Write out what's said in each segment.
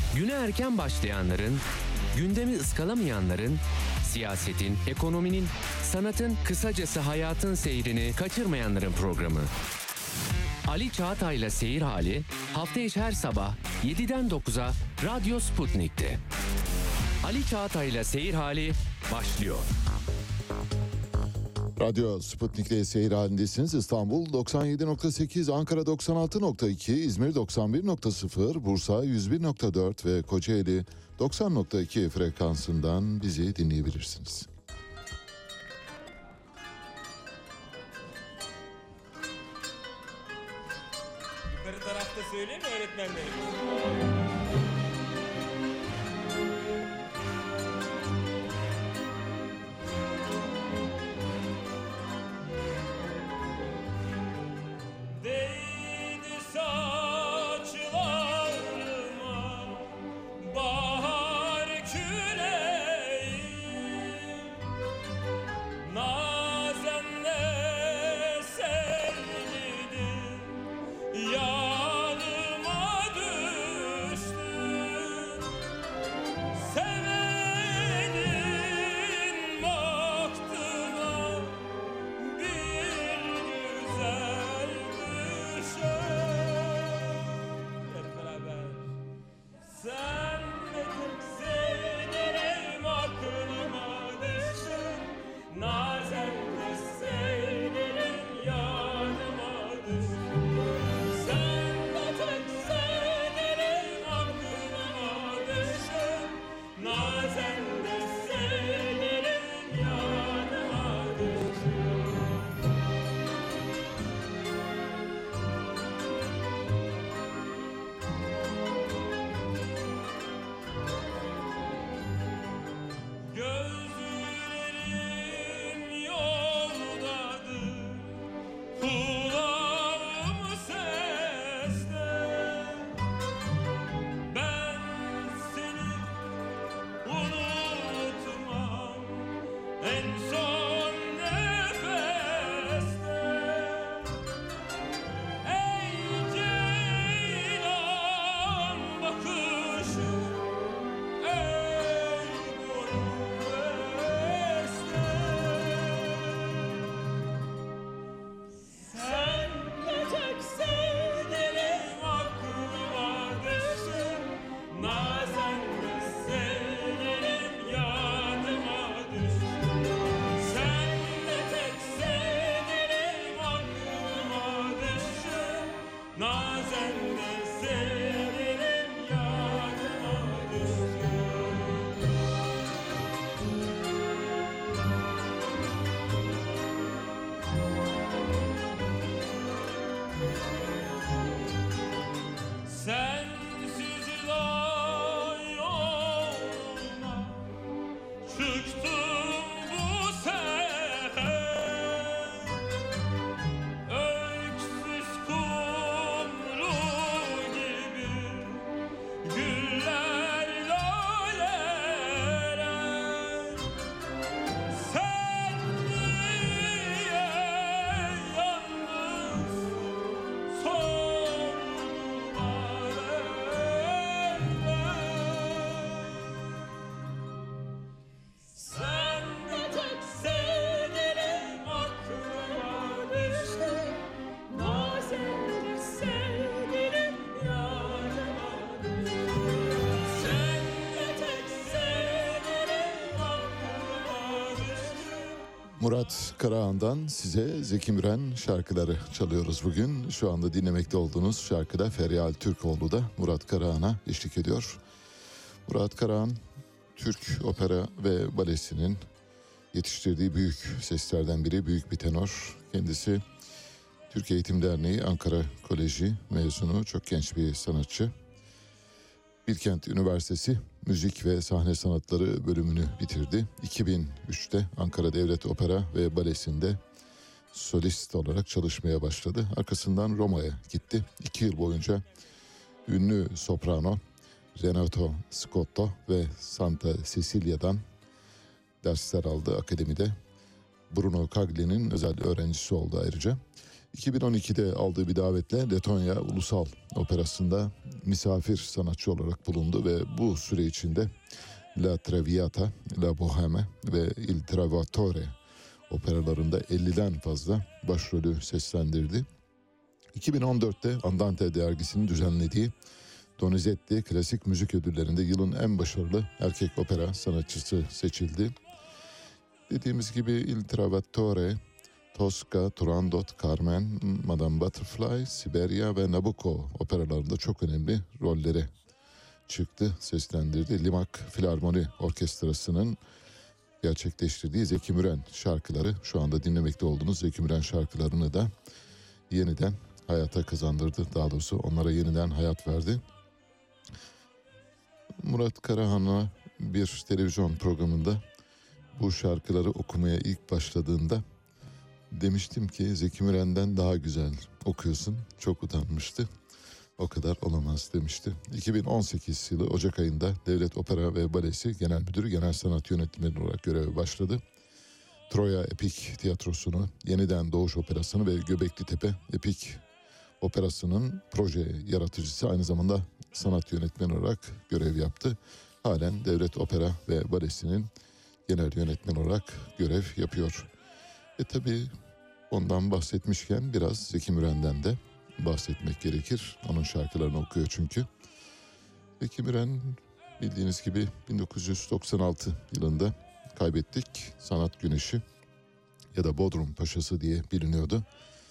Güne erken başlayanların, gündemi ıskalamayanların, siyasetin, ekonominin, sanatın, kısacası hayatın seyrini kaçırmayanların programı. Ali Çağatay'la Seyir Hali hafta içi her sabah 7'den 9'a Radyo Sputnik'te. Ali Çağatay'la Seyir Hali başlıyor. Radyo Sputnik'te seyir halindesiniz. İstanbul 97.8, Ankara 96.2, İzmir 91.0, Bursa 101.4 ve Kocaeli 90.2 frekansından bizi dinleyebilirsiniz. Yukarı tarafta söyleyeyim mi öğretmenlerim? Murat Karahan'dan size Zeki Müren şarkıları çalıyoruz bugün. Şu anda dinlemekte olduğunuz şarkıda Feryal Türkoğlu da Murat Karahan'a eşlik ediyor. Murat Karahan, Türk Opera ve Balesi'nin yetiştirdiği büyük seslerden biri, büyük bir tenor. Kendisi Türk Eğitim Derneği Ankara Koleji mezunu, çok genç bir sanatçı. Bilkent Üniversitesi Müzik ve Sahne Sanatları bölümünü bitirdi. 2003'te Ankara Devlet Opera ve Balesi'nde solist olarak çalışmaya başladı. Arkasından Roma'ya gitti. 2 yıl boyunca ünlü soprano Renato Scotto ve Santa Cecilia'dan dersler aldı akademide. Bruno Cagli'nin özel öğrencisi oldu ayrıca. 2012'de aldığı bir davetle Letonya Ulusal Operası'nda misafir sanatçı olarak bulundu ve bu süre içinde La Traviata, La Bohème ve Il Trovatore operalarında 50'den fazla başrolü seslendirdi. 2014'te Andante dergisinin düzenlediği Donizetti Klasik Müzik Ödülleri'nde yılın en başarılı erkek opera sanatçısı seçildi. Dediğimiz gibi Il Trovatore, Tosca, Turandot, Carmen, Madame Butterfly, Siberia ve Nabucco operalarında çok önemli rollere çıktı, seslendirdi. Limak Filarmoni Orkestrası'nın gerçekleştirdiği Zeki Müren şarkıları, şu anda dinlemekte olduğunuz Zeki Müren şarkılarını da yeniden hayata kazandırdı. Daha doğrusu onlara yeniden hayat verdi. Murat Karahan'a bir televizyon programında bu şarkıları okumaya ilk başladığında demiştim ki Zeki Müren'den daha güzel okuyorsun. Çok utanmıştı. O kadar olamaz demişti. 2018 yılı Ocak ayında Devlet Opera ve Balesi Genel Müdürü, Genel Sanat Yönetmeni olarak göreve başladı. Troya Epik Tiyatrosu'nu, Yeniden Doğuş Operası'nı ve Göbekli Tepe Epik Operası'nın proje yaratıcısı, aynı zamanda sanat yönetmeni olarak görev yaptı. Halen Devlet Opera ve Balesi'nin genel yönetmen olarak görev yapıyor. Tabii ondan bahsetmişken biraz Zeki Müren'den de bahsetmek gerekir. Onun şarkılarını okuyor çünkü. Zeki Müren bildiğiniz gibi 1996 yılında kaybettik. Sanat Güneşi ya da Bodrum Paşası diye biliniyordu.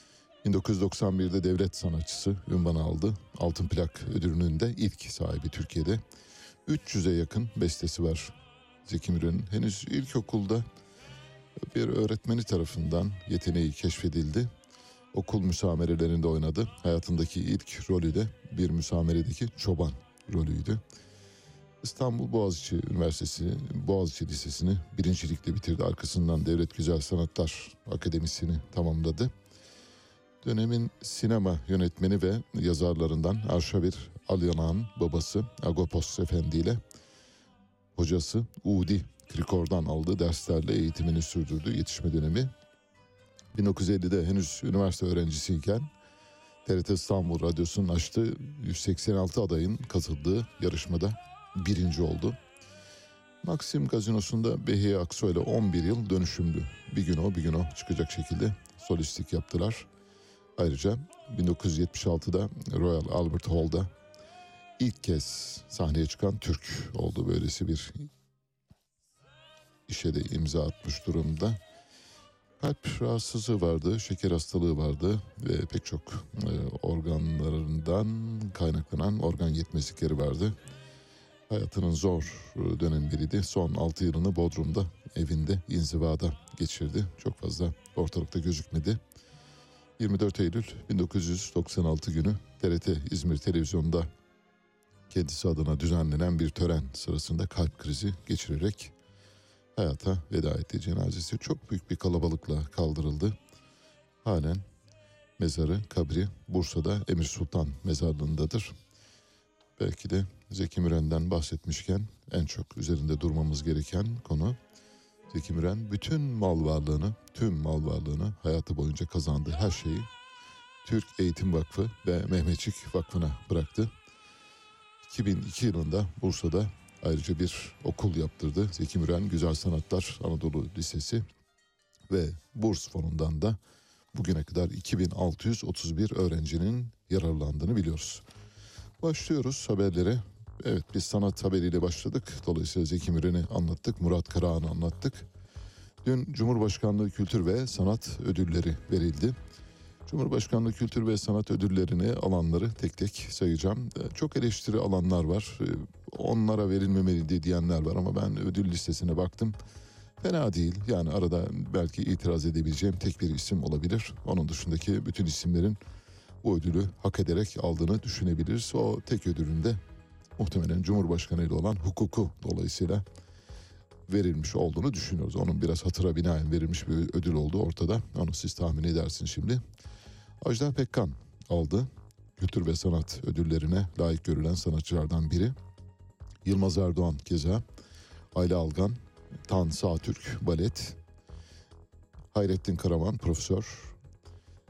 1991'de devlet sanatçısı unvanı aldı. Altın Plak ödülünün de ilk sahibi Türkiye'de. 300'e yakın bestesi var Zeki Müren'in. Henüz ilkokulda bir öğretmeni tarafından yeteneği keşfedildi. Okul müsamerelerinde oynadı. Hayatındaki ilk rolü de bir müsameredeki çoban rolüydü. İstanbul Boğaziçi Üniversitesi, Boğaziçi Lisesi'ni birincilikle bitirdi. Arkasından Devlet Güzel Sanatlar Akademisi'ni tamamladı. Dönemin sinema yönetmeni ve yazarlarından Arşavir Alyanak'ın babası Agopos Efendi ile hocası Udi Krikor'dan aldığı derslerle eğitimini sürdürdü yetişme dönemi. 1950'de henüz üniversite öğrencisiyken TRT İstanbul Radyosu'nun açtığı 186 adayın katıldığı yarışmada birinci oldu. Maxim Gazinosu'nda Behiye Aksoy ile 11 yıl dönüşümlü bir gün o çıkacak şekilde solistlik yaptılar. Ayrıca 1976'da Royal Albert Hall'da ilk kez sahneye çıkan Türk oldu. Böylesi bir işe de imza atmış durumda. Kalp rahatsızlığı vardı, şeker hastalığı vardı ve pek çok organlarından kaynaklanan organ yetmezlikleri vardı. Hayatının zor dönemleriydi. Son 6 yılını Bodrum'da, evinde, inzivada geçirdi. Çok fazla ortalıkta gözükmedi. 24 Eylül 1996 günü TRT İzmir Televizyonu'nda kendisi adına düzenlenen bir tören sırasında kalp krizi geçirerek hayata veda etti. Cenazesi çok büyük bir kalabalıkla kaldırıldı. Halen mezarı, kabri Bursa'da Emir Sultan Mezarlığı'ndadır. Belki de Zeki Müren'den bahsetmişken en çok üzerinde durmamız gereken konu, Zeki Müren bütün tüm mal varlığını hayatı boyunca kazandığı her şeyi Türk Eğitim Vakfı ve Mehmetçik Vakfı'na bıraktı. 2002 yılında Bursa'da ayrıca bir okul yaptırdı. Zeki Müren Güzel Sanatlar Anadolu Lisesi ve burs fonundan da bugüne kadar 2631 öğrencinin yararlandığını biliyoruz. Başlıyoruz haberlere. Evet, biz sanat haberiyle başladık. Dolayısıyla Zeki Müren'i anlattık, Murat Karahan'ı anlattık. Dün Cumhurbaşkanlığı Kültür ve Sanat Ödülleri verildi. Cumhurbaşkanlığı Kültür ve Sanat Ödülleri'ni alanları tek tek sayacağım. Çok eleştiri alanlar var. Onlara verilmemeliydi diyenler var ama ben ödül listesine baktım. Fena değil. Yani arada belki itiraz edebileceğim tek bir isim olabilir. Onun dışındaki bütün isimlerin bu ödülü hak ederek aldığını düşünebiliriz. O tek ödülün de muhtemelen Cumhurbaşkanı ile olan hukuku dolayısıyla verilmiş olduğunu düşünüyoruz. Onun biraz hatıra binaen verilmiş bir ödül olduğu ortada. Onu siz tahmin edersiniz şimdi. Ajda Pekkan aldı. Kültür ve sanat ödüllerine layık görülen sanatçılardan biri. Yılmaz Erdoğan keza, Ayla Algan, Tan Sağtürk balet, Hayrettin Karaman profesör,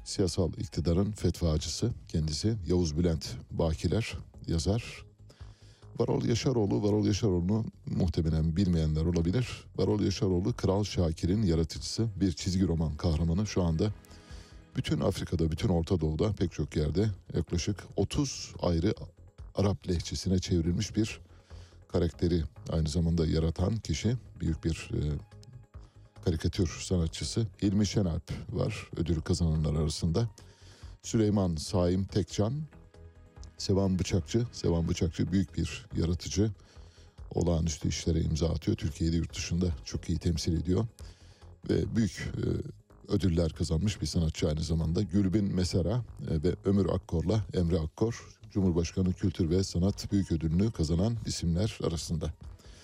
siyasal iktidarın fetvacısı kendisi Yavuz Bülent Bakiler yazar. Varol Yaşaroğlu'nu muhtemelen bilmeyenler olabilir. Varol Yaşaroğlu Kral Şakir'in yaratıcısı, bir çizgi roman kahramanı. Şu anda bütün Afrika'da, bütün Orta Doğu'da pek çok yerde yaklaşık 30 ayrı Arap lehçesine çevrilmiş bir karakteri aynı zamanda yaratan kişi, büyük bir karikatür sanatçısı Hilmi Şenalp var ödül kazananlar arasında. Süleyman Saim Tekcan, Sevan Bıçakçı büyük bir yaratıcı. Olağanüstü işlere imza atıyor. Türkiye'yi de yurt dışında çok iyi temsil ediyor. Ve büyük ödüller kazanmış bir sanatçı aynı zamanda. Gülbin Mesera ve Ömür Akkor'la Emre Akkor, Cumhurbaşkanı Kültür ve Sanat Büyük Ödülünü kazanan isimler arasında.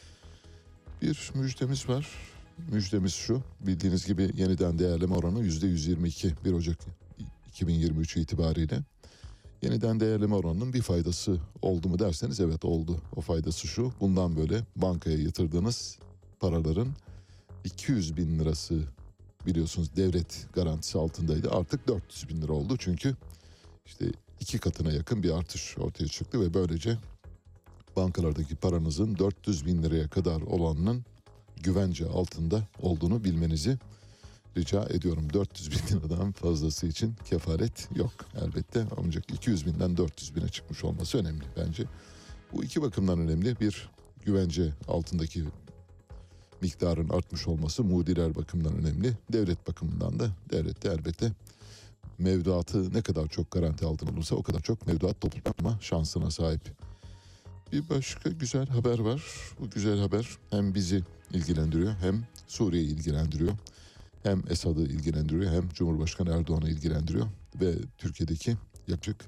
Bir müjdemiz var. Müjdemiz şu: bildiğiniz gibi yeniden değerleme oranı %122 1 Ocak 2023 itibariyle. Yeniden değerleme oranının bir faydası oldu mu derseniz evet oldu. O faydası şu: bundan böyle bankaya yatırdığınız paraların 200 bin lirası biliyorsunuz devlet garantisi altındaydı. Artık 400 bin lira oldu çünkü işte 2 katına yakın bir artış ortaya çıktı ve böylece bankalardaki paranızın 400 bin liraya kadar olanının güvence altında olduğunu bilmenizi rica ediyorum. 400 bin liradan fazlası için kefaret yok elbette, ancak 200 binden 400 bine çıkmış olması önemli bence. Bu iki bakımdan önemli: bir, güvence altındaki miktarın artmış olması mudiler bakımından önemli. Devlet bakımından da devlette elbette mevduatı ne kadar çok garanti altına olursa o kadar çok mevduat toplama şansına sahip. Bir başka güzel haber var. Bu güzel haber hem bizi ilgilendiriyor, hem Suriye'yi ilgilendiriyor, hem Esad'ı ilgilendiriyor, hem Cumhurbaşkanı Erdoğan'ı ilgilendiriyor ve Türkiye'deki yaklaşık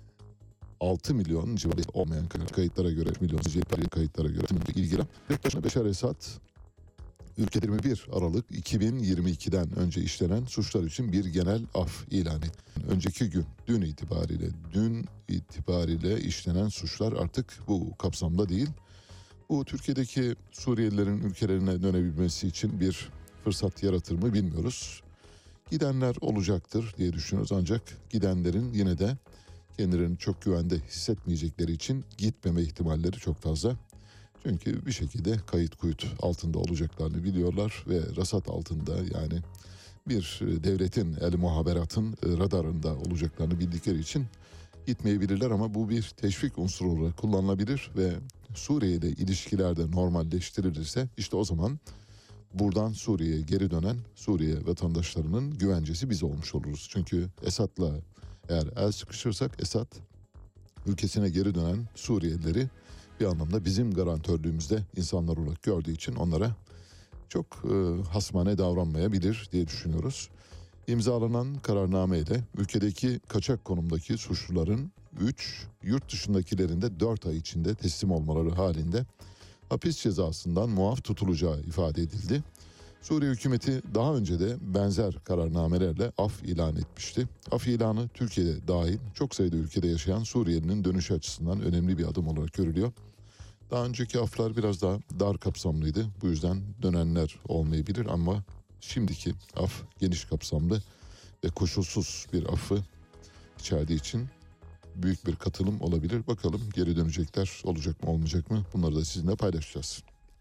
6 milyon civarı olmayan kayıtlara göre, kayıtlara göre ilgilenen Beşar Esad ülkede 21 Aralık 2022'den önce işlenen suçlar için bir genel af ilan etti. Önceki gün, dün itibariyle işlenen suçlar artık bu kapsamda değil. Bu Türkiye'deki Suriyelilerin ülkelerine dönebilmesi için bir fırsat yaratır mı bilmiyoruz. Gidenler olacaktır diye düşünüyoruz, ancak gidenlerin yine de kendilerini çok güvende hissetmeyecekleri için gitmeme ihtimalleri çok fazla. Çünkü bir şekilde kayıt kuyut altında olacaklarını biliyorlar ve rasat altında, yani bir devletin, el muhaberatın radarında olacaklarını bildikleri için gitmeyebilirler, ama bu bir teşvik unsuru olarak kullanılabilir ve Suriye ile ilişkilerde normalleştirilirse işte o zaman buradan Suriye'ye geri dönen Suriye vatandaşlarının güvencesi biz olmuş oluruz. Çünkü Esad'la eğer el sıkışırsak Esad ülkesine geri dönen Suriyelileri bir anlamda bizim garantörlüğümüzde insanlar olarak gördüğü için onlara çok hasmane davranmayabilir diye düşünüyoruz. İmzalanan kararnameyle ülkedeki kaçak konumdaki suçluların 3, yurt dışındakilerin de 4 ay içinde teslim olmaları halinde hapis cezasından muaf tutulacağı ifade edildi. Suriye hükümeti daha önce de benzer kararnamelerle af ilan etmişti. Af ilanı Türkiye'de dahil çok sayıda ülkede yaşayan Suriyelinin dönüşü açısından önemli bir adım olarak görülüyor. Daha önceki aflar biraz daha dar kapsamlıydı. Bu yüzden dönenler olmayabilir, ama şimdiki af geniş kapsamlı ve koşulsuz bir affı içerdiği için büyük bir katılım olabilir. Bakalım geri dönecekler olacak mı olmayacak mı? Bunları da sizinle paylaşacağız.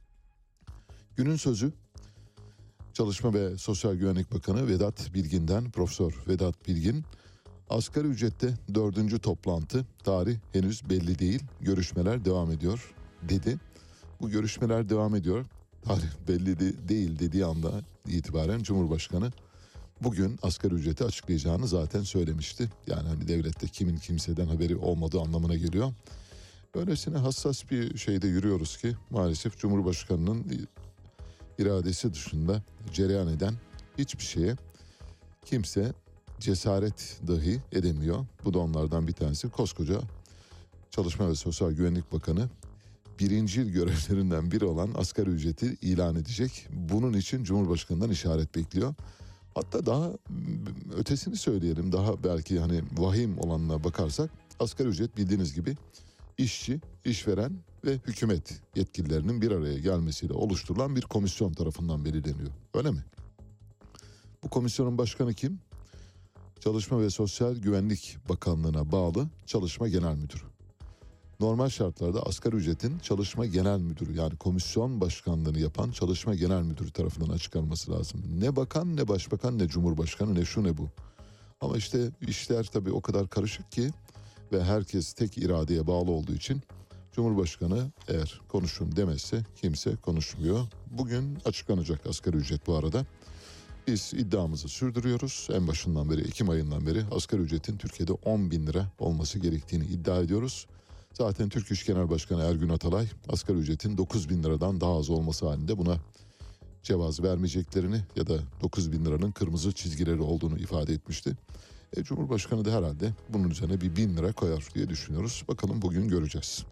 Günün sözü Çalışma ve Sosyal Güvenlik Bakanı Vedat Bilgin'den. Profesör Vedat Bilgin, asgari ücrette 4. toplantı, tarih henüz belli değil, görüşmeler devam ediyor dedi. Bu görüşmeler devam ediyor, tarih belli değil dediği anda itibaren Cumhurbaşkanı bugün asgari ücreti açıklayacağını zaten söylemişti. Yani hani devlette kimin kimseden haberi olmadığı anlamına geliyor. Böylesine hassas bir şeyde yürüyoruz ki maalesef Cumhurbaşkanı'nın iradesi dışında cereyan eden hiçbir şeye kimse cesaret dahi edemiyor. Bu da onlardan bir tanesi. Koskoca Çalışma ve Sosyal Güvenlik Bakanı birincil görevlerinden biri olan asgari ücreti ilan edecek. Bunun için Cumhurbaşkanı'ndan işaret bekliyor. Hatta daha ötesini söyleyelim, daha belki hani vahim olanına bakarsak, asgari ücret bildiğiniz gibi işçi, işveren ve hükümet yetkililerinin bir araya gelmesiyle oluşturulan bir komisyon tarafından belirleniyor. Öyle mi? Bu komisyonun başkanı kim? Çalışma ve Sosyal Güvenlik Bakanlığı'na bağlı Çalışma Genel Müdürü. Normal şartlarda asgari ücretin Çalışma Genel Müdürü, yani komisyon başkanlığını yapan Çalışma Genel Müdürü tarafından açıklanması lazım. Ne bakan, ne başbakan, ne cumhurbaşkanı, ne şu ne bu. Ama işte işler tabii o kadar karışık ki ve herkes tek iradeye bağlı olduğu için Cumhurbaşkanı eğer konuşun demezse kimse konuşmuyor. Bugün açıklanacak asgari ücret bu arada. Biz iddiamızı sürdürüyoruz. En başından beri, Ekim ayından beri asgari ücretin Türkiye'de 10 bin lira olması gerektiğini iddia ediyoruz. Zaten Türk İş Genel Başkanı Ergün Atalay asgari ücretin 9 bin liradan daha az olması halinde buna cevaz vermeyeceklerini ya da 9 bin liranın kırmızı çizgileri olduğunu ifade etmişti. Cumhurbaşkanı da herhalde bunun üzerine bir 1000 lira koyar diye düşünüyoruz. Bakalım bugün göreceğiz.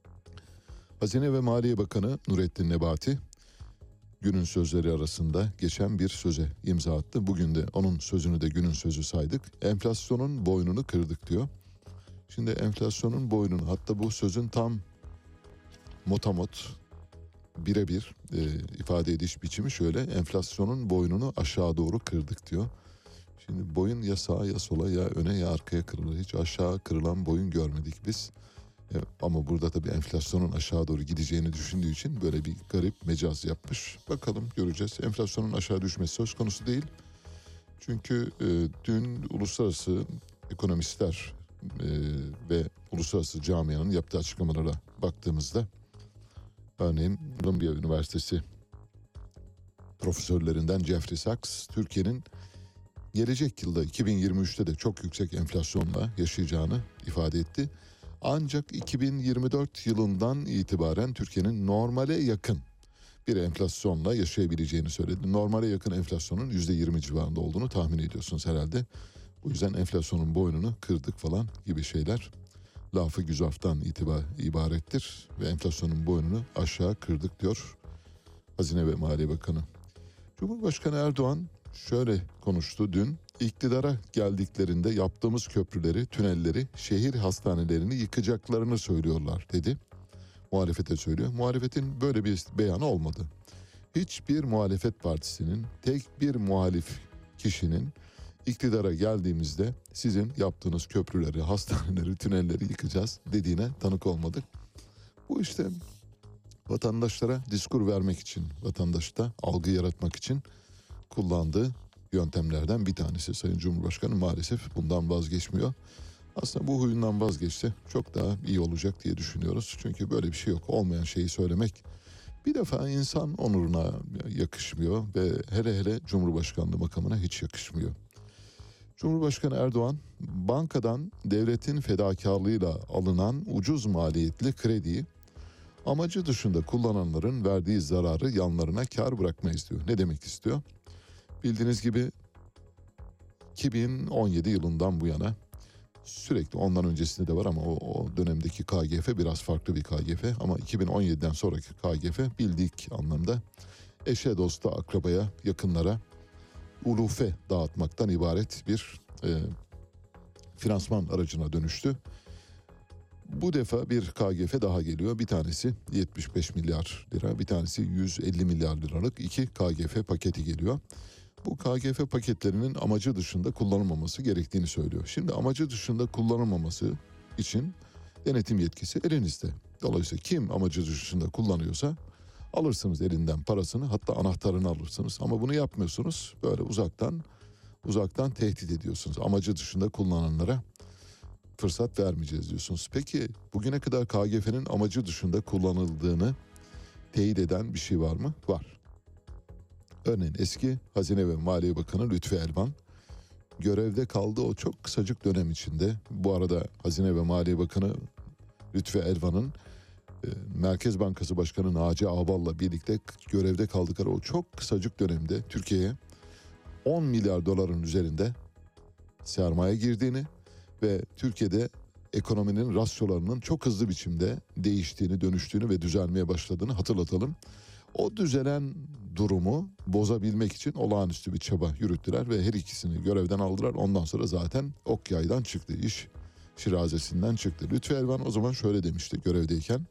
Hazine ve Maliye Bakanı Nurettin Nebati günün sözleri arasında geçen bir söze imza attı. Bugün de onun sözünü de günün sözü saydık. Enflasyonun boynunu kırdık diyor. Şimdi enflasyonun boynunu, hatta bu sözün tam motamot birebir ifade ediş biçimi şöyle: enflasyonun boynunu aşağı doğru kırdık diyor. Şimdi boyun ya sağa ya sola, ya öne ya arkaya kırılır. Hiç aşağı kırılan boyun görmedik biz. Ama burada tabii enflasyonun aşağı doğru gideceğini düşündüğü için böyle bir garip mecaz yapmış. Bakalım, göreceğiz. Enflasyonun aşağı düşmesi söz konusu değil. Çünkü dün uluslararası ekonomistler ve uluslararası camianın yaptığı açıklamalara baktığımızda, örneğin Columbia Üniversitesi profesörlerinden Jeffrey Sachs, Türkiye'nin gelecek yılda 2023'te de çok yüksek enflasyonla yaşayacağını ifade etti. Ancak 2024 yılından itibaren Türkiye'nin normale yakın bir enflasyonla yaşayabileceğini söyledi. Normale yakın enflasyonun %20 civarında olduğunu tahmin ediyorsunuz herhalde. Bu yüzden enflasyonun boynunu kırdık falan gibi şeyler lafı güzaftan ibarettir ve enflasyonun boynunu aşağı kırdık diyor Hazine ve Maliye Bakanı. Cumhurbaşkanı Erdoğan şöyle konuştu dün: iktidara geldiklerinde yaptığımız köprüleri, tünelleri, şehir hastanelerini yıkacaklarını söylüyorlar dedi. Muhalefete söylüyor. Muhalefetin böyle bir beyanı olmadı. Hiçbir muhalefet partisinin, tek bir muhalif kişinin iktidara geldiğimizde sizin yaptığınız köprüleri, hastaneleri, tünelleri yıkacağız dediğine tanık olmadık. Bu işte vatandaşlara diskur vermek için, vatandaşta algı yaratmak için kullandığı yöntemlerden bir tanesi. Sayın Cumhurbaşkanı maalesef bundan vazgeçmiyor. Aslında bu huyundan vazgeçse çok daha iyi olacak diye düşünüyoruz. Çünkü böyle bir şey yok. Olmayan şeyi söylemek bir defa insan onuruna yakışmıyor ve hele hele Cumhurbaşkanlığı makamına hiç yakışmıyor. Cumhurbaşkanı Erdoğan, bankadan devletin fedakarlığıyla alınan ucuz maliyetli krediyi amacı dışında kullananların verdiği zararı yanlarına kar bırakmayız diyor. Ne demek istiyor? Bildiğiniz gibi 2017 yılından bu yana, sürekli ondan öncesinde de var ama o dönemdeki KGF biraz farklı bir KGF, ama 2017'den sonraki KGF bildik anlamda eşe, dosta, akrabaya, yakınlara ulufe dağıtmaktan ibaret bir finansman aracına dönüştü. Bu defa bir KGF daha geliyor. Bir tanesi 75 milyar lira, bir tanesi 150 milyar liralık 2 KGF paketi geliyor. Bu KGF paketlerinin amacı dışında kullanılmaması gerektiğini söylüyor. Şimdi amacı dışında kullanılmaması için denetim yetkisi elinizde. Dolayısıyla kim amacı dışında kullanıyorsa alırsınız elinden parasını, hatta anahtarını alırsınız. Ama bunu yapmıyorsunuz. Böyle uzaktan tehdit ediyorsunuz. Amacı dışında kullananlara fırsat vermeyeceğiz diyorsunuz. Peki bugüne kadar KGF'nin amacı dışında kullanıldığını teyit eden bir şey var mı? Var. Örneğin eski Hazine ve Maliye Bakanı Lütfü Elvan görevde kaldığı o çok kısacık dönem içinde, bu arada Hazine ve Maliye Bakanı Lütfü Elvan'ın Merkez Bankası Başkanı Naci Ağbal'la birlikte görevde kaldıkları o çok kısacık dönemde Türkiye'ye 10 milyar doların üzerinde sermaye girdiğini ve Türkiye'de ekonominin rasyolarının çok hızlı biçimde değiştiğini, dönüştüğünü ve düzelmeye başladığını hatırlatalım. O düzelen durumu bozabilmek için olağanüstü bir çaba yürüttüler ve her ikisini görevden aldılar. Ondan sonra zaten ok yaydan çıktı, iş şirazesinden çıktı. Lütfü Elvan o zaman şöyle demişti görevdeyken: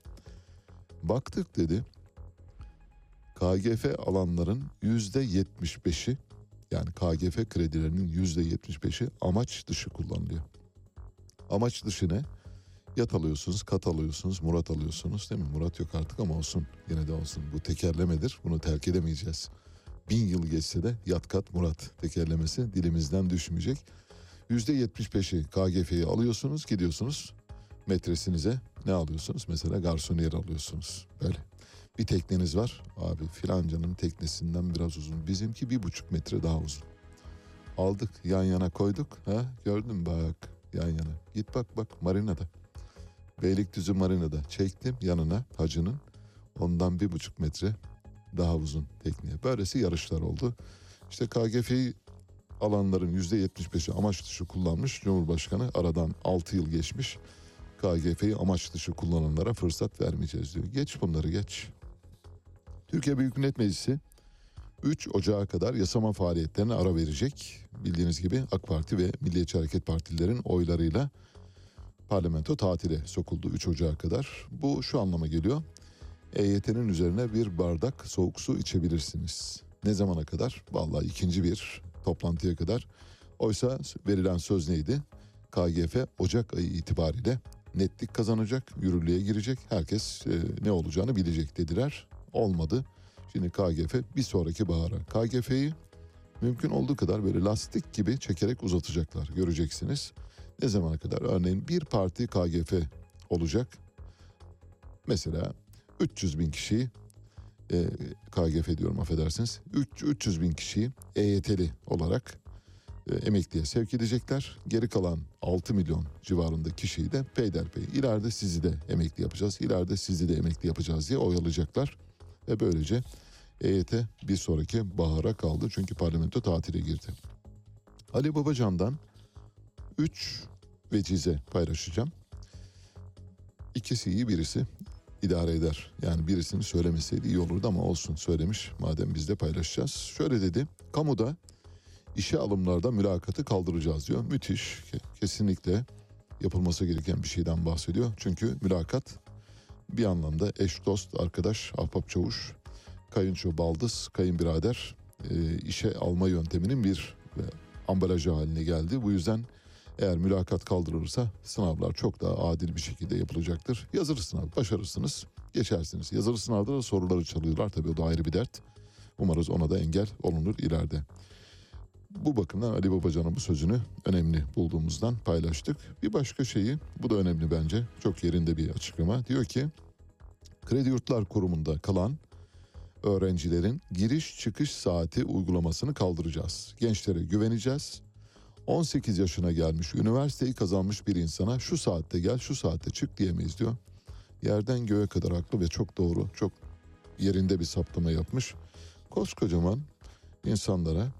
baktık dedi, KGF alanların %75'i Yani KGF kredilerinin %75'i amaç dışı kullanılıyor. Amaç dışı ne? Yat alıyorsunuz, kat alıyorsunuz, Murat alıyorsunuz değil mi? Murat yok artık ama olsun, yine de olsun. Bu tekerlemedir, bunu terk edemeyeceğiz. 1000 yıl geçse de yat kat Murat tekerlemesi dilimizden düşmeyecek. %75'i KGF'yi alıyorsunuz, gidiyorsunuz metresinize ne alıyorsunuz? Mesela garsoniyer alıyorsunuz. Böyle. Bir tekneniz var. Abi filancanın teknesinden biraz uzun. Bizimki 1,5 metre daha uzun. Aldık, yan yana koyduk. Ha, gördün mü bak, yan yana. Git bak marinada. Beylikdüzü marinada. Çektim yanına hacının. Ondan 1,5 metre daha uzun tekneye. Böylesi yarışlar oldu. İşte KGF'yi alanların %75'i amaç dışı kullanmış. Cumhurbaşkanı aradan 6 yıl geçmiş. KGF'yi amaç dışı kullananlara fırsat vermeyeceğiz diyor. Geç bunları geç. Türkiye Büyük Millet Meclisi 3 Ocağı kadar yasama faaliyetlerine ara verecek. Bildiğiniz gibi AK Parti ve Milliyetçi Hareket Partilerin oylarıyla parlamento tatile sokuldu 3 Ocağı kadar. Bu şu anlama geliyor. EYT'nin üzerine bir bardak soğuk su içebilirsiniz. Ne zamana kadar? Vallahi ikinci bir toplantıya kadar. Oysa verilen söz neydi? KGF Ocak ayı itibariyle netlik kazanacak, yürürlüğe girecek. Herkes ne olacağını bilecek dediler. Olmadı. Şimdi KGF bir sonraki bahara. KGF'yi mümkün olduğu kadar böyle lastik gibi çekerek uzatacaklar. Göreceksiniz. Ne zamana kadar? Örneğin bir parti KGF olacak. Mesela 300 bin kişiyi KGF diyorum affedersiniz. 300 bin kişiyi EYT'li olarak emekliye sevk edecekler. Geri kalan 6 milyon civarında kişiyi de peyderpey ileride sizi de emekli yapacağız, ileride sizi de emekli yapacağız diye oyalayacaklar. Ve böylece EYT bir sonraki bahara kaldı çünkü parlamento tatile girdi. Ali Babacan'dan 3 vecize paylaşacağım. İkisi iyi, birisi idare eder. Yani birisini söylemeseydi iyi olurdu ama olsun, söylemiş. Madem biz de paylaşacağız. Şöyle dedi: kamuda işe alımlarda mülakatı kaldıracağız diyor. Müthiş. Kesinlikle yapılması gereken bir şeyden bahsediyor. Çünkü mülakat bir anlamda eş, dost, arkadaş, ahbap, çavuş, kayınço, baldız, kayınbirader işe alma yönteminin bir ambalajı haline geldi. Bu yüzden eğer mülakat kaldırılırsa sınavlar çok daha adil bir şekilde yapılacaktır. Yazılı sınav başarırsınız, geçersiniz. Yazılı sınavda da soruları çalıyorlar, tabii o da ayrı bir dert. Umarız ona da engel olunur ileride. Bu bakımdan Ali Babacan'ın bu sözünü önemli bulduğumuzdan paylaştık. Bir başka şeyi, bu da önemli bence, çok yerinde bir açıklama. Diyor ki Kredi Yurtlar Kurumu'nda kalan öğrencilerin giriş çıkış saati uygulamasını kaldıracağız. Gençlere güveneceğiz. 18 yaşına gelmiş, üniversiteyi kazanmış bir insana şu saatte gel, şu saatte çık diyemeyiz diyor. Yerden göğe kadar haklı ve çok doğru, çok yerinde bir saptama yapmış. Koskocaman insanlara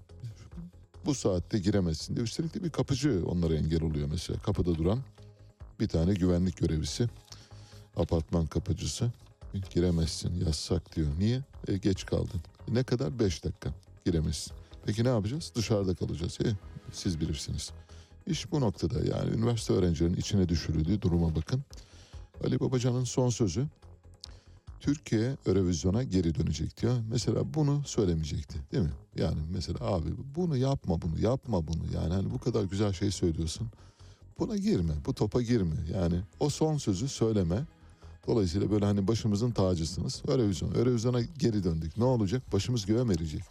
bu saatte giremezsin diye. Üstelik de bir kapıcı onlara engel oluyor mesela. Kapıda duran bir tane güvenlik görevlisi, apartman kapıcısı, giremezsin, yasak diyor. Niye? Geç kaldın. Ne kadar? 5 dakika giremezsin. Peki ne yapacağız? Dışarıda kalacağız. Siz bilirsiniz. İş bu noktada, yani üniversite öğrencilerinin içine düşürüldüğü duruma bakın. Ali Babacan'ın son sözü: Türkiye Eurovizyona geri dönecek diyor. Mesela bunu söylemeyecekti değil mi? Yani mesela abi bunu yapma, bunu yapma, bunu. Yani hani bu kadar güzel şey söylüyorsun. Buna girme, bu topa girme. Yani o son sözü söyleme. Dolayısıyla böyle hani başımızın tacısınız. Eurovizyona geri döndük. Ne olacak? Başımız göğe mi erecek?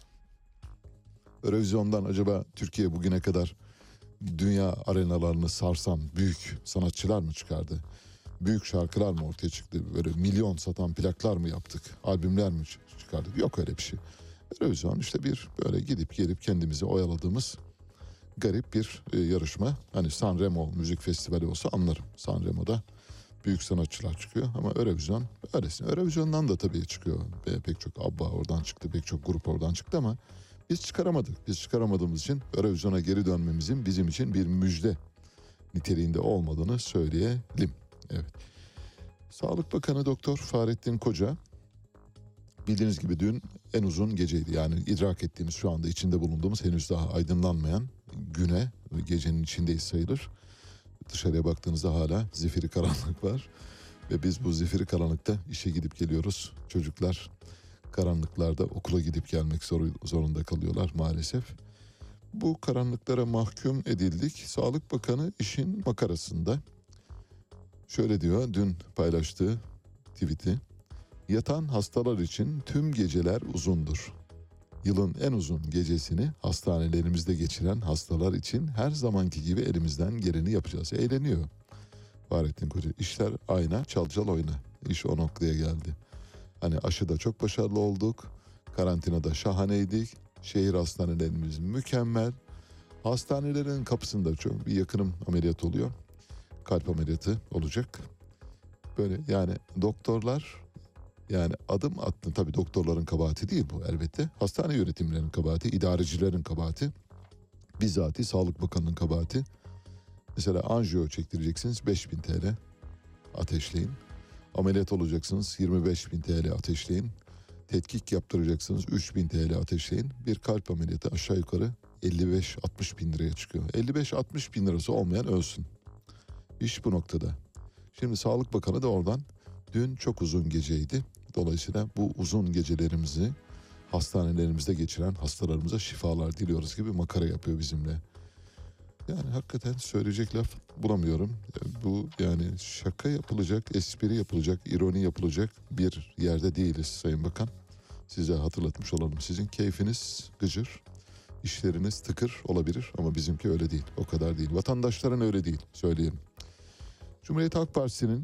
Eurovizyondan acaba Türkiye bugüne kadar dünya arenalarını sarsan büyük sanatçılar mı çıkardı? Büyük şarkılar mı ortaya çıktı? Böyle milyon satan plaklar mı yaptık? Albümler mi çıkardık? Yok öyle bir şey. Eurovision işte bir böyle gidip gelip kendimizi oyaladığımız garip bir yarışma. Hani Sanremo müzik festivali olsa anlarım. Sanremo'da büyük sanatçılar çıkıyor ama Eurovision öylesine. Eurovision'dan da tabii çıkıyor. Pek çok ABBA oradan çıktı, pek çok grup oradan çıktı ama biz çıkaramadık. Biz çıkaramadığımız için Eurovision'a geri dönmemizin bizim için bir müjde niteliğinde olmadığını söyleyelim. Evet. Sağlık Bakanı Doktor Fahrettin Koca, bildiğiniz gibi dün en uzun geceydi. Yani idrak ettiğimiz, şu anda içinde bulunduğumuz henüz daha aydınlanmayan güne, gecenin içindeyiz sayılır. Dışarıya baktığınızda hala zifiri karanlık var. Ve biz bu zifiri karanlıkta işe gidip geliyoruz. Çocuklar karanlıklarda okula gidip gelmek zorunda kalıyorlar maalesef. Bu karanlıklara mahkum edildik. Sağlık Bakanı işin makarasında. Şöyle diyor dün paylaştığı tweet'i. Yatan hastalar için tüm geceler uzundur. Yılın en uzun gecesini hastanelerimizde geçiren hastalar için her zamanki gibi elimizden geleni yapacağız. Eğleniyor Fahrettin Koca. İşler ayna çal oyna. İş o noktaya geldi. Hani aşıda çok başarılı olduk. Karantinada şahaneydik. Şehir hastanelerimiz mükemmel. Hastanelerin kapısında çok bir yakınım ameliyat oluyor. Kalp ameliyatı olacak. Böyle yani doktorlar yani adım attı. Tabii doktorların kabahati değil bu elbette. Hastane yönetimlerinin kabahati, idarecilerin kabahati. Bizzati Sağlık Bakanı'nın kabahati. Mesela anjiyo çektireceksiniz 5.000 TL ateşleyin. Ameliyat olacaksınız 25.000 TL ateşleyin. Tetkik yaptıracaksınız 3.000 TL ateşleyin. Bir kalp ameliyatı aşağı yukarı 55-60 bin liraya çıkıyor. 55-60 bin lirası olmayan ölsün. İş bu noktada. Şimdi Sağlık Bakanı da oradan dün çok uzun geceydi. Dolayısıyla bu uzun gecelerimizi hastanelerimizde geçiren hastalarımıza şifalar diliyoruz gibi makara yapıyor bizimle. Yani hakikaten söyleyecek laf bulamıyorum. Bu yani şaka yapılacak, espri yapılacak, ironi yapılacak bir yerde değiliz Sayın Bakan. Size hatırlatmış olalım. Sizin keyfiniz gıcır, işleriniz tıkır olabilir ama bizimki öyle değil. O kadar değil. Vatandaşların öyle değil söyleyelim. Cumhuriyet Halk Partisi'nin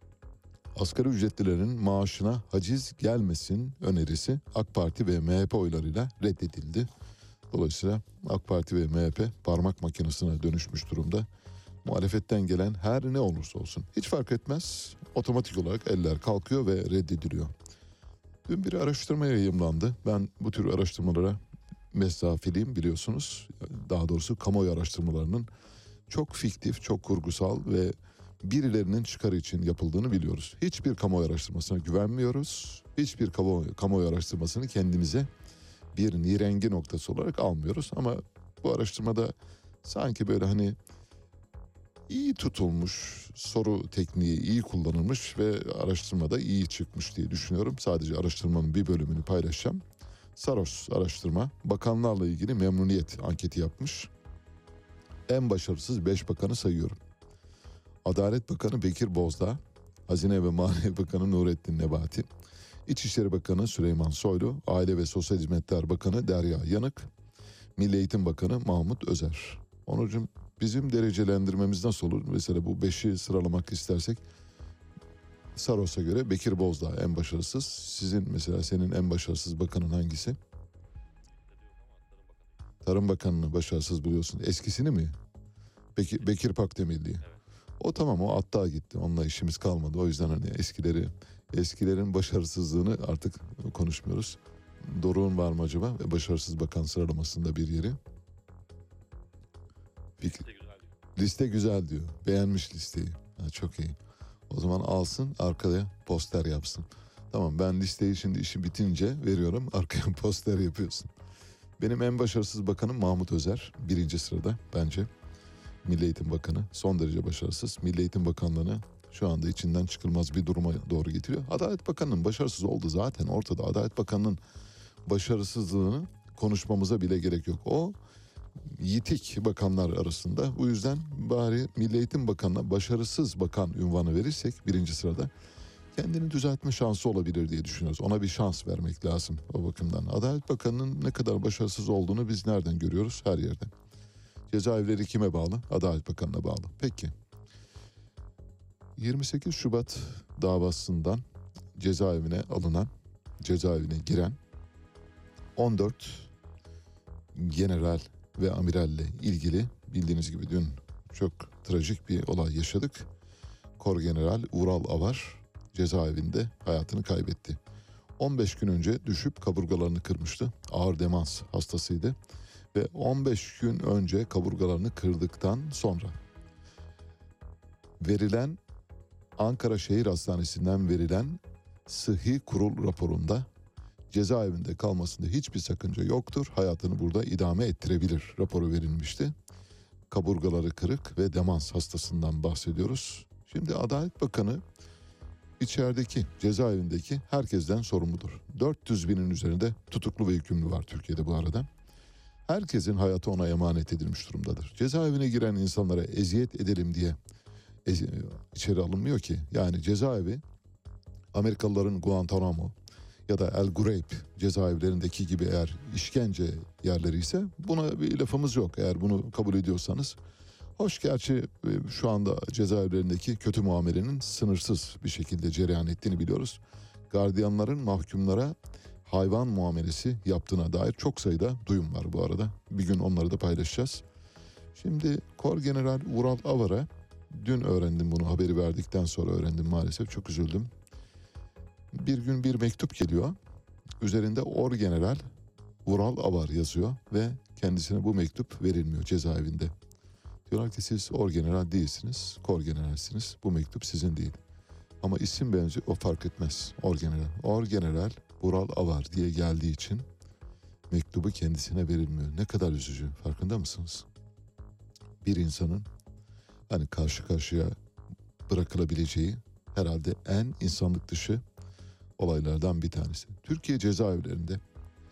asgari ücretlilerin maaşına haciz gelmesin önerisi AK Parti ve MHP oylarıyla reddedildi. Dolayısıyla AK Parti ve MHP parmak makinesine dönüşmüş durumda. Muhalefetten gelen her ne olursa olsun hiç fark etmez. Otomatik olarak eller kalkıyor ve reddediliyor. Dün bir araştırma yayımlandı. Ben bu tür araştırmalara mesafeliyim biliyorsunuz. Daha doğrusu kamuoyu araştırmalarının çok fiktif, çok kurgusal ve birilerinin çıkarı için yapıldığını biliyoruz. Hiçbir kamuoyu araştırmasına güvenmiyoruz. Hiçbir kamuoyu araştırmasını kendimize bir nirengi noktası olarak almıyoruz. Ama bu araştırmada sanki böyle hani iyi tutulmuş, soru tekniği iyi kullanılmış ve araştırmada iyi çıkmış diye düşünüyorum. Sadece araştırmanın bir bölümünü paylaşacağım. Saros araştırma bakanlarla ilgili memnuniyet anketi yapmış. En başarısız 5 bakanı sayıyorum. Adalet Bakanı Bekir Bozdağ, Hazine ve Maliye Bakanı Nurettin Nebati, İçişleri Bakanı Süleyman Soylu, Aile ve Sosyal Hizmetler Bakanı Derya Yanık, Milli Eğitim Bakanı Mahmut Özer. Onurcuğum bizim derecelendirmemiz nasıl olur? Mesela bu 5'i sıralamak istersek Saros'a göre Bekir Bozdağ en başarısız. Sizin mesela senin en başarısız bakanın hangisi? Tarım Bakanı'nı başarısız buluyorsun. Eskisini mi? Bekir Pakdemirli'yi. O tamam o attığa gitti. Onunla işimiz kalmadı. O yüzden hani eskilerin başarısızlığını artık konuşmuyoruz. Doruk'un var mı acaba? Başarısız bakan sıralamasında bir yeri. Liste güzel diyor. Beğenmiş listeyi. Ha, çok iyi. O zaman alsın arkaya poster yapsın. Tamam ben listeyi şimdi işi bitince veriyorum. Arkaya poster yapıyorsun. Benim en başarısız bakanım Mahmut Özer. 1. sırada bence. Milli Eğitim Bakanı son derece başarısız. Milli Eğitim Bakanlığı'nı şu anda içinden çıkılmaz bir duruma doğru getiriyor. Adalet Bakanı'nın başarısız olduğu zaten ortada. Adalet Bakanı'nın başarısızlığını konuşmamıza bile gerek yok. O yitik bakanlar arasında. Bu yüzden bari Milli Eğitim Bakanı'na başarısız bakan unvanı verirsek 1. sırada kendini düzeltme şansı olabilir diye düşünüyoruz. Ona bir şans vermek lazım o bakımdan. Adalet Bakanı'nın ne kadar başarısız olduğunu biz nereden görüyoruz? Her yerden. Cezaevleri kime bağlı? Adalet Bakanı'na bağlı. Peki. 28 Şubat davasından cezaevine giren 14 general ve amiralle ilgili bildiğiniz gibi dün çok trajik bir olay yaşadık. Korgeneral Ural Avar cezaevinde hayatını kaybetti. 15 gün önce düşüp kaburgalarını kırmıştı. Ağır demans hastasıydı. Ve 15 gün önce kaburgalarını kırdıktan sonra verilen Ankara Şehir Hastanesi'nden verilen sıhhi kurul raporunda cezaevinde kalmasında hiçbir sakınca yoktur. Hayatını burada idame ettirebilir raporu verilmişti. Kaburgaları kırık ve demans hastasından bahsediyoruz. Şimdi Adalet Bakanı içerideki cezaevindeki herkesten sorumludur. 400 binin üzerinde tutuklu ve hükümlü var Türkiye'de bu arada. Herkesin hayatı ona emanet edilmiş durumdadır. Cezaevine giren insanlara eziyet edelim diye içeri alınmıyor ki. Yani cezaevi Amerikalıların Guantanamo ya da El Ghuraib cezaevlerindeki gibi eğer işkence yerleri ise buna bir lafımız yok. Eğer bunu kabul ediyorsanız. Hoş, gerçi şu anda cezaevlerindeki kötü muamelenin sınırsız bir şekilde cereyan ettiğini biliyoruz. Gardiyanların mahkumlara hayvan muamelesi yaptığına dair çok sayıda duyum var bu arada. Bir gün onları da paylaşacağız. Şimdi Korgeneral Vural Avar'a dün öğrendim, bunu haberi verdikten sonra öğrendim maalesef, çok üzüldüm. Bir gün bir mektup geliyor. Üzerinde Orgeneral Vural Avar yazıyor ve kendisine bu mektup verilmiyor cezaevinde. Diyorlar ki siz Orgeneral değilsiniz, Korgeneralsiniz. Bu mektup sizin değil. Ama isim benziyor, o fark etmez. Orgeneral. Orgeneral Vural Avar diye geldiği için mektubu kendisine verilmiyor. Ne kadar üzücü, farkında mısınız? Bir insanın hani karşı karşıya bırakılabileceği herhalde en insanlık dışı olaylardan bir tanesi. Türkiye cezaevlerinde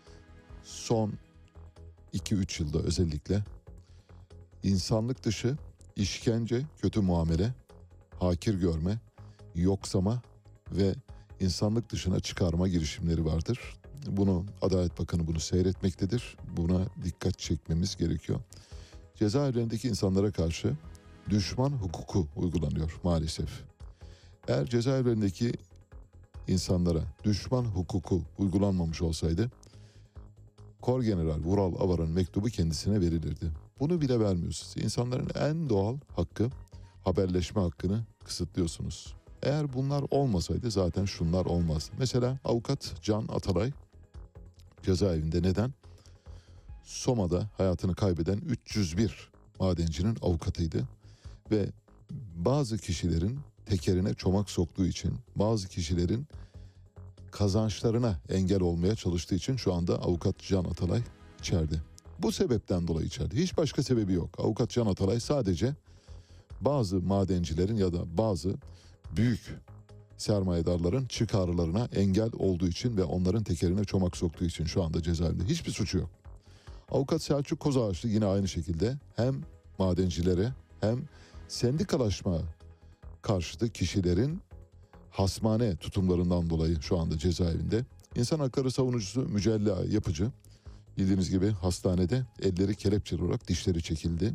son 2-3 yılda özellikle insanlık dışı işkence, kötü muamele, hakir görme, yoksama ve insanlık dışına çıkarma girişimleri vardır. Bunu Adalet Bakanı bunu seyretmektedir. Buna dikkat çekmemiz gerekiyor. Cezaevlerindeki insanlara karşı düşman hukuku uygulanıyor maalesef. Eğer cezaevlerindeki insanlara düşman hukuku uygulanmamış olsaydı Korgeneral Vural Avar'ın mektubu kendisine verilirdi. Bunu bile vermiyorsunuz. İnsanların en doğal hakkı, haberleşme hakkını kısıtlıyorsunuz. Eğer bunlar olmasaydı zaten şunlar olmaz. Mesela avukat Can Atalay cezaevinde neden? Soma'da hayatını kaybeden 301 madencinin avukatıydı. Ve bazı kişilerin tekerine çomak soktuğu için, bazı kişilerin kazançlarına engel olmaya çalıştığı için şu anda avukat Can Atalay içeride. Bu sebepten dolayı içeride. Hiç başka sebebi yok. Avukat Can Atalay sadece bazı madencilerin ya da bazı büyük sermayedarların çıkarlarına engel olduğu için ve onların tekerine çomak soktuğu için şu anda cezaevinde. Hiçbir suçu yok. Avukat Selçuk Kozağaçlı yine aynı şekilde hem madencilere hem sendikalaşma karşıtı kişilerin hasmane tutumlarından dolayı şu anda cezaevinde. İnsan hakları savunucusu Mücella Yapıcı bildiğiniz gibi hastanede elleri kelepçeli olarak dişleri çekildi.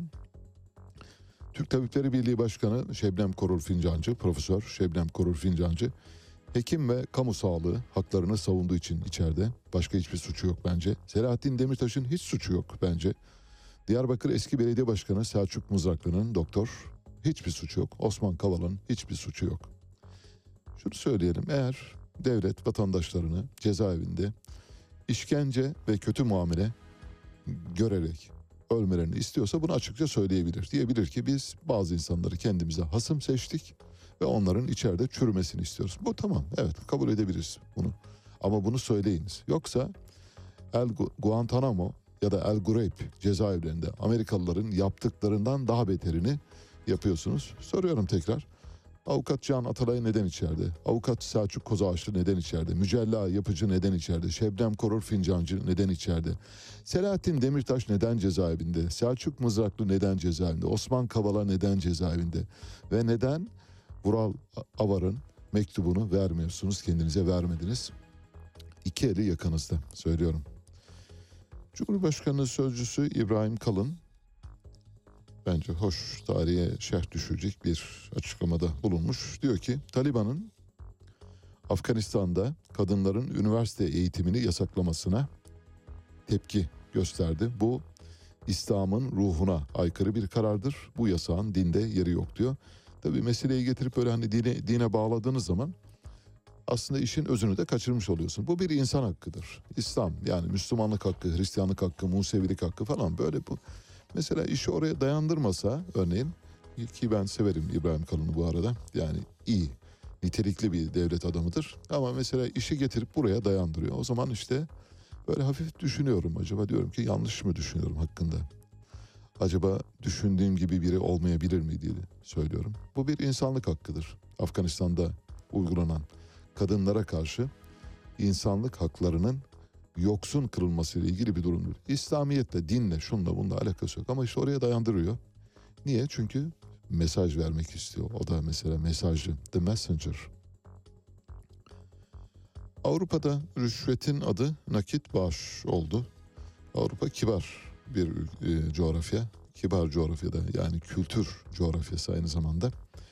Türk Tabipleri Birliği Başkanı Şebnem Korur Fincancı, Profesör Şebnem Korur Fincancı, hekim ve kamu sağlığı haklarını savunduğu için içeride. Başka hiçbir suçu yok bence. Selahattin Demirtaş'ın hiç suçu yok bence. Diyarbakır eski belediye başkanı Selçuk Mızraklı'nın doktor hiçbir suçu yok. Osman Kavala'nın hiçbir suçu yok. Şunu söyleyelim, eğer devlet vatandaşlarını cezaevinde işkence ve kötü muamele görerek ölmelerini istiyorsa bunu açıkça söyleyebilir. Diyebilir ki biz bazı insanları kendimize hasım seçtik ve onların içeride çürümesini istiyoruz. Bu tamam, evet, kabul edebiliriz bunu. Ama bunu söyleyiniz. Yoksa Guantanamo ya da El Ghuraib cezaevlerinde Amerikalıların yaptıklarından daha beterini yapıyorsunuz. Soruyorum tekrar. Avukat Can Atalay neden içeride? Avukat Selçuk Kozağaçlı neden içeride? Mücella Yapıcı neden içeride? Şebnem Korur Fincancı neden içeride? Selahattin Demirtaş neden cezaevinde? Selçuk Mızraklı neden cezaevinde? Osman Kavala neden cezaevinde? Ve neden Vural Avar'ın mektubunu vermiyorsunuz, kendinize vermediniz? İki eli yakınızda, söylüyorum. Cumhurbaşkanı Sözcüsü İbrahim Kalın bence hoş, tarihe şerh düşürecek bir açıklamada bulunmuş. Diyor ki Taliban'ın Afganistan'da kadınların üniversite eğitimini yasaklamasına tepki gösterdi. Bu İslam'ın ruhuna aykırı bir karardır. Bu yasağın dinde yeri yok diyor. Tabii meseleyi getirip böyle hani dine bağladığınız zaman aslında işin özünü de kaçırmış oluyorsun. Bu bir insan hakkıdır. İslam yani Müslümanlık hakkı, Hristiyanlık hakkı, Musevilik hakkı falan böyle bu. Mesela işi oraya dayandırmasa örneğin, ki ben severim İbrahim Kalın'ı bu arada, yani iyi, nitelikli bir devlet adamıdır. Ama mesela işi getirip buraya dayandırıyor. O zaman işte böyle hafif düşünüyorum, acaba diyorum ki yanlış mı düşünüyorum hakkında? Acaba düşündüğüm gibi biri olmayabilir mi diye söylüyorum. Bu bir insanlık hakkıdır. Afganistan'da uygulanan kadınlara karşı insanlık haklarının yoksun kılınmasıyla ilgili bir durumdur. İslamiyetle, dinle, şunla bununla alakası yok. Ama işte oraya dayandırıyor. Niye? Çünkü mesaj vermek istiyor. O da mesela mesajcı, the messenger. Avrupa'da rüşvetin adı nakit bağış oldu. Avrupa kibar bir coğrafya. Kibar coğrafyada, yani kültür coğrafyası aynı zamanda.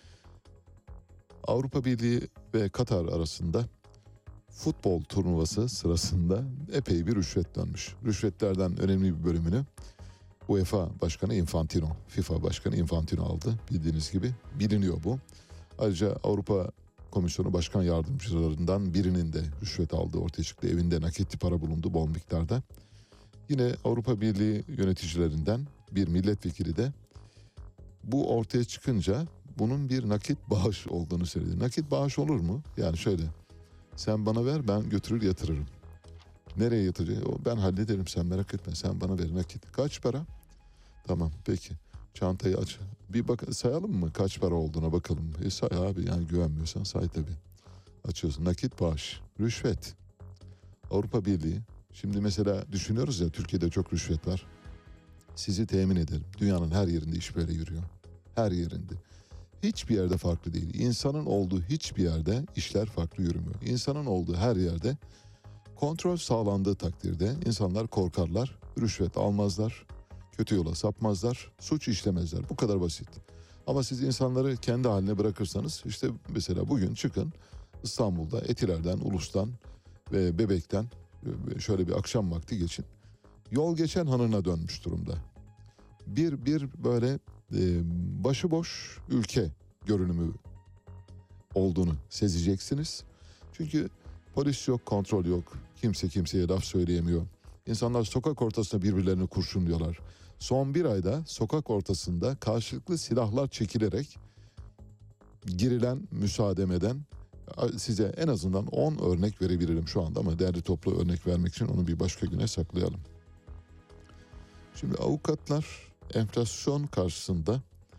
Avrupa Birliği ve Katar arasında futbol turnuvası sırasında epey bir rüşvet dönmüş. Rüşvetlerden önemli bir bölümünü UEFA Başkanı Infantino, FIFA Başkanı Infantino aldı. Bildiğiniz gibi biliniyor bu. Ayrıca Avrupa Komisyonu Başkan Yardımcılarından birinin de rüşvet aldığı ortaya çıktı. Evinde nakit para bulundu bol miktarda. Yine Avrupa Birliği yöneticilerinden bir milletvekili de bu ortaya çıkınca bunun bir nakit bağış olduğunu söyledi. Nakit bağış olur mu? Yani şöyle, sen bana ver, ben götürür yatırırım. Nereye yatıracak? Ben hallederim, sen merak etme, sen bana ver nakit. Kaç para? Tamam peki. Çantayı aç. Bir bak, sayalım mı kaç para olduğuna bakalım. Say abi, yani güvenmiyorsan say tabii. Açıyorsun, nakit bağış, rüşvet. Avrupa Birliği. Şimdi mesela düşünüyoruz ya, Türkiye'de çok rüşvet var. Sizi temin ederim. Dünyanın her yerinde iş böyle yürüyor. Her yerinde. Hiçbir yerde farklı değil. İnsanın olduğu hiçbir yerde işler farklı yürümüyor. İnsanın olduğu her yerde kontrol sağlandığı takdirde insanlar korkarlar, rüşvet almazlar, kötü yola sapmazlar, suç işlemezler. Bu kadar basit. Ama siz insanları kendi haline bırakırsanız, işte mesela bugün çıkın İstanbul'da Etiler'den, Ulus'tan ve Bebek'ten şöyle bir akşam vakti geçin. Yol geçen hanına dönmüş durumda. Bir böyle başıboş ülke görünümü olduğunu sezeceksiniz. Çünkü polis yok, kontrol yok. Kimse kimseye laf söyleyemiyor. İnsanlar sokak ortasında birbirlerini kurşunluyorlar. Son bir ayda sokak ortasında karşılıklı silahlar çekilerek girilen müsaademeden size en azından 10 örnek verebilirim şu anda, ama değerli toplu örnek vermek için onu bir başka güne saklayalım. Şimdi avukatlar enflasyon karşısında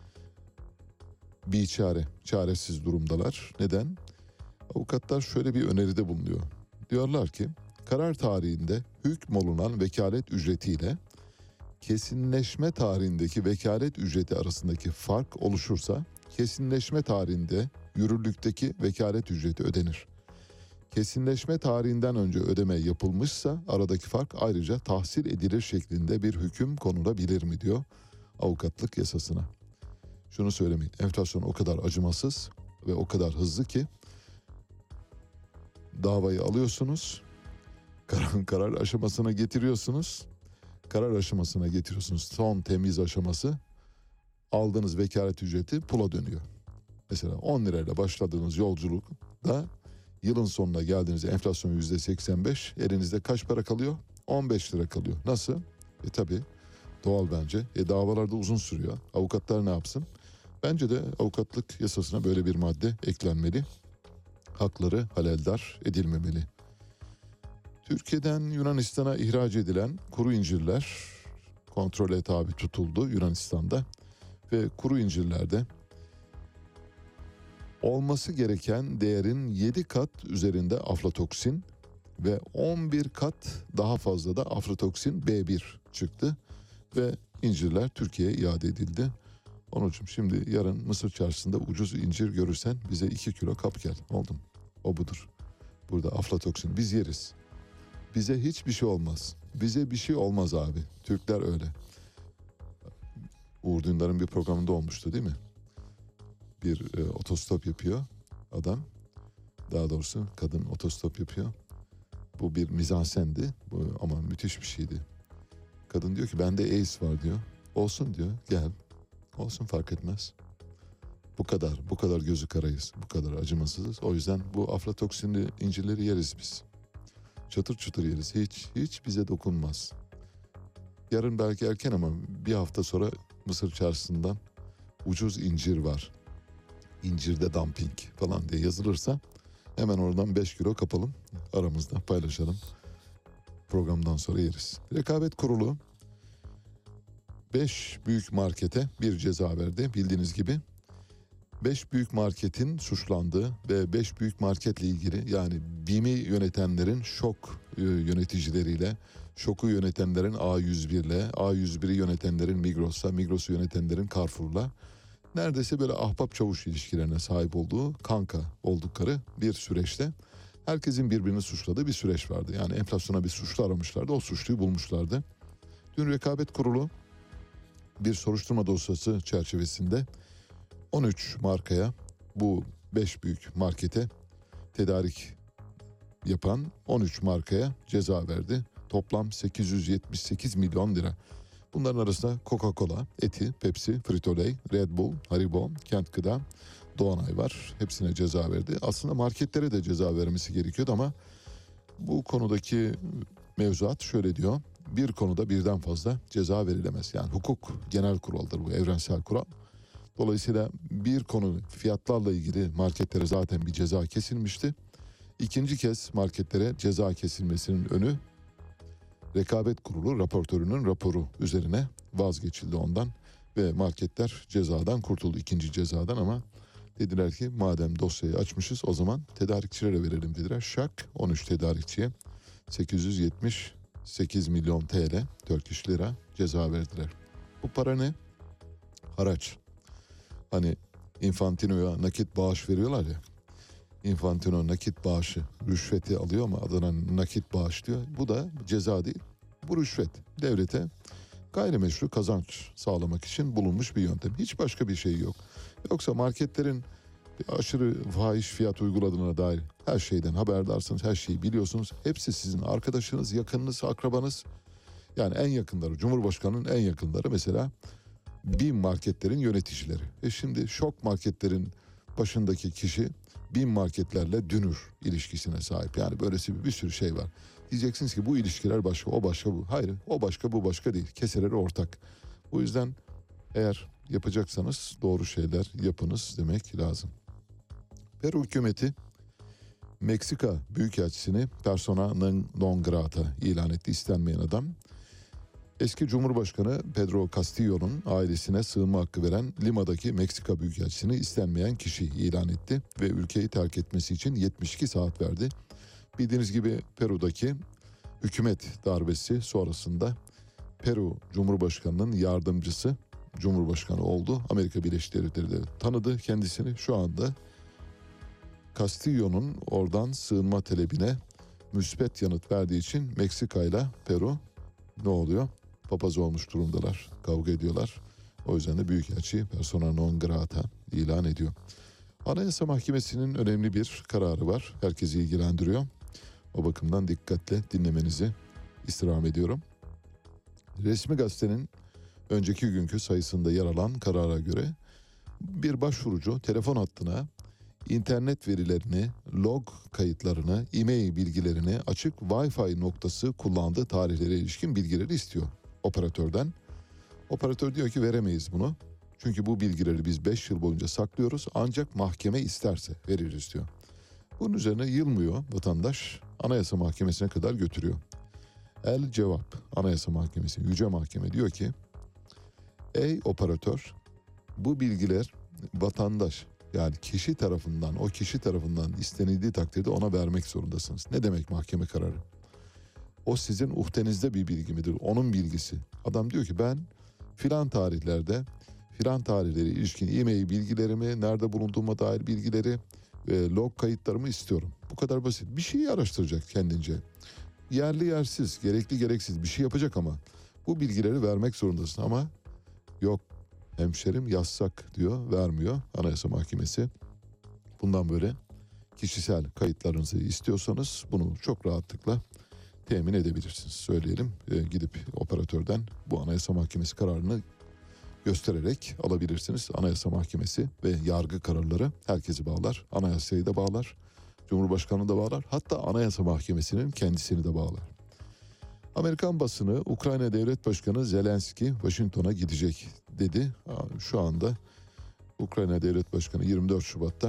çaresiz durumdalar. Neden? Avukatlar şöyle bir öneride bulunuyor. Diyorlar ki, karar tarihinde hükmolunan vekalet ücretiyle kesinleşme tarihindeki vekalet ücreti arasındaki fark oluşursa, kesinleşme tarihinde yürürlükteki vekalet ücreti ödenir. Kesinleşme tarihinden önce ödeme yapılmışsa aradaki fark ayrıca tahsil edilir şeklinde bir hüküm konulabilir mi diyor avukatlık yasasına. Şunu söylemeyin, enflasyon o kadar acımasız ve o kadar hızlı ki davayı alıyorsunuz, karar aşamasına getiriyorsunuz. Karar aşamasına getiriyorsunuz. Son temiz aşaması, aldığınız vekalet ücreti pula dönüyor. Mesela 10 lirayla başladığınız yolculukta yılın sonuna geldiğinizde enflasyon %85, elinizde kaç para kalıyor? 15 lira kalıyor. Nasıl? Tabii doğal bence. Davalarda uzun sürüyor. Avukatlar ne yapsın? Bence de avukatlık yasasına böyle bir madde eklenmeli. Hakları haleldar edilmemeli. Türkiye'den Yunanistan'a ihraç edilen kuru incirler kontrole tabi tutuldu Yunanistan'da ve kuru incirlerde olması gereken değerin 7 kat üzerinde aflatoksin ve 11 kat daha fazla da aflatoksin B1 çıktı ve incirler Türkiye'ye iade edildi. Onuç'um, şimdi yarın Mısır Çarşısı'nda ucuz incir görürsen bize 2 kilo kap gel. Oldum. O budur. Burada aflatoksin. Biz yeriz. Bize hiçbir şey olmaz. Bize bir şey olmaz abi. Türkler öyle. Uğur Dündar'ın bir programında olmuştu değil mi? Bir otostop yapıyor adam. Daha doğrusu kadın otostop yapıyor. Bu bir mizansendi. Ama müthiş bir şeydi. Kadın diyor ki, bende AIDS var diyor. Olsun diyor, gel. Olsun, fark etmez. Bu kadar gözü karayız. Bu kadar acımasızız. O yüzden bu aflatoksinli incirleri yeriz biz. Çatır çatır yeriz. Hiç bize dokunmaz. Yarın belki erken ama bir hafta sonra Mısır Çarşısı'ndan ucuz incir var. İncirde dumping falan diye yazılırsa hemen oradan 5 kilo kapalım. Aramızda paylaşalım. Programdan sonra yeriz. Rekabet Kurulu 5 büyük markete bir ceza verdi. Bildiğiniz gibi 5 büyük marketin suçlandığı ve 5 büyük marketle ilgili, yani BİM'i yönetenlerin şok yöneticileriyle, şoku yönetenlerin A101 ile, A101'i yönetenlerin Migros'la, Migros'u yönetenlerin Carrefour'la neredeyse böyle ahbap çavuş ilişkilerine sahip olduğu, kanka oldukları bir süreçte herkesin birbirini suçladığı bir süreç vardı. Yani enflasyona bir suçlu aramışlardı, o suçluyu bulmuşlardı. Dün Rekabet Kurulu bir soruşturma dosyası çerçevesinde 13 markaya, bu 5 büyük markete tedarik yapan 13 markaya ceza verdi. Toplam 878 milyon lira. Bunların arasında Coca-Cola, Eti, Pepsi, Frito-Lay, Red Bull, Haribo, Kent Gıda, Doğanay var. Hepsine ceza verdi. Aslında marketlere de ceza vermesi gerekiyordu ama bu konudaki mevzuat şöyle diyor: bir konuda birden fazla ceza verilemez. Yani hukuk genel kuraldır bu, evrensel kural. Dolayısıyla bir konu, fiyatlarla ilgili marketlere zaten bir ceza kesilmişti. İkinci kez marketlere ceza kesilmesinin önü Rekabet Kurulu raportörünün raporu üzerine vazgeçildi ondan ve marketler cezadan kurtuldu, ikinci cezadan. Ama dediler ki madem dosyayı açmışız o zaman tedarikçilere verelim dediler. Şak 13 tedarikçiye 878 milyon TL, Turkish lira ceza verdiler. Bu para ne? Haraç. Hani Infantino'ya nakit bağış veriyorlar ya. Infantino nakit bağışı, rüşveti alıyor ama adına nakit bağış diyor. Bu da ceza değil, bu rüşvet. Devlete gayrimeşru kazanç sağlamak için bulunmuş bir yöntem. Hiç başka bir şey yok. Yoksa marketlerin aşırı fahiş fiyat uyguladığına dair her şeyden haberdarsınız, her şeyi biliyorsunuz. Hepsi sizin arkadaşınız, yakınınız, akrabanız. Yani en yakınları, Cumhurbaşkanı'nın en yakınları mesela BİM marketlerin yöneticileri. Şimdi şok marketlerin başındaki kişi BİM marketlerle dünür ilişkisine sahip. Yani böylesi bir sürü şey var. Diyeceksiniz ki bu ilişkiler başka, o başka, bu. Hayır, o başka, bu başka değil. Keseleri ortak. O yüzden eğer yapacaksanız doğru şeyler yapınız demek lazım. Peru hükümeti Meksika Büyükelçisini persona non grata ilan etti, istenmeyen adam. Eski Cumhurbaşkanı Pedro Castillo'nun ailesine sığınma hakkı veren Lima'daki Meksika Büyükelçisini istenmeyen kişi ilan etti ve ülkeyi terk etmesi için 72 saat verdi. Bildiğiniz gibi Peru'daki hükümet darbesi sonrasında Peru Cumhurbaşkanı'nın yardımcısı Cumhurbaşkanı oldu. Amerika Birleşik Devletleri de tanıdı kendisini. Şu anda Castillo'nun oradan sığınma talebine müspet yanıt verdiği için Meksika ile Peru ne oluyor? Papaz olmuş durumdalar, kavga ediyorlar. O yüzden de Büyükelçi persona non grata ilan ediyor. Anayasa Mahkemesi'nin önemli bir kararı var. Herkesi ilgilendiriyor. O bakımdan dikkatle dinlemenizi istirham ediyorum. Resmi Gazete'nin önceki günkü sayısında yer alan karara göre bir başvurucu telefon hattına internet verilerini, log kayıtlarını, e-mail bilgilerini, açık Wi-Fi noktası kullandığı tarihlere ilişkin bilgileri istiyor operatörden. Operatör diyor ki veremeyiz bunu. Çünkü bu bilgileri biz 5 yıl boyunca saklıyoruz, ancak mahkeme isterse veririz diyor. Bunun üzerine yılmıyor vatandaş, Anayasa Mahkemesi'ne kadar götürüyor. El cevap, Anayasa Mahkemesi, Yüce Mahkeme diyor ki ey operatör, bu bilgiler vatandaş, yani kişi tarafından, o kişi tarafından istenildiği takdirde ona vermek zorundasınız. Ne demek mahkeme kararı? O sizin uhdenizde bir bilgi midir? Onun bilgisi. Adam diyor ki ben filan tarihlerde, filan tarihleri ilişkin e-mail bilgilerimi, nerede bulunduğuma dair bilgileri ve log kayıtlarımı istiyorum. Bu kadar basit. Bir şeyi araştıracak kendince. Yerli yersiz, gerekli gereksiz bir şey yapacak ama bu bilgileri vermek zorundasın. Ama yok hemşerim, yazsak diyor, vermiyor Anayasa Mahkemesi. Bundan böyle kişisel kayıtlarınızı istiyorsanız bunu çok rahatlıkla temin edebilirsiniz. Söyleyelim, gidip operatörden bu Anayasa Mahkemesi kararını göstererek alabilirsiniz. Anayasa Mahkemesi ve yargı kararları herkesi bağlar. Anayasayı da bağlar, Cumhurbaşkanı'nı da bağlar. Hatta Anayasa Mahkemesi'nin kendisini de bağlar. Amerikan basını Ukrayna Devlet Başkanı Zelenski Washington'a gidecek dedi. Şu anda Ukrayna Devlet Başkanı 24 Şubat'ta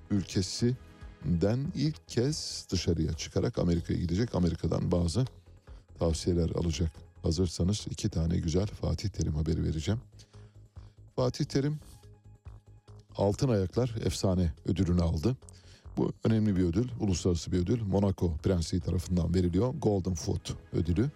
ülkesinden ilk kez dışarıya çıkarak Amerika'ya gidecek. Amerika'dan bazı tavsiyeler alacak. Hazırsanız 2 tane güzel Fatih Terim haberi vereceğim. Fatih Terim Altın Ayaklar Efsane ödülünü aldı. Bu önemli bir ödül, uluslararası bir ödül. Monaco Prensliği tarafından veriliyor. Golden Foot ödülü.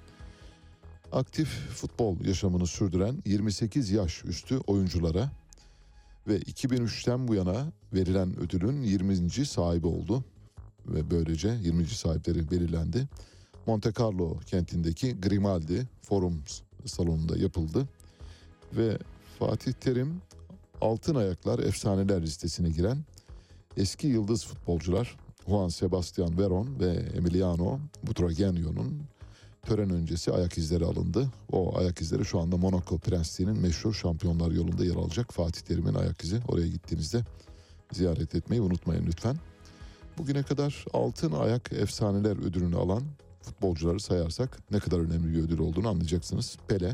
Aktif futbol yaşamını sürdüren 28 yaş üstü oyunculara ve 2003'ten bu yana verilen ödülün 20. sahibi oldu. Ve böylece 20. sahipleri belirlendi. Monte Carlo kentindeki Grimaldi Forum salonunda yapıldı. Ve Fatih Terim Altın Ayaklar Efsaneler listesine giren eski yıldız futbolcular Juan Sebastian Veron ve Emiliano Butragueño'nun tören öncesi ayak izleri alındı. O ayak izleri şu anda Monaco Prensliği'nin meşhur Şampiyonlar Yolu'nda yer alacak. Fatih Terim'in ayak izi. Oraya gittiğinizde ziyaret etmeyi unutmayın lütfen. Bugüne kadar Altın Ayak Efsaneler ödülünü alan futbolcuları sayarsak ne kadar önemli bir ödül olduğunu anlayacaksınız. Pele,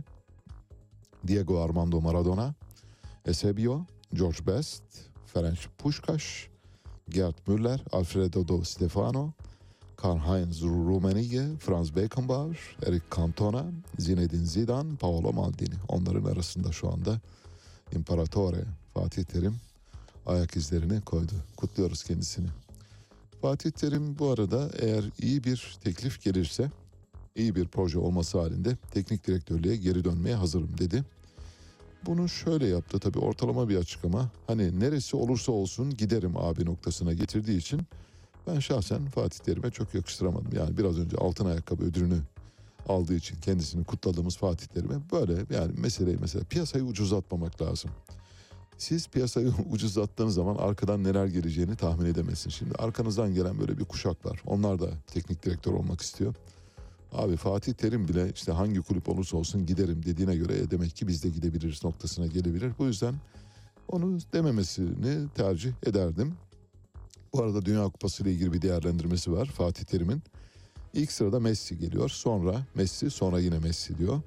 Diego Armando Maradona, Eusebio, George Best, Ferenc Puskás, Gerd Müller, Alfredo Di Stefano, Karl-Heinz Rummenigge, Franz Beckenbauer, Eric Cantona, Zinedine Zidane, Paolo Maldini. Onların arasında şu anda İmparator Fatih Terim ayak izlerini koydu. Kutluyoruz kendisini. Fatih Terim bu arada eğer iyi bir teklif gelirse, iyi bir proje olması halinde teknik direktörlüğe geri dönmeye hazırım dedi. Bunu şöyle yaptı, tabii ortalama bir açıklama. Hani neresi olursa olsun giderim abi noktasına getirdiği için ben şahsen Fatih Terim'e çok yakıştıramadım. Yani biraz önce altın ayakkabı ödülünü aldığı için kendisini kutladığımız Fatih Terim'e böyle yani mesela piyasayı ucuzlatmamak lazım. Siz piyasayı ucuzlattığınız zaman arkadan neler geleceğini tahmin edemezsiniz. Şimdi arkanızdan gelen böyle bir kuşak var. Onlar da teknik direktör olmak istiyor. Abi Fatih Terim bile işte hangi kulüp olursa olsun giderim dediğine göre demek ki biz de gidebiliriz noktasına gelebilir. Bu yüzden onu dememesini tercih ederdim. Bu arada Dünya Kupası ile ilgili bir değerlendirmesi var Fatih Terim'in. İlk sırada Messi geliyor. Sonra Messi, sonra yine Messi diyor.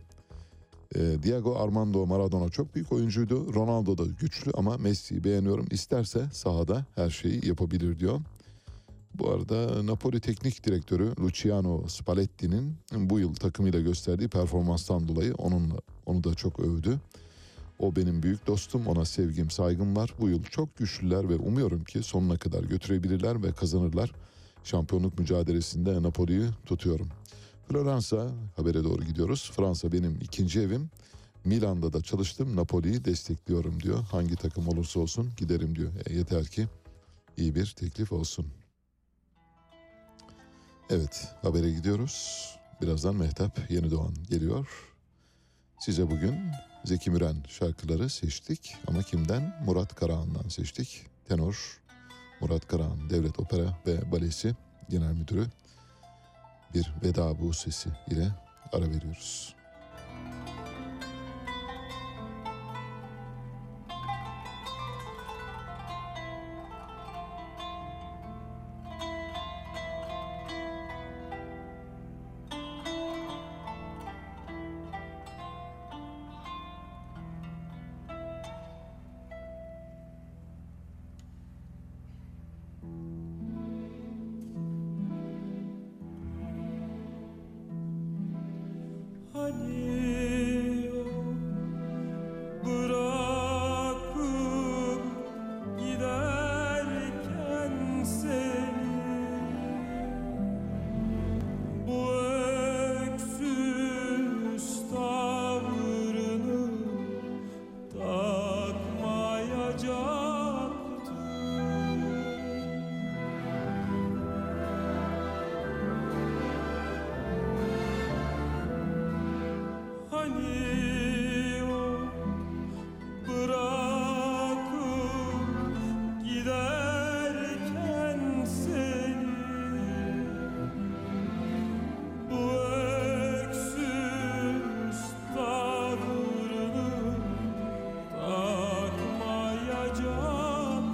Diego Armando Maradona çok büyük oyuncuydu. Ronaldo da güçlü ama Messi'yi beğeniyorum. İsterse sahada her şeyi yapabilir diyor. Bu arada Napoli Teknik Direktörü Luciano Spalletti'nin bu yıl takımıyla gösterdiği performanstan dolayı onu da çok övdü. O benim büyük dostum, ona sevgim, saygım var. Bu yıl çok güçlüler ve umuyorum ki sonuna kadar götürebilirler ve kazanırlar. Şampiyonluk mücadelesinde Napoli'yi tutuyorum. Floransa habere doğru gidiyoruz. Fransa benim ikinci evim. Milan'da da çalıştım. Napoli'yi destekliyorum diyor. Hangi takım olursa olsun giderim diyor. Yeter ki iyi bir teklif olsun. Evet, habere gidiyoruz. Birazdan Mehtap Yenidoğan geliyor. Size bugün Zeki Müren şarkıları seçtik. Ama kimden? Murat Karahan'dan seçtik. Tenor Murat Karahan, Devlet Opera ve Balesi Genel Müdürü. Bir veda buğsesi ile ara veriyoruz. Hani bırakıp giderken seni bu öksüz tavrını takmayacaktım. Hani o bırakıp giderken seni bu öksüz tavrını takmayacaktım.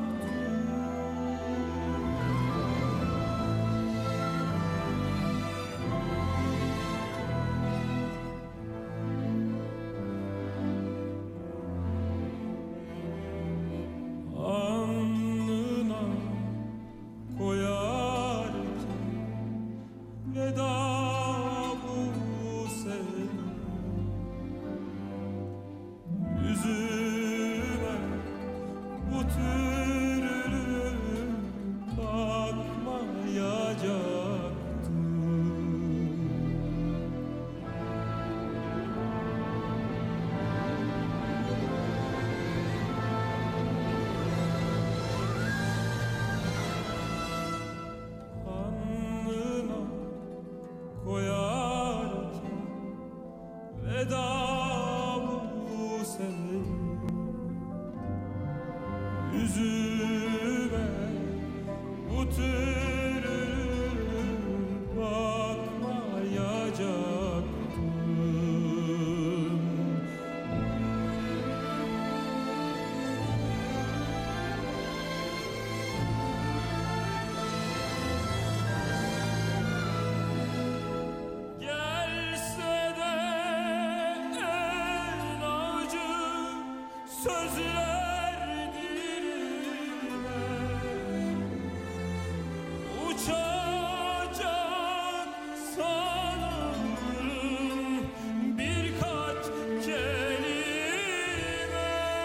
Alnına koyarken veda bu senin, yüzüme bu tür yüzüme bu türlü bakmayacaktım. Gelse de en acı sözler dilime uçacak sanırım birkaç kelime.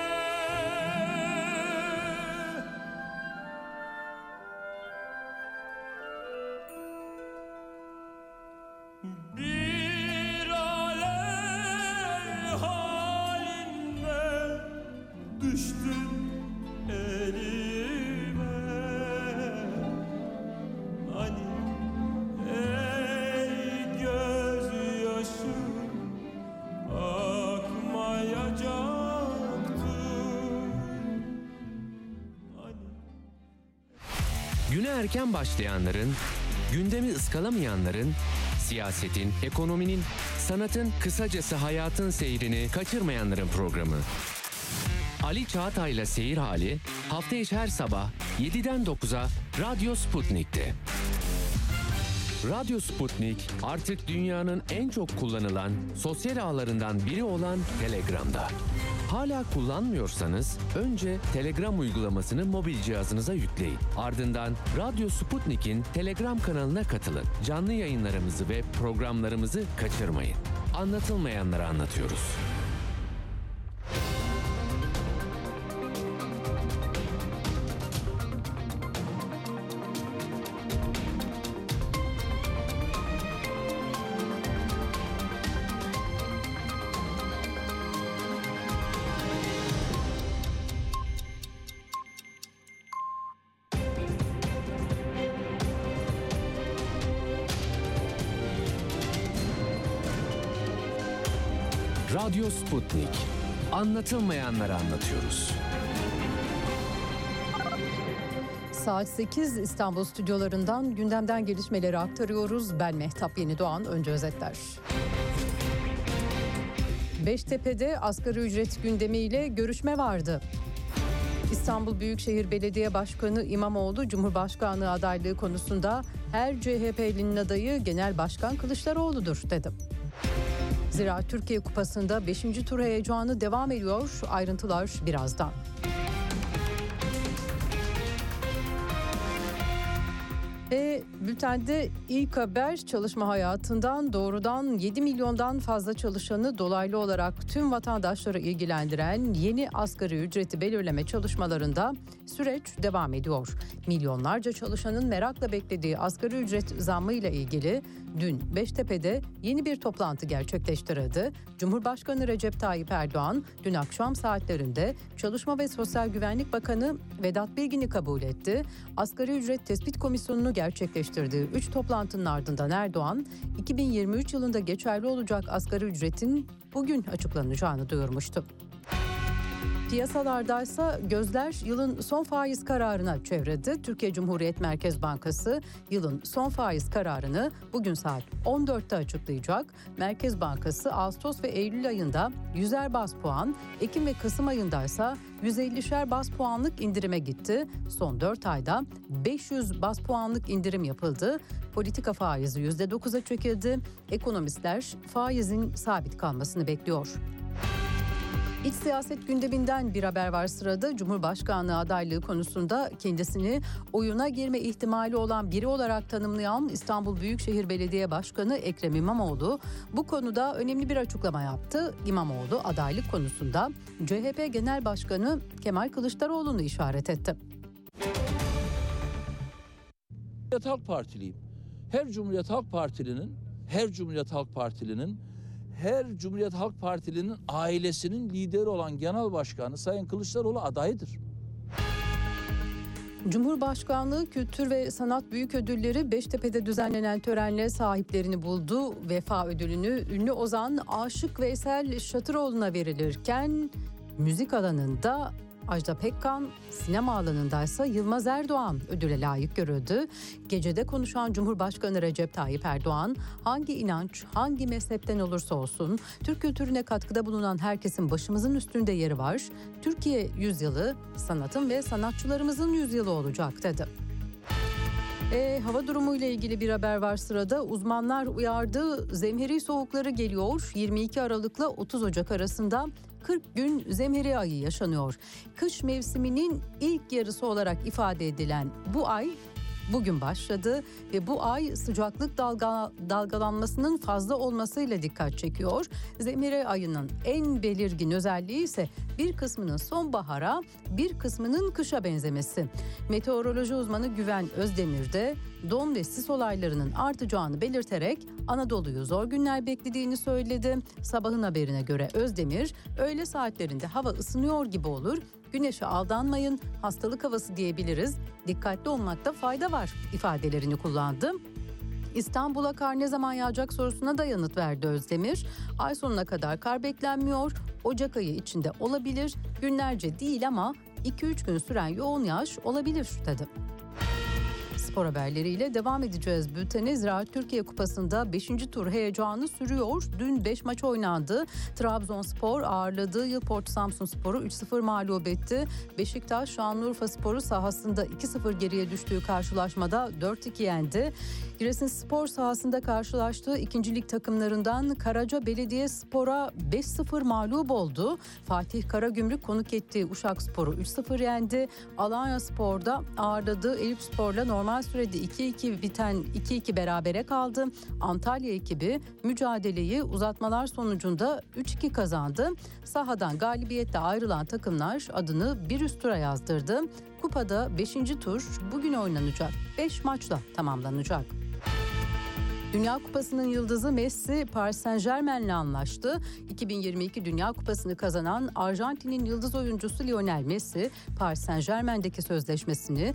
Bir alev halinde düştün elime. Hani ey gözyaşım akmayacaktı. Hani Güne erken başlayanların, gündemi ıskalamayanların, siyasetin, ekonominin, sanatın, kısacası hayatın seyrini kaçırmayanların programı. Ali Çağatay'la Seyir Hali hafta içi her sabah 7'den 9'a Radyo Sputnik'te. Radyo Sputnik artık dünyanın en çok kullanılan sosyal ağlarından biri olan Telegram'da. Hala kullanmıyorsanız önce Telegram uygulamasını mobil cihazınıza yükleyin. Ardından Radyo Sputnik'in Telegram kanalına katılın. Canlı yayınlarımızı ve programlarımızı kaçırmayın. Anlatılmayanları anlatıyoruz. Radyo Sputnik. Anlatılmayanları anlatıyoruz. Saat 8 İstanbul stüdyolarından gündemden gelişmeleri aktarıyoruz. Ben Mehtap Yenidoğan, önce özetler. Beştepe'de asgari ücret gündemiyle görüşme vardı. İstanbul Büyükşehir Belediye Başkanı İmamoğlu, Cumhurbaşkanlığı adaylığı konusunda her CHP'linin adayı Genel Başkan Kılıçdaroğlu'dur dedi. Zira Türkiye Kupası'nda 5. tur heyecanı devam ediyor. Ayrıntılar birazdan. Ve bültende ilk haber, çalışma hayatından doğrudan 7 milyondan fazla çalışanı dolaylı olarak tüm vatandaşları ilgilendiren yeni asgari ücreti belirleme çalışmalarında süreç devam ediyor. Milyonlarca çalışanın merakla beklediği asgari ücret zammı ile ilgili dün Beştepe'de yeni bir toplantı gerçekleştirildi. Cumhurbaşkanı Recep Tayyip Erdoğan dün akşam saatlerinde Çalışma ve Sosyal Güvenlik Bakanı Vedat Bilgin'i kabul etti. Asgari ücret tespit komisyonunu gerçekleştirdiği 3 toplantının ardından Erdoğan, 2023 yılında geçerli olacak asgari ücretin bugün açıklanacağını duyurmuştu. Piyasalardaysa gözler yılın son faiz kararına çevrildi. Türkiye Cumhuriyet Merkez Bankası yılın son faiz kararını bugün saat 14'te açıklayacak. Merkez Bankası Ağustos ve Eylül ayında 100'er baz puan, Ekim ve Kasım ayındaysa 150'şer baz puanlık indirime gitti. Son 4 ayda 500 baz puanlık indirim yapıldı. Politika faizi %9'a çekildi. Ekonomistler faizin sabit kalmasını bekliyor. İç siyaset gündeminden bir haber var sırada. Cumhurbaşkanlığı adaylığı konusunda kendisini oyuna girme ihtimali olan biri olarak tanımlayan İstanbul Büyükşehir Belediye Başkanı Ekrem İmamoğlu bu konuda önemli bir açıklama yaptı. İmamoğlu adaylık konusunda CHP Genel Başkanı Kemal Kılıçdaroğlu'nu işaret etti. Cumhuriyet Halk Partiliyim. Her Cumhuriyet Halk Partilinin ailesinin lideri olan Genel Başkanı Sayın Kılıçdaroğlu adayıdır. Cumhurbaşkanlığı Kültür ve Sanat Büyük Ödülleri Beştepe'de düzenlenen törenle sahiplerini buldu. Vefa ödülünü ünlü ozan Aşık Veysel Şatıroğlu'na verilirken müzik alanında Ajda Pekkan, sinema alanındaysa Yılmaz Erdoğan ödüle layık görüldü. Gecede konuşan Cumhurbaşkanı Recep Tayyip Erdoğan, hangi inanç, hangi mezhepten olursa olsun Türk kültürüne katkıda bulunan herkesin başımızın üstünde yeri var. Türkiye yüzyılı sanatın ve sanatçılarımızın yüzyılı olacak dedi. Hava durumu ile ilgili bir haber var sırada. Uzmanlar uyardı. Zemheri soğukları geliyor. 22 Aralık'la 30 Ocak arasında 40 gün zemheri ayı yaşanıyor. Kış mevsiminin ilk yarısı olarak ifade edilen bu ay bugün başladı ve bu ay sıcaklık dalgalanmasının fazla olmasıyla dikkat çekiyor. Zemheri ayının en belirgin özelliği ise bir kısmının sonbahara, bir kısmının kışa benzemesi. Meteoroloji uzmanı Güven Özdemir de don ve sis olaylarının artacağını belirterek Anadolu'yu zor günler beklediğini söyledi. Sabahın haberine göre Özdemir, öğle saatlerinde hava ısınıyor gibi olur. Güneşe aldanmayın, hastalık havası diyebiliriz. Dikkatli olmakta fayda var ifadelerini kullandı. İstanbul'a kar ne zaman yağacak sorusuna da yanıt verdi Özdemir. Ay sonuna kadar kar beklenmiyor. Ocak ayı içinde olabilir. Günlerce değil ama 2-3 gün süren yoğun yağış olabilir dedi. Spor haberleriyle devam edeceğiz. Bültene Ziraat Türkiye Kupası'nda 5. tur heyecanı sürüyor. Dün 5 maç oynandı. Trabzonspor ağırladığı Yılport Samsunspor'u 3-0 mağlup etti. Beşiktaş Şanlıurfaspor'u sahasında 2-0 geriye düştüğü karşılaşmada 4-2 yendi. Giresunspor sahasında karşılaştığı ikincilik takımlarından Karaca Belediyespor'a 5-0 mağlup oldu. Fatih Karagümrük konuk ettiği Uşakspor'u 3-0 yendi. Alanyaspor'da ağırladığı Eyüpspor'la normal sürede 2-2 biten 2-2 berabere kaldı. Antalya ekibi mücadeleyi uzatmalar sonucunda 3-2 kazandı. Sahadan galibiyetle ayrılan takımlar adını bir üst tura yazdırdı. Kupada 5. tur bugün oynanacak. 5 maçla tamamlanacak. Dünya Kupası'nın yıldızı Messi Paris Saint-Germain'le anlaştı. 2022 Dünya Kupası'nı kazanan Arjantin'in yıldız oyuncusu Lionel Messi, Paris Saint-Germain'deki sözleşmesini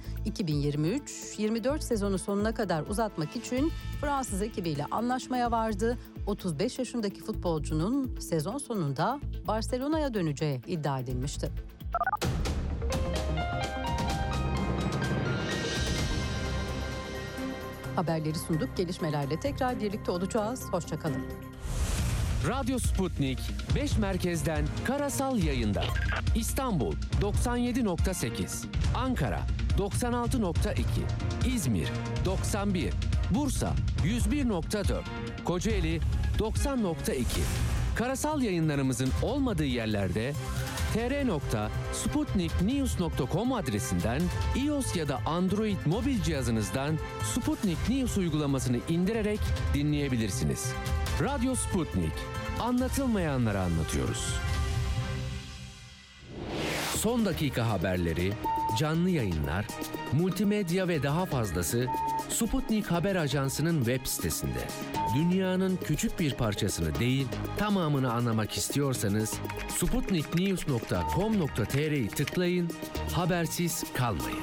2023-24 sezonu sonuna kadar uzatmak için Fransız ekibiyle anlaşmaya vardı. 35 yaşındaki futbolcunun sezon sonunda Barcelona'ya döneceği iddia edilmişti. Haberleri sunduk. Gelişmelerle tekrar birlikte olacağız. Hoşça kalın. Radyo Sputnik 5 merkezden karasal yayında. İstanbul 97.8, Ankara 96.2, İzmir 91, Bursa 101.4, Kocaeli 90.2. Karasal yayınlarımızın olmadığı yerlerde tr.sputniknews.com adresinden iOS ya da Android mobil cihazınızdan Sputnik News uygulamasını indirerek dinleyebilirsiniz. Radyo Sputnik. Anlatılmayanları anlatıyoruz. Son dakika haberleri, canlı yayınlar, multimedya ve daha fazlası Sputnik Haber Ajansı'nın web sitesinde. Dünyanın küçük bir parçasını değil, tamamını anlamak istiyorsanız sputniknews.com.tr'yi tıklayın, habersiz kalmayın.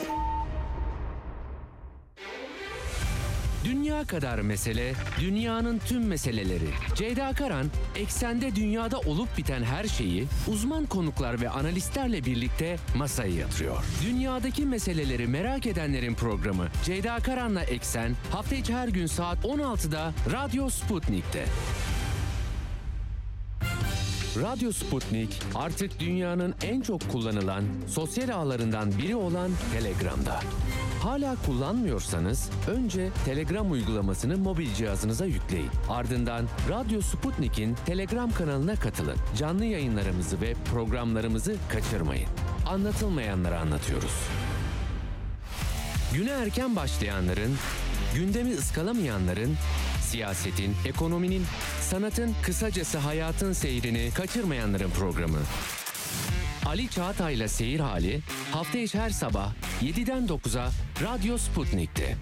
Dünya kadar mesele, dünyanın tüm meseleleri. Ceyda Karan, eksende dünyada olup biten her şeyi uzman konuklar ve analistlerle birlikte masaya yatırıyor. Dünyadaki meseleleri merak edenlerin programı Ceyda Karan'la Eksen, hafta içi her gün saat 16'da Radyo Sputnik'te. Radyo Sputnik artık dünyanın en çok kullanılan sosyal ağlarından biri olan Telegram'da. Hala kullanmıyorsanız önce Telegram uygulamasını mobil cihazınıza yükleyin. Ardından Radyo Sputnik'in Telegram kanalına katılın. Canlı yayınlarımızı ve programlarımızı kaçırmayın. Anlatılmayanları anlatıyoruz. Güne erken başlayanların, gündemi ıskalamayanların, siyasetin, ekonominin, sanatın, kısacası hayatın seyrini kaçırmayanların programı. Ali Çağatay'la Seyir Hali hafta içi her sabah 7'den 9'a Radyo Sputnik'te.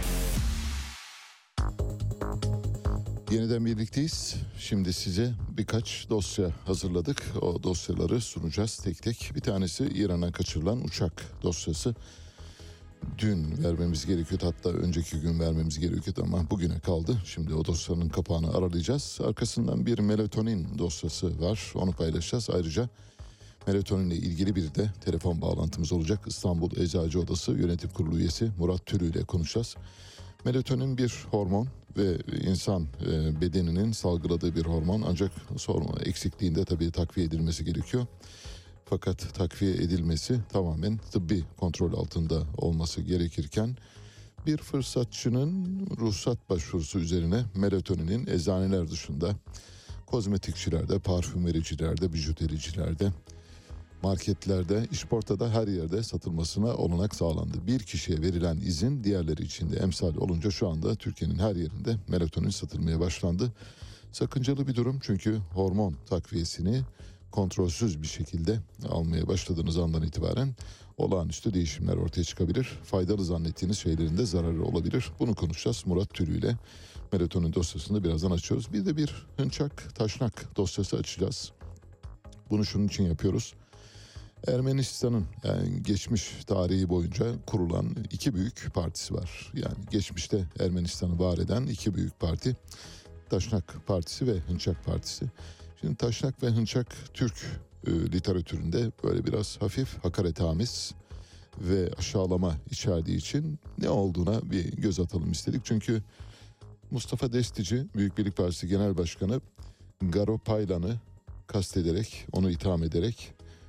Yeniden birlikteyiz. Şimdi size birkaç dosya hazırladık. O dosyaları sunacağız tek tek. Bir tanesi İran'dan kaçırılan uçak dosyası. Dün vermemiz gerekiyordu, hatta önceki gün vermemiz gerekiyordu ama bugüne kaldı. Şimdi o dosyanın kapağını aralayacağız. Arkasından bir melatonin dosyası var. Onu paylaşacağız. Ayrıca melatoninle ilgili bir de telefon bağlantımız olacak. İstanbul Eczacı Odası Yönetim Kurulu üyesi Murat Türü ile konuşacağız. Melatonin bir hormon ve insan bedeninin salgıladığı bir hormon, ancak eksikliğinde tabii takviye edilmesi gerekiyor. Fakat takviye edilmesi tamamen tıbbi kontrol altında olması gerekirken bir fırsatçının ruhsat başvurusu üzerine melatoninin eczaneler dışında kozmetikçilerde, parfümericilerde, bijutericilerde, marketlerde, işportada her yerde satılmasına olanak sağlandı. Bir kişiye verilen izin diğerleri için de emsal olunca şu anda Türkiye'nin her yerinde melatonin satılmaya başlandı. Sakıncalı bir durum, çünkü hormon takviyesini kontrolsüz bir şekilde almaya başladığınız andan itibaren olağanüstü değişimler ortaya çıkabilir. Faydalı zannettiğiniz şeylerin de zararı olabilir. Bunu konuşacağız Murat Türü ile. Melatonin dosyasını birazdan açıyoruz. Bir de bir hınçak taşnak dosyası açacağız. Bunu şunun için yapıyoruz. Ermenistan'ın yani geçmiş tarihi boyunca kurulan iki büyük partisi var. Yani geçmişte Ermenistan'ı var eden iki büyük parti. Taşnak Partisi ve Hınçak Partisi. Şimdi Taşnak ve Hınçak Türk literatüründe böyle biraz hafif hakaretamiz ve aşağılama içerdiği için ne olduğuna bir göz atalım istedik. Çünkü Mustafa Destici, Büyük Birlik Partisi Genel Başkanı, Garo Paylan'ı kastederek, onu itham ederek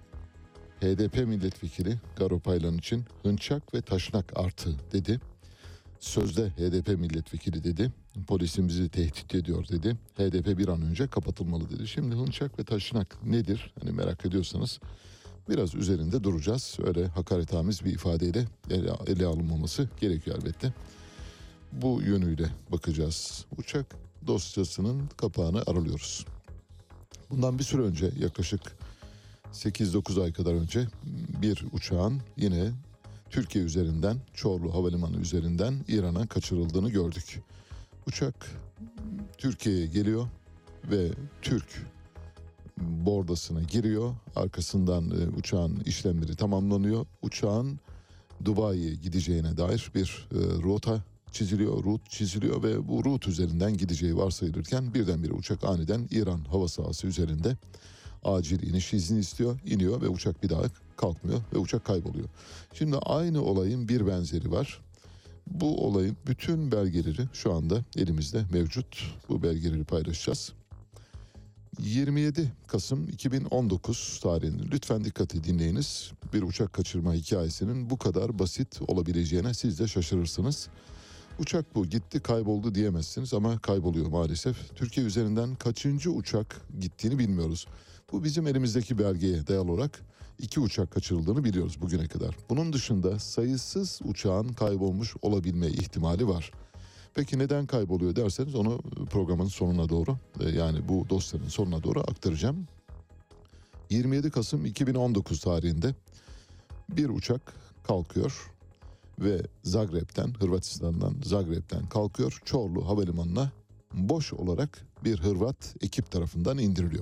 HDP milletvekili Garo Paylan için hınçak ve taşnak artı dedi. Sözde HDP milletvekili dedi. Polisimizi tehdit ediyor dedi. HDP bir an önce kapatılmalı dedi. Şimdi hınçak ve taşnak nedir? Hani merak ediyorsanız biraz üzerinde duracağız. Öyle hakaretamiz bir ifadeyle ele alınmaması gerekiyor elbette. Bu yönüyle bakacağız. Uçak dosyasının kapağını aralıyoruz. Bundan bir süre önce, yaklaşık 8-9 ay kadar önce bir uçağın yine Türkiye üzerinden, Çorlu Havalimanı üzerinden İran'a kaçırıldığını gördük. Uçak Türkiye'ye geliyor ve Türk bordasına giriyor. Arkasından uçağın işlemleri tamamlanıyor. Uçağın Dubai'ye gideceğine dair bir rota çiziliyor ve bu rut üzerinden gideceği varsayılırken birdenbire uçak aniden İran hava sahası üzerinde acil iniş izni istiyor. İniyor ve uçak bir daha kalkmıyor ve uçak kayboluyor. Şimdi aynı olayın bir benzeri var. Bu olayın bütün belgeleri şu anda elimizde mevcut. Bu belgeleri paylaşacağız. 27 Kasım 2019 tarihinde, lütfen dikkatli dinleyiniz. Bir uçak kaçırma hikayesinin bu kadar basit olabileceğine siz de şaşırırsınız. Uçak bu, gitti kayboldu diyemezsiniz ama kayboluyor maalesef. Türkiye üzerinden kaçıncı uçak gittiğini bilmiyoruz. Bu bizim elimizdeki belgeye dayalı olarak 2 uçak kaçırıldığını biliyoruz bugüne kadar. Bunun dışında sayısız uçağın kaybolmuş olabilme ihtimali var. Peki neden kayboluyor derseniz onu programın sonuna doğru, yani bu dosyanın sonuna doğru aktaracağım. 27 Kasım 2019 tarihinde bir uçak kalkıyor ve Zagreb'den, Hırvatistan'dan Zagreb'den kalkıyor. Çorlu Havalimanı'na boş olarak bir Hırvat ekip tarafından indiriliyor.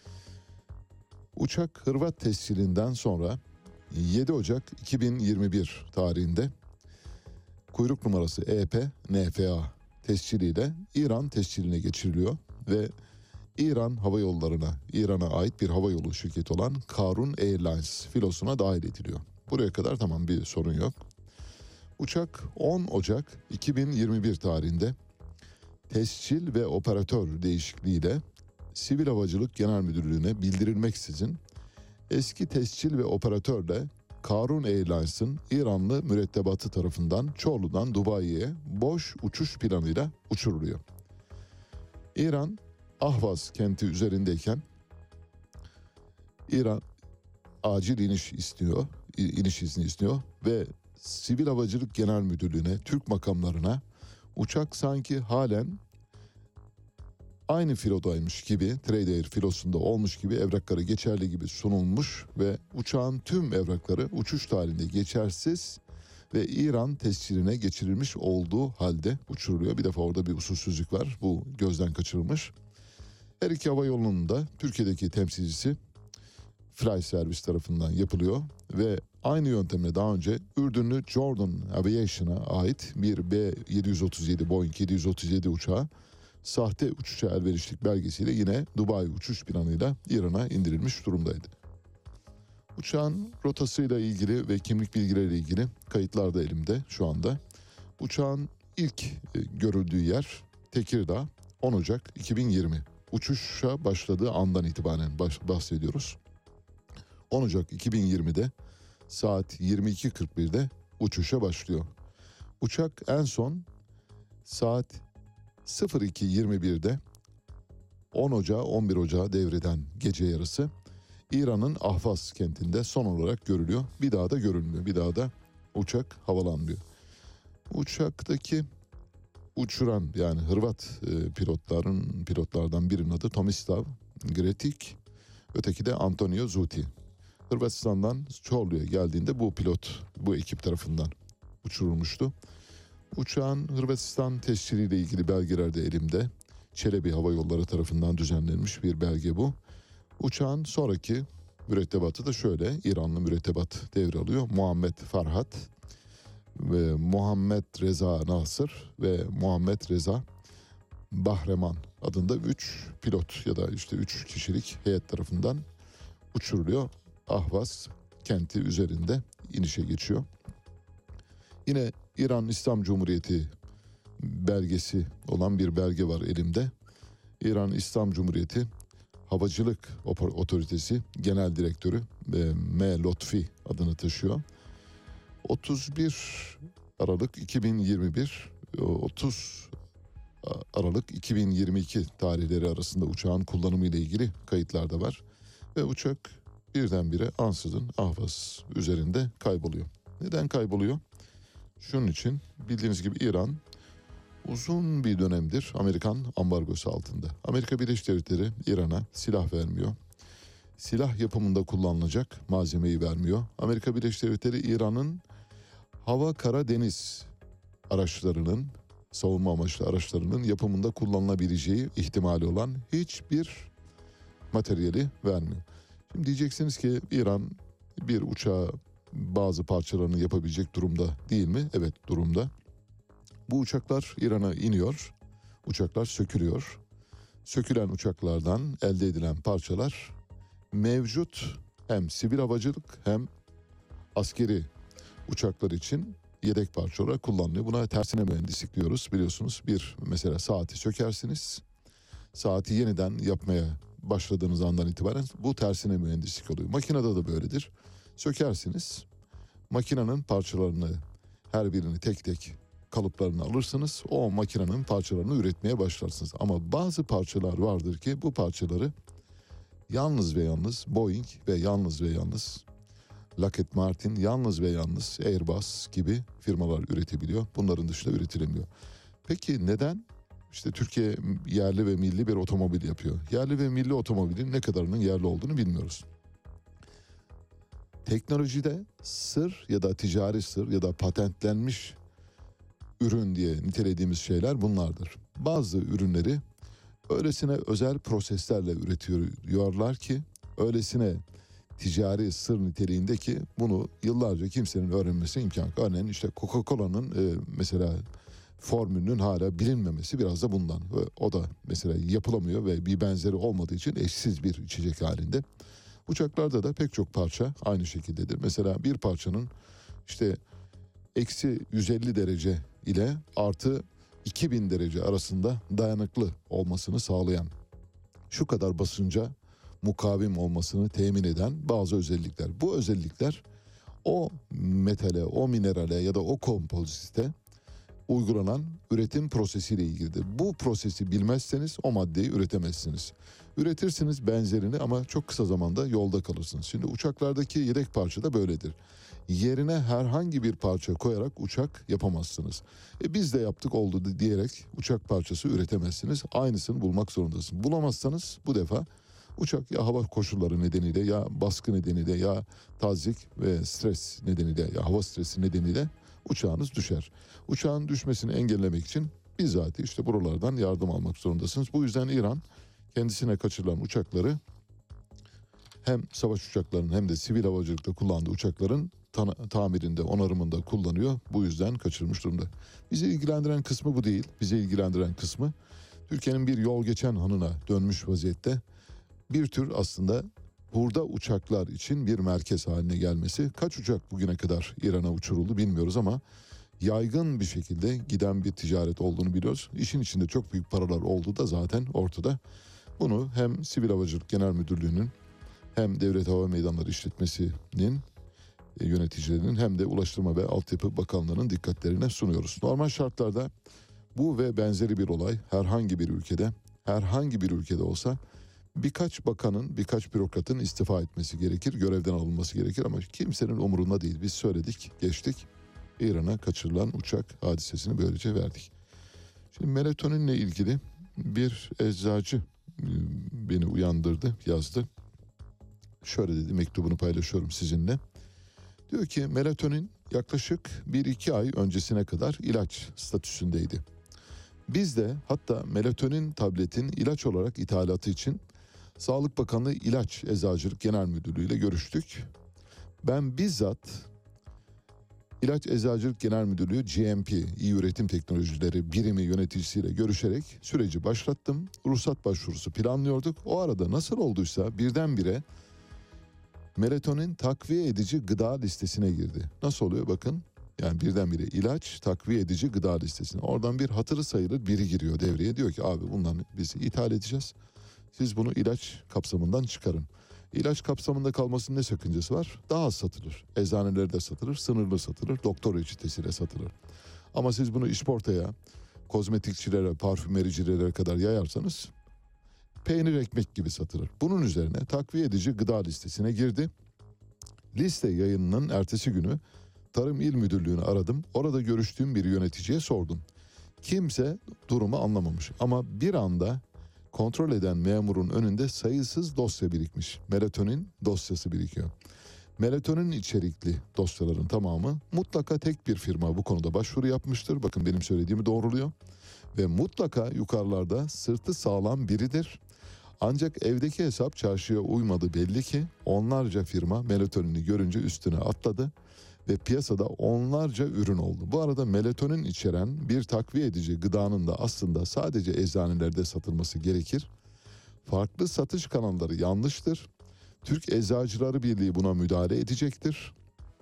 Uçak Hırvat tescilinden sonra 7 Ocak 2021 tarihinde kuyruk numarası EP-NFA tesciliyle İran tesciline geçiriliyor ve İran Hava Yolları'na, İran'a ait bir hava yolu şirketi olan Karun Airlines filosuna dahil ediliyor. Buraya kadar tamam, bir sorun yok. Uçak 10 Ocak 2021 tarihinde tescil ve operatör değişikliğiyle Sivil Havacılık Genel Müdürlüğü'ne bildirilmeksizin eski tescil ve operatörle Karun Airlines'ın İranlı mürettebatı tarafından Çorlu'dan Dubai'ye boş uçuş planıyla uçuruluyor. İran Ahvaz kenti üzerindeyken İran acil iniş izni istiyor ve Sivil Havacılık Genel Müdürlüğü'ne, Türk makamlarına uçak sanki halen aynı filodaymış gibi, Trade Air filosunda olmuş gibi evrakları geçerli gibi sunulmuş ve uçağın tüm evrakları uçuş tarihinde geçersiz ve İran tesciline geçirilmiş olduğu halde uçuruluyor. Bir defa orada bir usulsüzlük var. Bu gözden kaçırılmış. Her iki hava yolunun da Türkiye'deki temsilcisi Fly Service tarafından yapılıyor ve aynı yöntemle daha önce Ürdünlü Jordan Aviation'a ait bir B-737 Boeing 737 uçağı sahte uçuşa elverişlik belgesiyle yine Dubai uçuş planıyla İran'a indirilmiş durumdaydı. Uçağın rotasıyla ilgili ve kimlik bilgileriyle ilgili kayıtlar da elimde şu anda. Uçağın ilk görüldüğü yer Tekirdağ, 10 Ocak 2020. Uçuşa başladığı andan itibaren bahsediyoruz. 10 Ocak 2020'de saat 22.41'de uçuşa başlıyor. Uçak en son saat 02.21'de 10 Ocağı 11 Ocağı devreden gece yarısı İran'ın Ahvaz kentinde son olarak görülüyor. Bir daha da görülmüyor. Bir daha da uçak havalanmıyor. Uçaktaki uçuran yani Hırvat pilotlardan birinin adı Tomislav Gretic, öteki de Antonio Zuti. Hırvatistan'dan Çorlu'ya geldiğinde bu ekip tarafından uçurulmuştu. Uçağın Hırvatistan tesciliyle ilgili belgeler de elimde. Çelebi Hava Yolları tarafından düzenlenmiş bir belge bu. Uçağın sonraki mürettebatı da şöyle. İranlı mürettebat devralıyor. Muhammed Farhat ve Muhammed Reza Nasır ve Muhammed Reza Bahreman adında 3 pilot ya da işte 3 kişilik heyet tarafından uçuruluyor. Ahvaz kenti üzerinde inişe geçiyor. Yine İran İslam Cumhuriyeti belgesi olan bir belge var elimde. İran İslam Cumhuriyeti Havacılık Otoritesi Genel Direktörü M. Lotfi adını taşıyor. 31 Aralık 2021, 30 Aralık 2022 tarihleri arasında uçağın kullanımı ile ilgili kayıtlar da var. Ve uçak birdenbire ansızın Ahvaz üzerinde kayboluyor. Neden kayboluyor? Şunun için bildiğiniz gibi İran uzun bir dönemdir Amerikan ambargosu altında. Amerika Birleşik Devletleri İran'a silah vermiyor. Silah yapımında kullanılacak malzemeyi vermiyor. Amerika Birleşik Devletleri İran'ın hava, kara, deniz araçlarının, savunma amaçlı araçlarının yapımında kullanılabileceği ihtimali olan hiçbir materyali vermiyor. Şimdi diyeceksiniz ki İran bir uçağa bazı parçalarını yapabilecek durumda değil mi? Evet, durumda. Bu uçaklar İran'a iniyor, uçaklar sökülüyor. Sökülen uçaklardan elde edilen parçalar mevcut hem sivil havacılık hem askeri uçaklar için yedek parça olarak kullanılıyor. Buna tersine mühendislik diyoruz. Biliyorsunuz mesela saati sökersiniz. Saati yeniden yapmaya başladığınız andan itibaren bu tersine mühendislik oluyor. Makinede de böyledir. Sökersiniz. Makinenin parçalarını her birini tek tek kalıplarını alırsınız. O makinenin parçalarını üretmeye başlarsınız. Ama bazı parçalar vardır ki bu parçaları yalnız ve yalnız Boeing ve yalnız ve yalnız Lockheed Martin, yalnız ve yalnız Airbus gibi firmalar üretebiliyor. Bunların dışında üretilemiyor. Peki neden? İşte Türkiye yerli ve milli bir otomobil yapıyor. Yerli ve milli otomobilin ne kadarının yerli olduğunu bilmiyoruz. Teknolojide sır ya da ticari sır ya da patentlenmiş ürün diye nitelediğimiz şeyler bunlardır. Bazı ürünleri öylesine özel proseslerle üretiyorlar ki, öylesine ticari sır niteliğinde ki bunu yıllarca kimsenin öğrenmesi imkan yok. Örneğin işte Coca-Cola'nın mesela formülünün hala bilinmemesi biraz da bundan. O da mesela yapılamıyor ve bir benzeri olmadığı için eşsiz bir içecek halinde. Uçaklarda da pek çok parça aynı şekildedir. Mesela bir parçanın işte eksi 150 derece ile artı 2000 derece arasında dayanıklı olmasını sağlayan, şu kadar basınca mukavim olmasını temin eden bazı özellikler. Bu özellikler o metale, o minerale ya da o kompozite uygulanan üretim prosesiyle ilgilidir. Bu prosesi bilmezseniz o maddeyi üretemezsiniz. Üretirsiniz benzerini ama çok kısa zamanda yolda kalırsınız. Şimdi uçaklardaki yedek parça da böyledir. Yerine herhangi bir parça koyarak uçak yapamazsınız. Biz de yaptık oldu diyerek uçak parçası üretemezsiniz. Aynısını bulmak zorundasınız. Bulamazsanız bu defa uçak ya hava koşulları nedeniyle ya baskı nedeniyle ya tazyik ve stres nedeniyle ya hava stresi nedeniyle uçağınız düşer. Uçağın düşmesini engellemek için bizzat işte buralardan yardım almak zorundasınız. Bu yüzden İran kendisine kaçırılan uçakları hem savaş uçaklarının hem de sivil havacılıkta kullandığı uçakların tamirinde, onarımında kullanıyor. Bu yüzden kaçırmış durumda. Bizi ilgilendiren kısmı bu değil. Bizi ilgilendiren kısmı Türkiye'nin bir yol geçen hanına dönmüş vaziyette. Bir tür aslında hurda uçaklar için bir merkez haline gelmesi. Kaç uçak bugüne kadar İran'a uçuruldu bilmiyoruz ama yaygın bir şekilde giden bir ticaret olduğunu biliyoruz. İşin içinde çok büyük paralar olduğu da zaten ortada. Bunu hem Sivil Havacılık Genel Müdürlüğü'nün hem Devlet Hava Meydanları İşletmesi'nin yöneticilerinin hem de Ulaştırma ve Altyapı Bakanlığı'nın dikkatlerine sunuyoruz. Normal şartlarda bu ve benzeri bir olay herhangi bir ülkede olsa birkaç bakanın, birkaç bürokratın istifa etmesi gerekir, görevden alınması gerekir ama kimsenin umurunda değil. Biz söyledik, geçtik. İran'a kaçırılan uçak hadisesini böylece verdik. Şimdi melatoninle ilgili bir eczacı beni uyandırdı, yazdı. Şöyle dedi, mektubunu paylaşıyorum sizinle. Diyor ki melatonin yaklaşık 1-2 ay öncesine kadar ilaç statüsündeydi. Biz de hatta melatonin tabletin ilaç olarak ithalatı için Sağlık Bakanlığı İlaç Eczacılık Genel Müdürlüğü ile görüştük. Ben bizzat İlaç Eczacılık Genel Müdürlüğü GMP, İyi Üretim Teknolojileri Birimi yöneticisiyle görüşerek süreci başlattım. Ruhsat başvurusu planlıyorduk. O arada nasıl olduysa birdenbire melatonin takviye edici gıda listesine girdi. Nasıl oluyor bakın. Yani birdenbire ilaç takviye edici gıda listesine. Oradan bir hatırı sayılır biri giriyor devreye. Diyor ki abi bunları biz ithal edeceğiz. Siz bunu ilaç kapsamından çıkarın. İlaç kapsamında kalmasının ne sakıncası var? Daha az satılır. Eczanelerde satılır, sınırlı satılır, doktor reçetesiyle satılır. Ama siz bunu işportaya, kozmetikçilere, parfümericilere kadar yayarsanız peynir ekmek gibi satılır. Bunun üzerine takviye edici gıda listesine girdi. Liste yayınının ertesi günü Tarım İl Müdürlüğü'nü aradım. Orada görüştüğüm bir yöneticiye sordum. Kimse durumu anlamamış ama bir anda kontrol eden memurun önünde sayısız dosya birikmiş. Melatonin dosyası birikiyor. Melatonin içerikli dosyaların tamamı mutlaka tek bir firma bu konuda başvuru yapmıştır. Bakın benim söylediğimi doğruluyor. Ve mutlaka yukarılarda sırtı sağlam biridir. Ancak evdeki hesap çarşıya uymadı belli ki onlarca firma melatonini görünce üstüne atladı. Ve piyasada onlarca ürün oldu. Bu arada melatonin içeren bir takviye edici gıdanın da aslında sadece eczanelerde satılması gerekir. Farklı satış kanalları yanlıştır. Türk Eczacıları Birliği buna müdahale edecektir.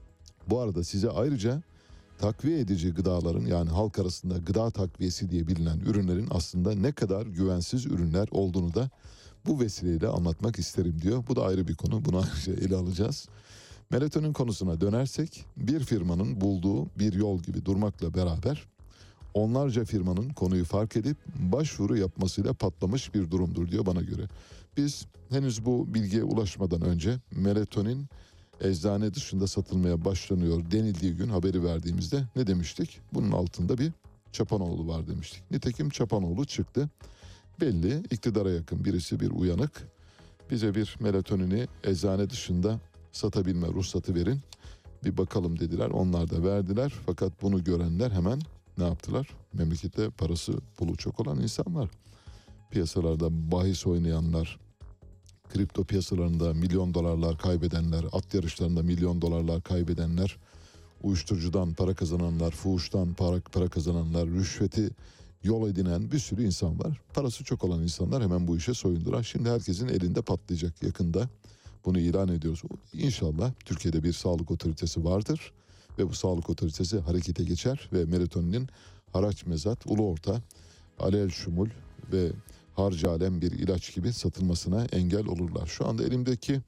Bu arada size ayrıca takviye edici gıdaların yani halk arasında gıda takviyesi diye bilinen ürünlerin aslında ne kadar güvensiz ürünler olduğunu da bu vesileyle anlatmak isterim diyor. Bu da ayrı bir konu. Bunu ayrıca ele alacağız. Melatonin konusuna dönersek bir firmanın bulduğu bir yol gibi durmakla beraber onlarca firmanın konuyu fark edip başvuru yapmasıyla patlamış bir durumdur diyor bana göre. Biz henüz bu bilgiye ulaşmadan önce melatonin eczane dışında satılmaya başlanıyor denildiği gün haberi verdiğimizde ne demiştik? Bunun altında bir Çapanoğlu var demiştik. Nitekim Çapanoğlu çıktı. Belli iktidara yakın birisi bir uyanık. Bize bir melatonini eczane dışında satabilme ruhsatı verin. Bir bakalım dediler. Onlar da verdiler. Fakat bunu görenler hemen ne yaptılar? Memlekette parası pulu çok olan insanlar. Piyasalarda bahis oynayanlar, kripto piyasalarında milyon dolarlar kaybedenler, at yarışlarında milyon dolarlar kaybedenler, uyuşturucudan para kazananlar, fuhuştan para kazananlar, rüşveti yol edinen bir sürü insan var. Parası çok olan insanlar hemen bu işe soyundular. Şimdi herkesin elinde patlayacak yakında. Bunu ilan ediyoruz. İnşallah Türkiye'de bir sağlık otoritesi vardır ve bu sağlık otoritesi harekete geçer ve melatoninin haraç mezat, ulu orta, alel şumul ve harcı alem bir ilaç gibi satılmasına engel olurlar. Şu anda elimdeki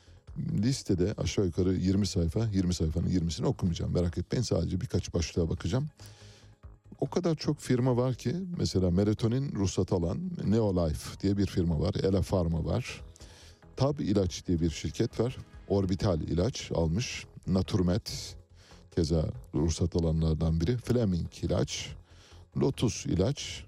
listede aşağı yukarı 20 sayfa, 20 sayfanın 20'sini okumayacağım. Merak etmeyin, sadece birkaç başlığa bakacağım. O kadar çok firma var ki mesela melatonin ruhsat alan Neolife diye bir firma var, Ela Pharma var. Tab ilaç diye bir şirket var. Orbital ilaç almış. Naturmet keza ruhsat alanlardan biri. Fleming ilaç. Lotus ilaç.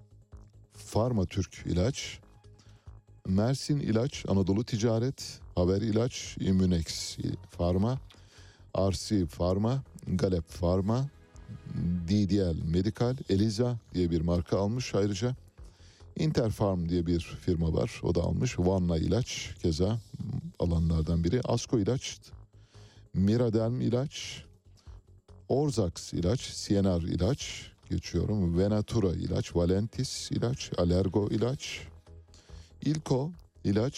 Farmatürk ilaç. Mersin ilaç. Anadolu Ticaret. Haber ilaç. Immunex Pharma. RC Pharma. Galep Pharma. DDL Medical. Eliza diye bir marka almış ayrıca. Interfarm diye bir firma var. O da almış. Vanna ilaç keza alanlardan biri. Asko ilaç, Miraderm ilaç, Orzax ilaç, CNR ilaç geçiyorum. Venatura ilaç, Valentis ilaç, Allergo ilaç, İlko ilaç,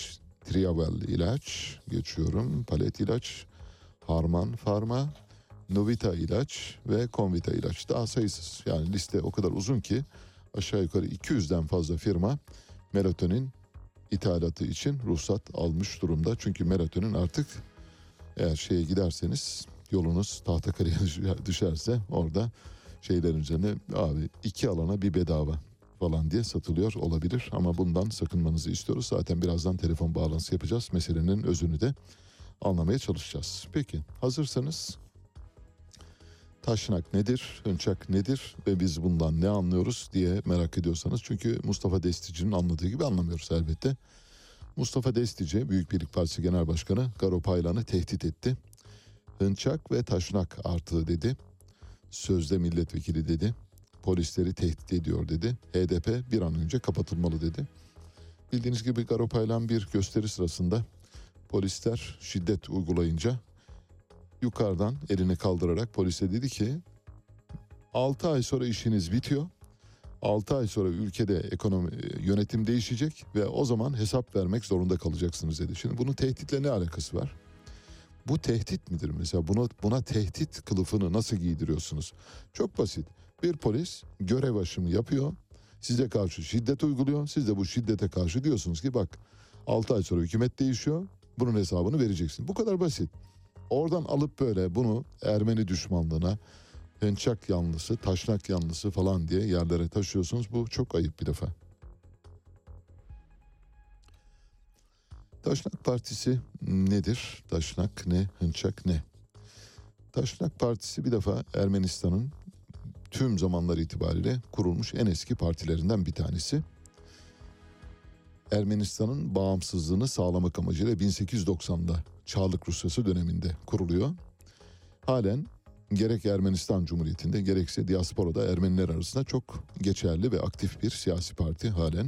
Triavel ilaç, geçiyorum, Palet ilaç, Harman Pharma, Novita ilaç ve Convita ilaç. Daha sayısız, yani liste o kadar uzun ki aşağı yukarı 200'den fazla firma melatonin ithalatı için ruhsat almış durumda. Çünkü melatonin artık, eğer şeye giderseniz, yolunuz Tahtakale'ye düşerse orada şeylerin üzerine abi 2 alana bir bedava falan diye satılıyor olabilir. Ama bundan sakınmanızı istiyoruz. Zaten birazdan telefon bağlantısı yapacağız. Meselenin özünü de anlamaya çalışacağız. Peki hazırsanız, taşnak nedir, hınçak nedir ve biz bundan ne anlıyoruz diye merak ediyorsanız. Çünkü Mustafa Destici'nin anladığı gibi anlamıyoruz elbette. Mustafa Destici, Büyük Birlik Partisi Genel Başkanı Garo Paylan'ı tehdit etti. Hınçak ve taşnak artığı dedi. Sözde milletvekili dedi. Polisleri tehdit ediyor dedi. HDP bir an önce kapatılmalı dedi. Bildiğiniz gibi Garo Paylan bir gösteri sırasında polisler şiddet uygulayınca yukarıdan elini kaldırarak polise dedi ki 6 ay sonra işiniz bitiyor. 6 ay sonra ülkede yönetim değişecek ve o zaman hesap vermek zorunda kalacaksınız dedi. Şimdi bunun tehditle ne alakası var? Bu tehdit midir mesela? Buna tehdit kılıfını nasıl giydiriyorsunuz? Çok basit. Bir polis görev aşımı yapıyor. Size karşı şiddet uyguluyor. Siz de bu şiddete karşı diyorsunuz ki bak 6 ay sonra hükümet değişiyor. Bunun hesabını vereceksin. Bu kadar basit. Oradan alıp böyle bunu Ermeni düşmanlığına, hınçak yanlısı, taşnak yanlısı falan diye yerlere taşıyorsunuz. Bu çok ayıp bir defa. Taşnak Partisi nedir? Taşnak ne? Hınçak ne? Taşnak Partisi bir defa Ermenistan'ın tüm zamanlar itibariyle kurulmuş en eski partilerinden bir tanesi. Ermenistan'ın bağımsızlığını sağlamak amacıyla 1890'da Çarlık Rusyası döneminde kuruluyor. Halen gerek Ermenistan Cumhuriyeti'nde gerekse diasporada Ermeniler arasında çok geçerli ve aktif bir siyasi parti halen.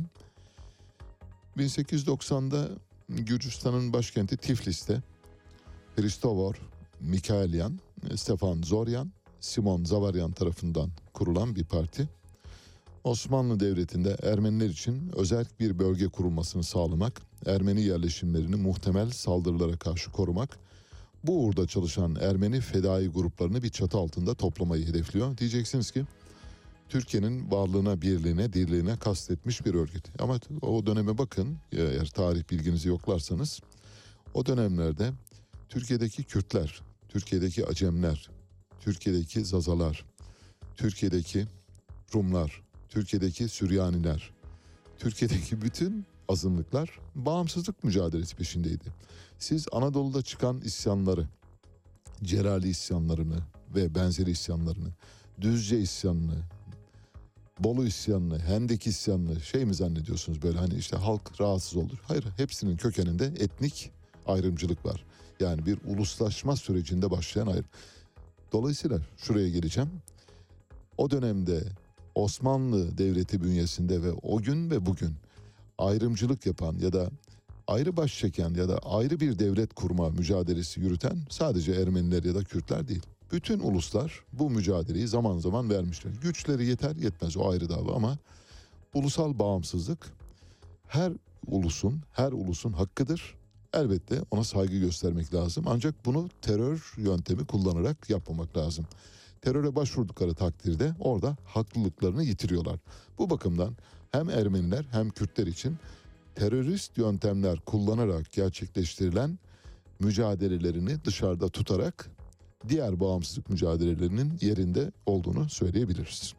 1890'da Gürcistan'ın başkenti Tiflis'te Hristov Mikhailyan, Stefan Zoryan, Simon Zavaryan tarafından kurulan bir parti. Osmanlı Devleti'nde Ermeniler için özel bir bölge kurulmasını sağlamak, Ermeni yerleşimlerini muhtemel saldırılara karşı korumak, bu uğurda çalışan Ermeni fedai gruplarını bir çatı altında toplamayı hedefliyor. Diyeceksiniz ki Türkiye'nin varlığına, birliğine, dirliğine kastetmiş bir örgüt. Ama o döneme bakın, eğer tarih bilginizi yoklarsanız, o dönemlerde Türkiye'deki Kürtler, Türkiye'deki Acemler, Türkiye'deki Zazalar, Türkiye'deki Rumlar, Türkiye'deki Süryaniler, Türkiye'deki bütün azınlıklar bağımsızlık mücadelesi peşindeydi. Siz Anadolu'da çıkan isyanları, Celali isyanlarını ve benzeri isyanlarını, Düzce isyanını, Bolu isyanını, Hendek isyanını şey mi zannediyorsunuz, böyle hani işte halk rahatsız olur? Hayır, hepsinin kökeninde etnik ayrımcılık var. Yani bir uluslaşma sürecinde başlayan ayrım. Dolayısıyla şuraya geleceğim. O dönemde Osmanlı Devleti bünyesinde ve o gün ve bugün ayrımcılık yapan ya da ayrı baş çeken ya da ayrı bir devlet kurma mücadelesi yürüten sadece Ermeniler ya da Kürtler değil. Bütün uluslar bu mücadeleyi zaman zaman vermişler. Güçleri yeter yetmez, o ayrı dava, ama ulusal bağımsızlık her ulusun hakkıdır. Elbette ona saygı göstermek lazım. Ancak bunu terör yöntemi kullanarak yapmamak lazım. Teröre başvurdukları takdirde orada haklılıklarını yitiriyorlar. Bu bakımdan hem Ermeniler hem Kürtler için terörist yöntemler kullanarak gerçekleştirilen mücadelelerini dışarıda tutarak diğer bağımsızlık mücadelelerinin yerinde olduğunu söyleyebiliriz.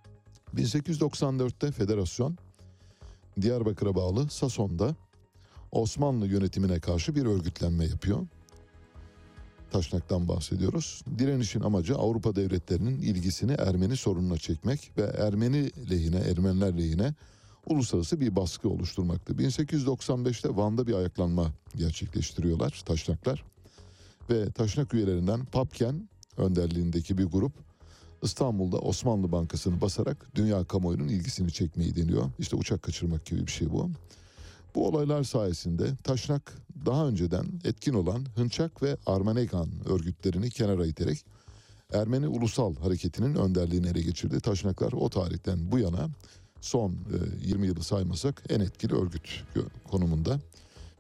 1894'te federasyon Diyarbakır'a bağlı Sason'da Osmanlı yönetimine karşı bir örgütlenme yapıyor. Taşnak'tan bahsediyoruz. Direnişin amacı Avrupa devletlerinin ilgisini Ermeni sorununa çekmek ve Ermeniler lehine uluslararası bir baskı oluşturmaktı. 1895'te Van'da bir ayaklanma gerçekleştiriyorlar Taşnaklar. Ve Taşnak üyelerinden Papken önderliğindeki bir grup İstanbul'da Osmanlı Bankası'nı basarak dünya kamuoyunun ilgisini çekmeyi deniyor. İşte uçak kaçırmak gibi bir şey bu. Bu olaylar sayesinde Taşnak daha önceden etkin olan Hınçak ve Armanegan örgütlerini kenara iterek Ermeni Ulusal Hareketi'nin önderliğini ele geçirdi. Taşnaklar o tarihten bu yana son 20 yılı saymasak en etkili örgüt konumunda.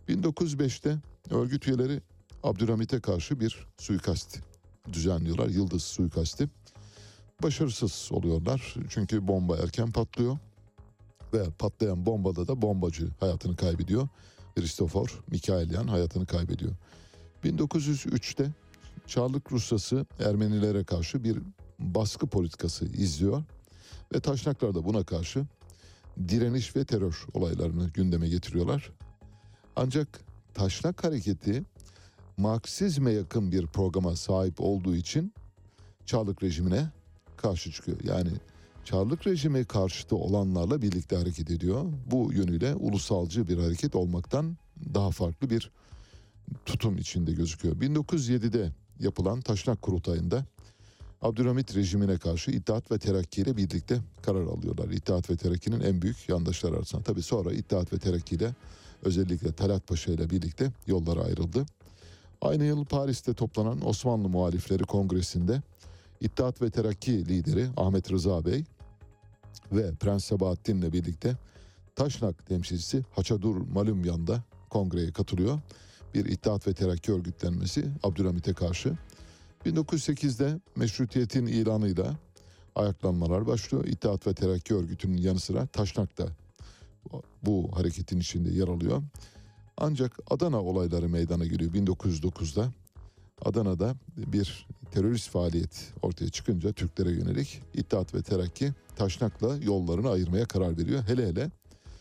1905'te örgüt üyeleri Abdülhamit'e karşı bir suikast düzenliyorlar. Yıldız suikasti. Başarısız oluyorlar. Çünkü bomba erken patlıyor. Ve patlayan bombada da bombacı hayatını kaybediyor. Hristofor Mikhailyan hayatını kaybediyor. 1903'te Çarlık Rusyası Ermenilere karşı bir baskı politikası izliyor. Ve Taşnaklar da buna karşı direniş ve terör olaylarını gündeme getiriyorlar. Ancak Taşnak hareketi Marksizme yakın bir programa sahip olduğu için Çarlık rejimine karşı çıkıyor. Yani Çarlık rejimi karşıtı olanlarla birlikte hareket ediyor. Bu yönüyle ulusalcı bir hareket olmaktan daha farklı bir tutum içinde gözüküyor. 1907'de yapılan Taşnak Kurultayı'nda Abdülhamit rejimine karşı İttihat ve Terakki ile birlikte karar alıyorlar. İttihat ve Terakki'nin en büyük yandaşları arasında. Tabii sonra İttihat ve Terakki ile özellikle Talat Paşa ile birlikte yollara ayrıldı. Aynı yıl Paris'te toplanan Osmanlı Muhalifleri Kongresi'nde İttihat ve Terakki lideri Ahmet Rıza Bey ve Prens Sabahattin ile birlikte Taşnak temsilcisi Haçadur Malumyan da kongreye katılıyor. Bir İttihat ve Terakki örgütlenmesi Abdülhamit'e karşı. 1908'de meşrutiyetin ilanıyla ayaklanmalar başlıyor. İttihat ve Terakki örgütünün yanı sıra Taşnak da bu hareketin içinde yer alıyor. Ancak Adana olayları meydana geliyor 1909'da. Adana'da bir terörist faaliyet ortaya çıkınca Türklere yönelik İttihat ve Terakki Taşnak'la yollarını ayırmaya karar veriyor. Hele hele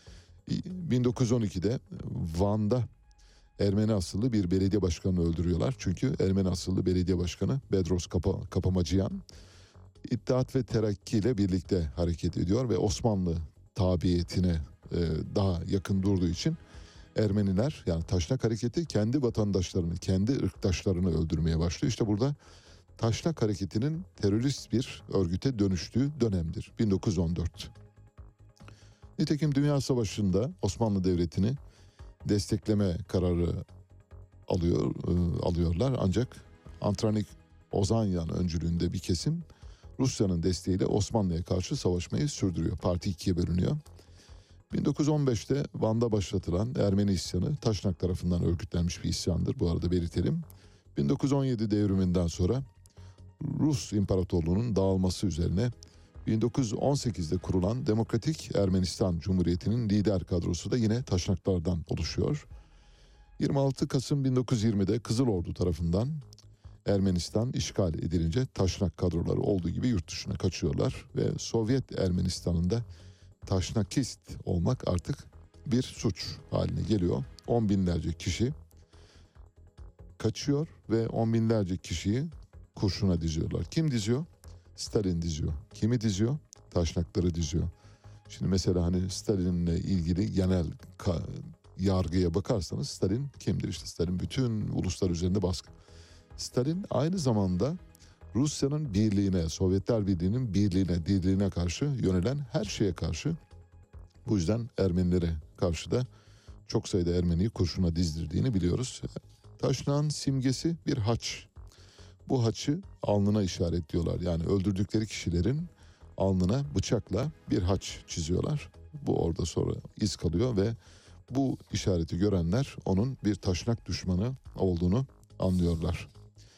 1912'de Van'da Ermeni asıllı bir belediye başkanını öldürüyorlar. Çünkü Ermeni asıllı belediye başkanı Bedros Kapamacıyan İttihat ve Terakki ile birlikte hareket ediyor ve Osmanlı tabiyetine daha yakın durduğu için Ermeniler yani Taşnak hareketi kendi vatandaşlarını, kendi ırktaşlarını öldürmeye başlıyor. İşte burada Taşnak hareketinin terörist bir örgüte dönüştüğü dönemdir 1914. Nitekim Dünya Savaşı'nda Osmanlı Devleti'ni destekleme kararı alıyorlar. Ancak Antranik Ozanyan öncülüğünde bir kesim Rusya'nın desteğiyle Osmanlı'ya karşı savaşmayı sürdürüyor. Parti ikiye bölünüyor. 1915'te Van'da başlatılan Ermeni isyanı Taşnak tarafından örgütlenmiş bir isyandır. Bu arada belirtelim. 1917 devriminden sonra Rus İmparatorluğu'nun dağılması üzerine 1918'de kurulan Demokratik Ermenistan Cumhuriyeti'nin lider kadrosu da yine Taşnaklardan oluşuyor. 26 Kasım 1920'de Kızıl Ordu tarafından Ermenistan işgal edilince Taşnak kadroları olduğu gibi yurt dışına kaçıyorlar ve Sovyet Ermenistan'ında Taşnakist olmak artık bir suç haline geliyor. 10 binlerce kişi kaçıyor ve 10 binlerce kişiyi kurşuna diziyorlar. Kim diziyor? Stalin diziyor. Kimi diziyor? Taşnakları diziyor. Şimdi mesela hani Stalin'le ilgili genel yargıya bakarsanız Stalin kimdir? İşte Stalin bütün uluslar üzerinde baskı. Stalin aynı zamanda Rusya'nın birliğine, Sovyetler Birliği'nin birliğine, dirliğine karşı yönelen her şeye karşı, bu yüzden Ermenilere karşı da çok sayıda Ermeniyi kurşuna dizdirdiğini biliyoruz. Taşnak'ın simgesi bir haç. Bu haçı alnına işaretliyorlar. Yani öldürdükleri kişilerin alnına bıçakla bir haç çiziyorlar. Bu orada sonra iz kalıyor ve bu işareti görenler onun bir Taşnak düşmanı olduğunu anlıyorlar.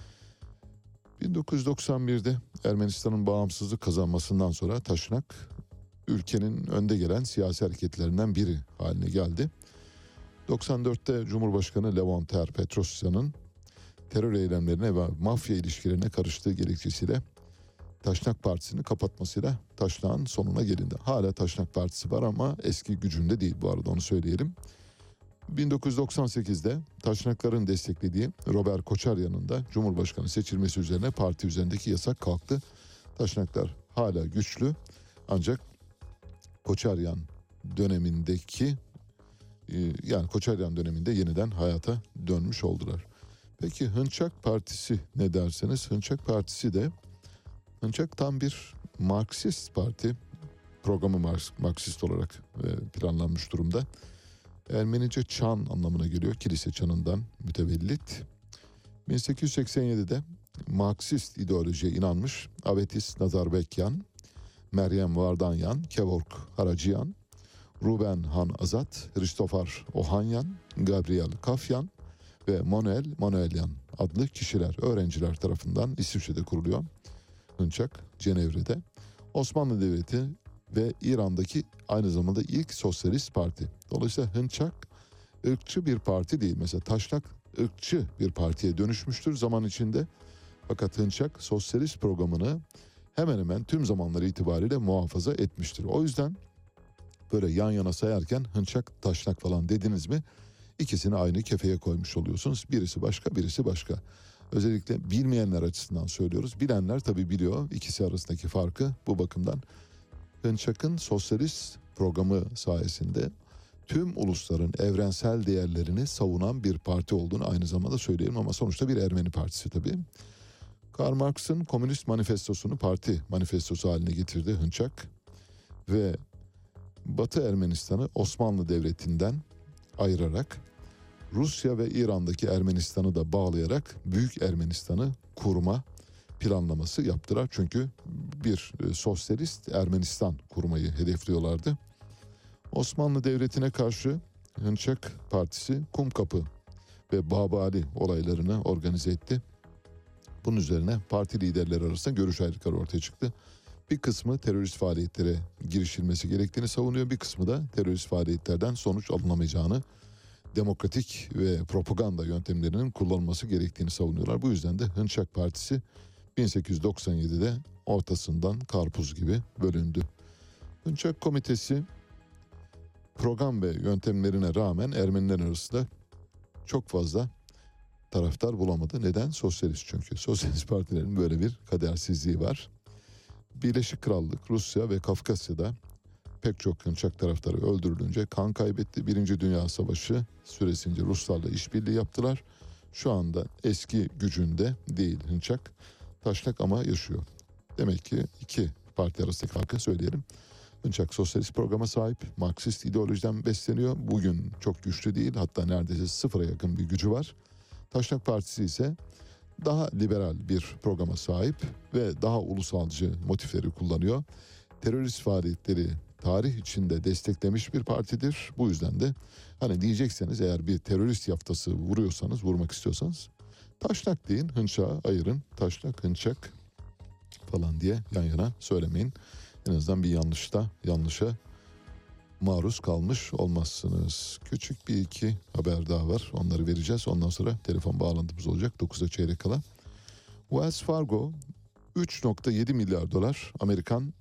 1991'de Ermenistan'ın bağımsızlık kazanmasından sonra Taşnak ülkenin önde gelen siyasi hareketlerinden biri haline geldi. 94'te Cumhurbaşkanı Levon Petrosyan'ın terör eylemlerine ve mafya ilişkilerine karıştığı gerekçesiyle Taşnak Partisi'ni kapatmasıyla Taşnak'ın sonuna gelindi. Hala Taşnak Partisi var ama eski gücünde değil, bu arada onu söyleyelim. 1998'de Taşnakların desteklediği Robert Koçaryan'ın da Cumhurbaşkanı seçilmesi üzerine parti üzerindeki yasak kalktı. Taşnaklar hala güçlü ancak Koçaryan dönemindeki yani Koçaryan döneminde yeniden hayata dönmüş oldular. Peki Hınçak Partisi ne derseniz, Hınçak Partisi de tam bir Marksist parti, programı Marksist olarak planlanmış durumda. Ermenice çan anlamına geliyor, kilise çanından mütevellit. 1887'de Marksist ideolojiye inanmış Avetis Nazarbekyan, Meryem Vardanyan, Kevork Haracıyan Ruben Han Azat, Christopher Ohanyan, Gabriel Kafyan ve Manuel Manuelyan adlı kişiler, öğrenciler tarafından İsviçre'de kuruluyor. Hınçak, Cenevre'de. Osmanlı Devleti ve İran'daki aynı zamanda ilk sosyalist parti. Dolayısıyla Hınçak ırkçı bir parti değil. Mesela Taşnak ırkçı bir partiye dönüşmüştür zaman içinde. Fakat Hınçak sosyalist programını hemen hemen tüm zamanları itibariyle muhafaza etmiştir. O yüzden böyle yan yana sayarken Hınçak, Taşnak falan dediniz mi ikisini aynı kefeye koymuş oluyorsunuz. Birisi başka, birisi başka. Özellikle bilmeyenler açısından söylüyoruz. Bilenler tabii biliyor ikisi arasındaki farkı bu bakımdan. Hınçak'ın sosyalist programı sayesinde tüm ulusların evrensel değerlerini savunan bir parti olduğunu aynı zamanda söyleyelim ama sonuçta bir Ermeni partisi tabii. Karl Marx'ın Komünist Manifestosunu parti manifestosu haline getirdi Hınçak ve Batı Ermenistan'ı Osmanlı Devleti'nden ayırarak Rusya ve İran'daki Ermenistan'ı da bağlayarak Büyük Ermenistan'ı kurma planlaması yaptılar. Çünkü bir sosyalist Ermenistan kurmayı hedefliyorlardı. Osmanlı Devleti'ne karşı Hınçak Partisi Kumkapı ve Babali olaylarını organize etti. Bunun üzerine parti liderleri arasında görüş ayrılıkları ortaya çıktı. Bir kısmı terörist faaliyetlere girişilmesi gerektiğini savunuyor. Bir kısmı da terörist faaliyetlerden sonuç alınamayacağını, demokratik ve propaganda yöntemlerinin kullanılması gerektiğini savunuyorlar. Bu yüzden de Hınçak Partisi 1897'de ortasından karpuz gibi bölündü. Hınçak Komitesi program ve yöntemlerine rağmen Ermeniler arasında çok fazla taraftar bulamadı. Neden? Sosyalist çünkü. Sosyalist partilerin böyle bir kadersizliği var. Birleşik Krallık, Rusya ve Kafkasya'da pek çok Hınçak taraftarı öldürülünce kan kaybetti. Birinci Dünya Savaşı süresince Ruslarla işbirliği yaptılar. Şu anda eski gücünde değil Hınçak. Taşnak ama yaşıyor. Demek ki iki parti arasındaki farkı söyleyelim. Hınçak sosyalist programa sahip, Marksist ideolojiden besleniyor. Bugün çok güçlü değil, hatta neredeyse sıfıra yakın bir gücü var. Taşnak Partisi ise daha liberal bir programa sahip ve daha ulusalcı motifleri kullanıyor. Terörist faaliyetleri tarih içinde desteklemiş bir partidir. Bu yüzden de hani diyecekseniz eğer bir terörist yaftası vuruyorsanız, vurmak istiyorsanız Taşnak deyin, Hınçak'ı ayırın. Taşnak, Hınçak falan diye yan yana söylemeyin. En azından bir yanlışa maruz kalmış olmazsınız. Küçük bir iki haber daha var. Onları vereceğiz. Ondan sonra telefon bağlantımız olacak. 9'a çeyrek kala. Wells Fargo 3.7 milyar dolar Amerikan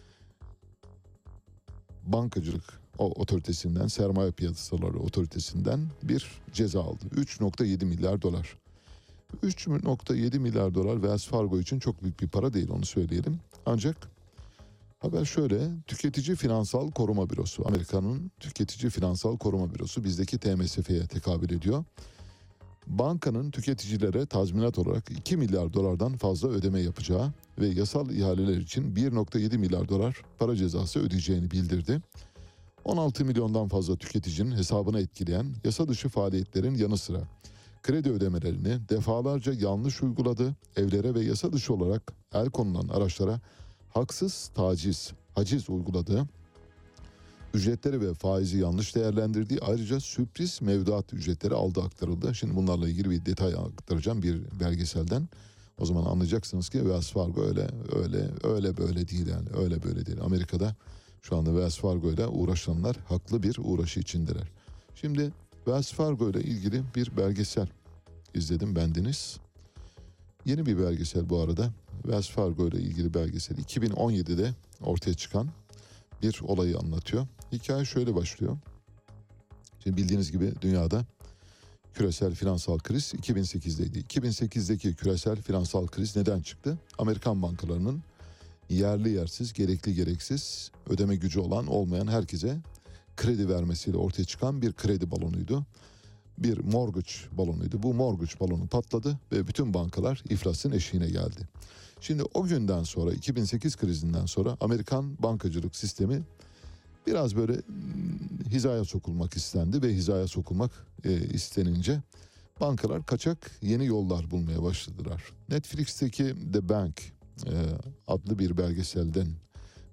bankacılık otoritesinden, sermaye piyasaları otoritesinden bir ceza aldı. 3.7 milyar dolar. 3.7 milyar dolar Wells Fargo için çok büyük bir para değil, onu söyleyelim. Ancak haber şöyle: Tüketici Finansal Koruma Bürosu, Amerika'nın Tüketici Finansal Koruma Bürosu bizdeki TMSF'ye tekabül ediyor. Bankanın tüketicilere tazminat olarak 2 milyar dolardan fazla ödeme yapacağı ve yasal ihaleler için 1.7 milyar dolar para cezası ödeyeceğini bildirdi. 16 milyondan fazla tüketicinin hesabına etkileyen yasa dışı faaliyetlerin yanı sıra kredi ödemelerini defalarca yanlış uyguladı, evlere ve yasa dışı olarak el konulan araçlara haksız haciz uyguladığı, ücretleri ve faizi yanlış değerlendirdiği, ayrıca sürpriz mevduat ücretleri aldığı aktarıldı. Şimdi bunlarla ilgili bir detay aktaracağım bir belgeselden. O zaman anlayacaksınız ki Wells Fargo öyle böyle değil, yani öyle böyle değil. Amerika'da şu anda Wells Fargo ile uğraşanlar haklı bir uğraşı içindeler. Şimdi Wells Fargo ile ilgili bir belgesel izledim bendeniz. Yeni bir belgesel bu arada. Wells Fargo ile ilgili belgesel 2017'de ortaya çıkan bir olayı anlatıyor. Hikaye şöyle başlıyor. Şimdi bildiğiniz gibi dünyada küresel finansal kriz 2008'deydi. 2008'deki küresel finansal kriz neden çıktı? Amerikan bankalarının yerli yersiz, gerekli gereksiz, ödeme gücü olan olmayan herkese kredi vermesiyle ortaya çıkan bir kredi balonuydu. Bir mortgage balonuydu. Bu mortgage balonu patladı ve bütün bankalar iflasın eşiğine geldi. Şimdi o günden sonra, 2008 krizinden sonra Amerikan bankacılık sistemi biraz böyle hizaya sokulmak istendi ve hizaya sokulmak istenince bankalar kaçak yeni yollar bulmaya başladılar. Netflix'teki The Bank adlı bir belgeselden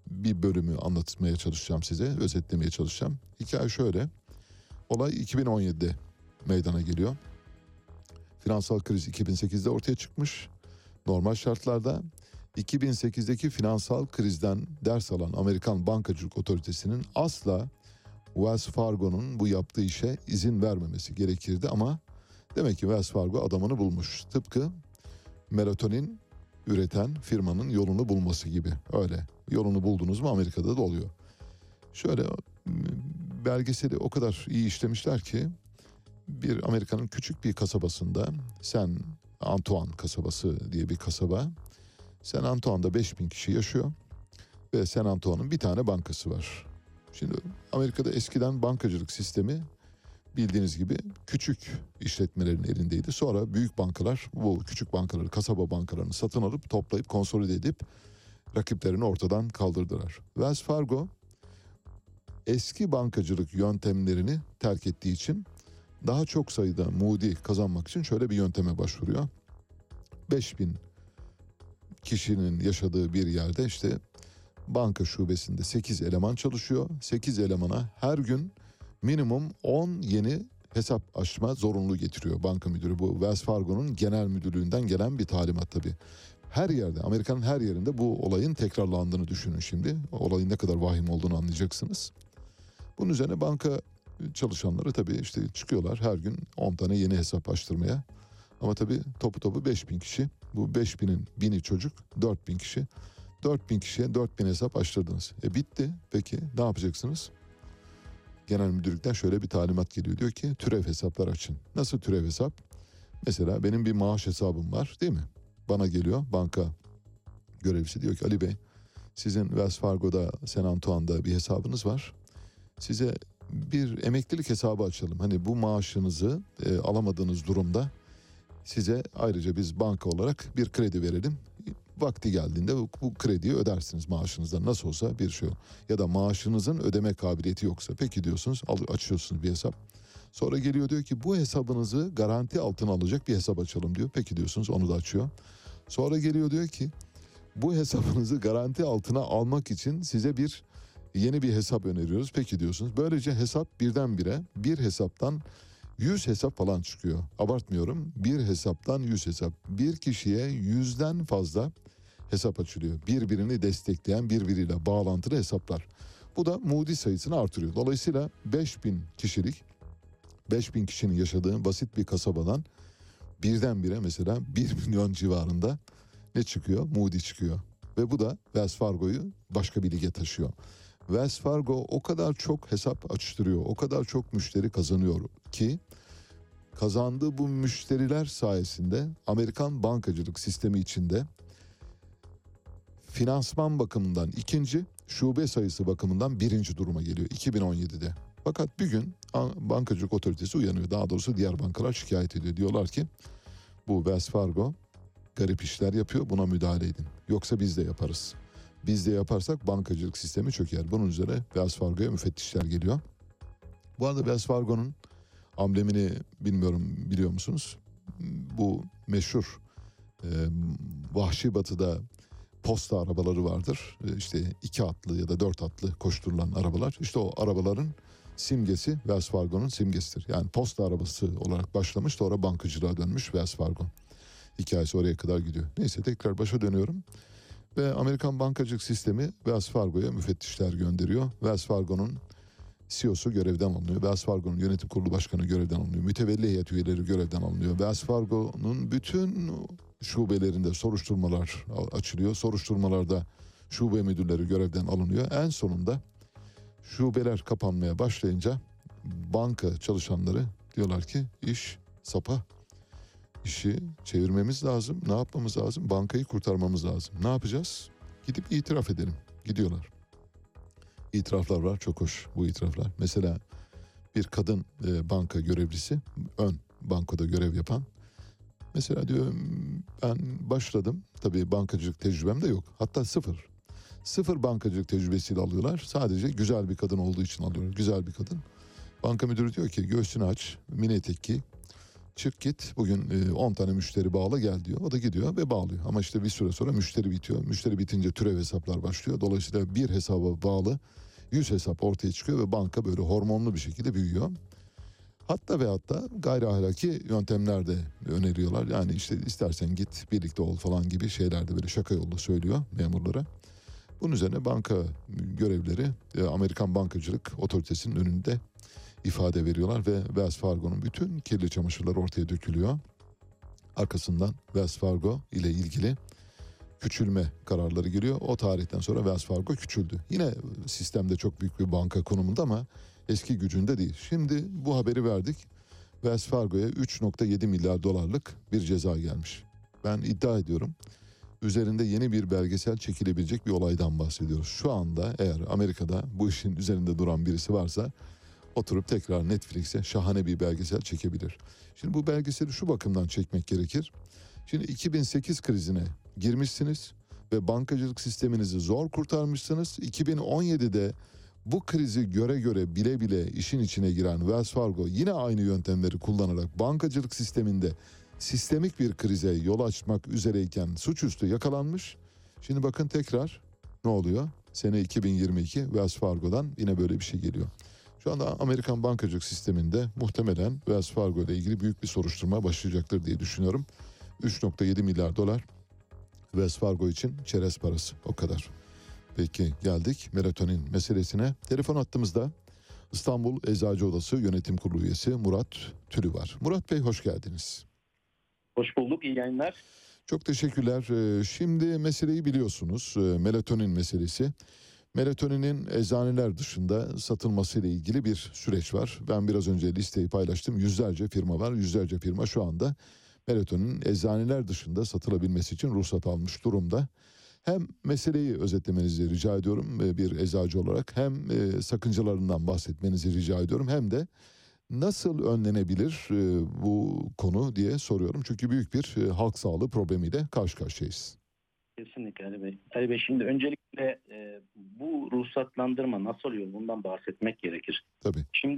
bir bölümü anlatmaya çalışacağım size, özetlemeye çalışacağım. Hikaye şöyle, olay 2017'de meydana geliyor. Finansal kriz 2008'de ortaya çıkmış. Normal şartlarda 2008'deki finansal krizden ders alan Amerikan Bankacılık Otoritesi'nin asla Wells Fargo'nun bu yaptığı işe izin vermemesi gerekirdi ama demek ki Wells Fargo adamını bulmuş. Tıpkı melatonin üreten firmanın yolunu bulması gibi. Öyle. Yolunu buldunuz mu Amerika'da da oluyor. Şöyle belgeseli o kadar iyi işlemişler ki bir Amerika'nın küçük bir kasabasında, San Antoine kasabası diye bir kasaba. San Antoine'da 5000 kişi yaşıyor ve San Antoine'ın bir tane bankası var. Şimdi Amerika'da eskiden bankacılık sistemi bildiğiniz gibi küçük işletmelerin elindeydi. Sonra büyük bankalar bu küçük bankaları, kasaba bankalarını satın alıp toplayıp konsolide edip rakiplerini ortadan kaldırdılar. Wells Fargo eski bankacılık yöntemlerini terk ettiği için daha çok sayıda mudi kazanmak için şöyle bir yönteme başvuruyor. 5000 kişinin yaşadığı bir yerde işte banka şubesinde 8 eleman çalışıyor. 8 elemana her gün minimum 10 yeni hesap açma zorunluluğu getiriyor banka müdürü. Bu Wells Fargo'nun genel müdürlüğünden gelen bir talimat tabii. Her yerde, Amerika'nın her yerinde bu olayın tekrarlandığını düşünün şimdi. Olayın ne kadar vahim olduğunu anlayacaksınız. Bunun üzerine banka çalışanları tabii işte çıkıyorlar her gün 10 tane yeni hesap açtırmaya. Ama tabii topu 5000 kişi. Bu 5000'in 1000'i çocuk, 4000 kişi. 4000 kişiye 4000 hesap açtırdınız. Bitti. Peki ne yapacaksınız? Genel müdürlükten şöyle bir talimat geliyor. Diyor ki türev hesaplar açın. Nasıl türev hesap? Mesela benim bir maaş hesabım var değil mi? Bana geliyor banka görevlisi diyor ki Ali Bey sizin Wells Fargo'da San Antoine'da bir hesabınız var. Size bir emeklilik hesabı açalım. Hani bu maaşınızı alamadığınız durumda size ayrıca biz banka olarak bir kredi verelim. Vakti geldiğinde bu krediyi ödersiniz maaşınızdan. Nasıl olsa bir şey. Ya da maaşınızın ödeme kabiliyeti yoksa. Peki diyorsunuz açıyorsunuz bir hesap. Sonra geliyor diyor ki bu hesabınızı garanti altına alacak bir hesap açalım diyor. Peki diyorsunuz onu da açıyor. Sonra geliyor diyor ki bu hesabınızı garanti altına almak için size yeni bir hesap öneriyoruz. Peki diyorsunuz. Böylece hesap birdenbire bir hesaptan 100 hesap falan çıkıyor. Abartmıyorum. Bir hesaptan 100 hesap. Bir kişiye 100'den fazla hesap açılıyor. Birbirini destekleyen, birbiriyle bağlantılı hesaplar. Bu da mudi sayısını artırıyor. Dolayısıyla 5000 kişinin yaşadığı basit bir kasabadan birdenbire mesela 1 milyon civarında ne çıkıyor? Mudi çıkıyor. Ve bu da Wells Fargo'yu başka bir lige taşıyor. Wells Fargo o kadar çok hesap açtırıyor, o kadar çok müşteri kazanıyor ki kazandığı bu müşteriler sayesinde Amerikan bankacılık sistemi içinde finansman bakımından ikinci, şube sayısı bakımından birinci duruma geliyor 2017'de. Fakat bir gün bankacılık otoritesi uyanıyor. Daha doğrusu diğer bankalar şikayet ediyor. Diyorlar ki bu Wells Fargo garip işler yapıyor, buna müdahale edin. Yoksa biz de yaparız. Biz de yaparsak bankacılık sistemi çöker. Bunun üzerine Wells Fargo'ya müfettişler geliyor. Bu arada Wells Fargo'nun amblemini bilmiyorum biliyor musunuz? Bu meşhur Vahşi Batı'da posta arabaları vardır. İşte 2 atlı ya da 4 atlı koşturulan arabalar. İşte o arabaların simgesi Wells Fargo'nun simgesidir. Yani posta arabası olarak başlamış, sonra bankacılığa dönmüş Wells Fargo. Hikayesi oraya kadar gidiyor. Neyse tekrar başa dönüyorum. Ve Amerikan bankacılık sistemi Wells Fargo'ya müfettişler gönderiyor. Wells Fargo'nun CEO'su görevden alınıyor. Wells Fargo'nun yönetim kurulu başkanı görevden alınıyor. Mütevelli heyet üyeleri görevden alınıyor. Wells Fargo'nun bütün şubelerinde soruşturmalar açılıyor. Soruşturmalarda şube müdürleri görevden alınıyor. En sonunda şubeler kapanmaya başlayınca banka çalışanları diyorlar ki iş sapa. İşi çevirmemiz lazım. Ne yapmamız lazım? Bankayı kurtarmamız lazım. Ne yapacağız? Gidip itiraf edelim. Gidiyorlar. İtiraflar var. Çok hoş bu itiraflar. Mesela bir kadın banka görevlisi, ön bankoda görev yapan. Mesela diyor ben başladım. Tabii bankacılık tecrübem de yok. Hatta sıfır. Sıfır bankacılık tecrübesiyle alıyorlar. Sadece güzel bir kadın olduğu için alıyorlar. Güzel bir kadın. Banka müdürü diyor ki göğsünü aç, mini etek giy. Çık git bugün 10 tane müşteri bağla gel diyor. O da gidiyor ve bağlıyor. Ama işte bir süre sonra müşteri bitiyor. Müşteri bitince türev hesaplar başlıyor. Dolayısıyla bir hesaba bağlı 100 hesap ortaya çıkıyor ve banka böyle hormonlu bir şekilde büyüyor. Hatta ve hatta gayri ahlaki yöntemler de öneriyorlar. Yani işte istersen git birlikte ol falan gibi şeyler de böyle şaka yollu söylüyor memurlara. Bunun üzerine banka görevlileri Amerikan Bankacılık Otoritesi'nin önünde ifade veriyorlar ve Wells Fargo'nun bütün kirli çamaşırları ortaya dökülüyor. Arkasından Wells Fargo ile ilgili küçülme kararları geliyor. O tarihten sonra Wells Fargo küçüldü. Yine sistemde çok büyük bir banka konumunda ama eski gücünde değil. Şimdi bu haberi verdik. Wells Fargo'ya 3,7 milyar dolarlık bir ceza gelmiş. Ben iddia ediyorum üzerinde yeni bir belgesel çekilebilecek bir olaydan bahsediyoruz. Şu anda eğer Amerika'da bu işin üzerinde duran birisi varsa oturup tekrar Netflix'e şahane bir belgesel çekebilir. Şimdi bu belgeseli şu bakımdan çekmek gerekir. Şimdi 2008 krizine girmişsiniz ve bankacılık sisteminizi zor kurtarmışsınız. 2017'de bu krizi göre göre bile bile işin içine giren Wells Fargo yine aynı yöntemleri kullanarak bankacılık sisteminde sistemik bir krize yol açmak üzereyken suçüstü yakalanmış. Şimdi bakın tekrar ne oluyor? Sene 2022 Wells Fargo'dan yine böyle bir şey geliyor. Şu anda Amerikan bankacılık sisteminde muhtemelen Wells Fargo ile ilgili büyük bir soruşturma başlayacaktır diye düşünüyorum. 3,7 milyar dolar Wells Fargo için çerez parası, o kadar. Peki geldik melatonin meselesine. Telefon hattımızda İstanbul Eczacı Odası Yönetim Kurulu üyesi Murat Tülü var. Murat Bey hoş geldiniz. Hoş bulduk, iyi yayınlar. Çok teşekkürler. Şimdi meseleyi biliyorsunuz, melatonin meselesi. Melatoninin eczaneler dışında satılmasıyla ilgili bir süreç var. Ben biraz önce listeyi paylaştım. Yüzlerce firma var. Yüzlerce firma şu anda melatoninin eczaneler dışında satılabilmesi için ruhsat almış durumda. Hem meseleyi özetlemenizi rica ediyorum bir eczacı olarak, hem sakıncalarından bahsetmenizi rica ediyorum, hem de nasıl önlenebilir bu konu diye soruyorum. Çünkü büyük bir halk sağlığı problemiyle karşı karşıyayız. Kesinlikle Ali Bey. Ali Bey, şimdi öncelikle bu ruhsatlandırma nasıl oluyor bundan bahsetmek gerekir. Tabii. Şimdi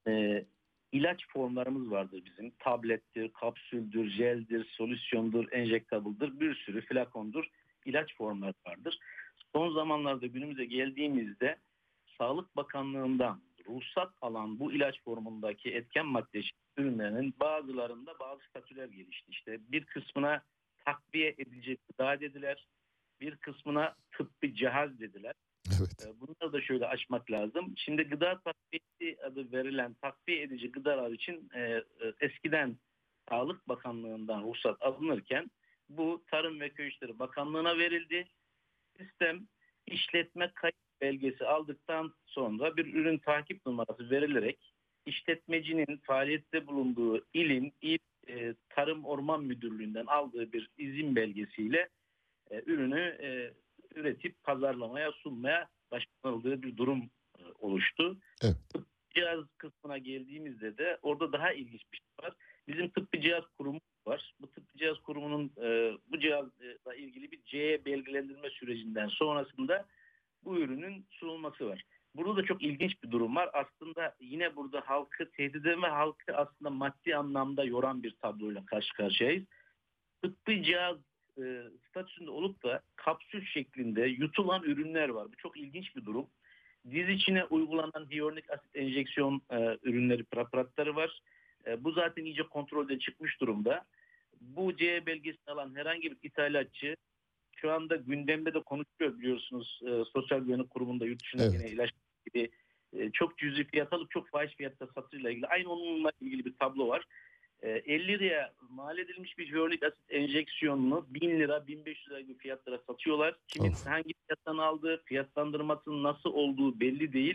ilaç formlarımız vardır bizim. Tablettir, kapsüldür, jeldir, solüsyondur, enjektabıldır, bir sürü flakondur. İlaç formları vardır. Son zamanlarda günümüze geldiğimizde Sağlık Bakanlığı'ndan ruhsat alan bu ilaç formundaki etken madde ürünlerinin bazılarında bazı statüler gelişti. İşte bir kısmına takviye edilecek gıda dediler. Bir kısmına tıbbi cihaz dediler. Evet. Bunları da şöyle açmak lazım. Şimdi gıda takviyesi adı verilen takviye edici gıdalar için eskiden Sağlık Bakanlığı'ndan ruhsat alınırken bu Tarım ve Köy İşleri Bakanlığı'na verildi. Sistem işletme kayıt belgesi aldıktan sonra bir ürün takip numarası verilerek işletmecinin faaliyette bulunduğu il Tarım Orman Müdürlüğü'nden aldığı bir izin belgesiyle ürünü üretip pazarlamaya sunmaya başlanıldığı bir durum oluştu. Evet. Tıbbi cihaz kısmına geldiğimizde de orada daha ilginç bir şey var. Bizim tıbbi cihaz kurumu var. Bu tıbbi cihaz kurumunun bu cihazla ilgili bir CE belgelendirme sürecinden sonrasında bu ürünün sunulması var. Burada da çok ilginç bir durum var. Aslında yine burada halkı tehdit eden ve halkı aslında maddi anlamda yoran bir tabloyla karşı karşıyayız. Tıbbi cihaz statüsünde olup da kapsül şeklinde yutulan ürünler var. Bu çok ilginç bir durum. Diz içine uygulanan hyaluronik asit enjeksiyon ürünleri, preparatları var. Bu zaten iyice kontrolden çıkmış durumda. Bu CE belgesini alan herhangi bir ithalatçı şu anda gündemde de konuşuyor biliyorsunuz. Sosyal Güvenlik Kurumu'nda yurt dışında yine ilaç gibi çok cüzi fiyat alıp çok fahiş fiyatta satışıyla ilgili. Aynı onunla ilgili bir tablo var. 50 liraya mal edilmiş bir hyaluronik asit enjeksiyonunu 1000 lira, 1500 lira gibi fiyatlara satıyorlar. Kimin hangi fiyattan aldığı, fiyatlandırmasının nasıl olduğu belli değil.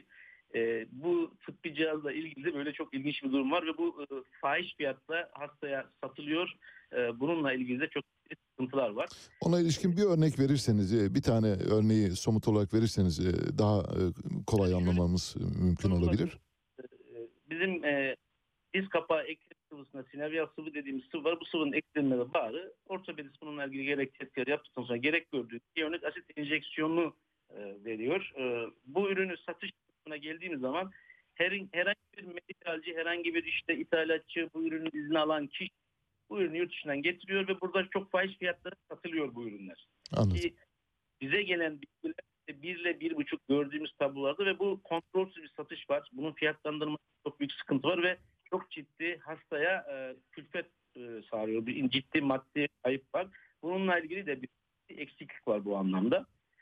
Bu tıbbi cihazla ilgili de böyle çok ilginç bir durum var ve bu fahiş fiyatla hastaya satılıyor. Bununla ilgili de çok sıkıntılar var. Ona ilişkin bir örnek verirseniz, bir tane örneği somut olarak verirseniz daha kolay anlamamız mümkün olabilir. Bizim diz kapağı eklem sıvısına sinevyal sıvı dediğimiz sıvı var. Bu sıvının eklenmede bağlı. Ortopedist bununla ilgili gerek testleri yaptıktan sonra gerek gördüğü hyaluronik asit enjeksiyonunu veriyor. Bu ürünü satış kısmına geldiğimiz zaman herhangi bir medikal ithalci, herhangi bir işte ithalatçı, bu ürünün izni alan kişi bu ürünü yurt dışından getiriyor ve burada çok fahiş fiyatlara satılıyor bu ürünler. Anladım. Ki bize gelen bilgiler 1 ile 1,5 gördüğümüz tablolarda ve bu kontrolsüz bir satış var. Bunun fiyatlandırması çok büyük sıkıntı var ve çok ciddi hastaya külfet sağlıyor. Bir ciddi maddi kayıp var. Bununla ilgili de bir eksiklik var bu anlamda.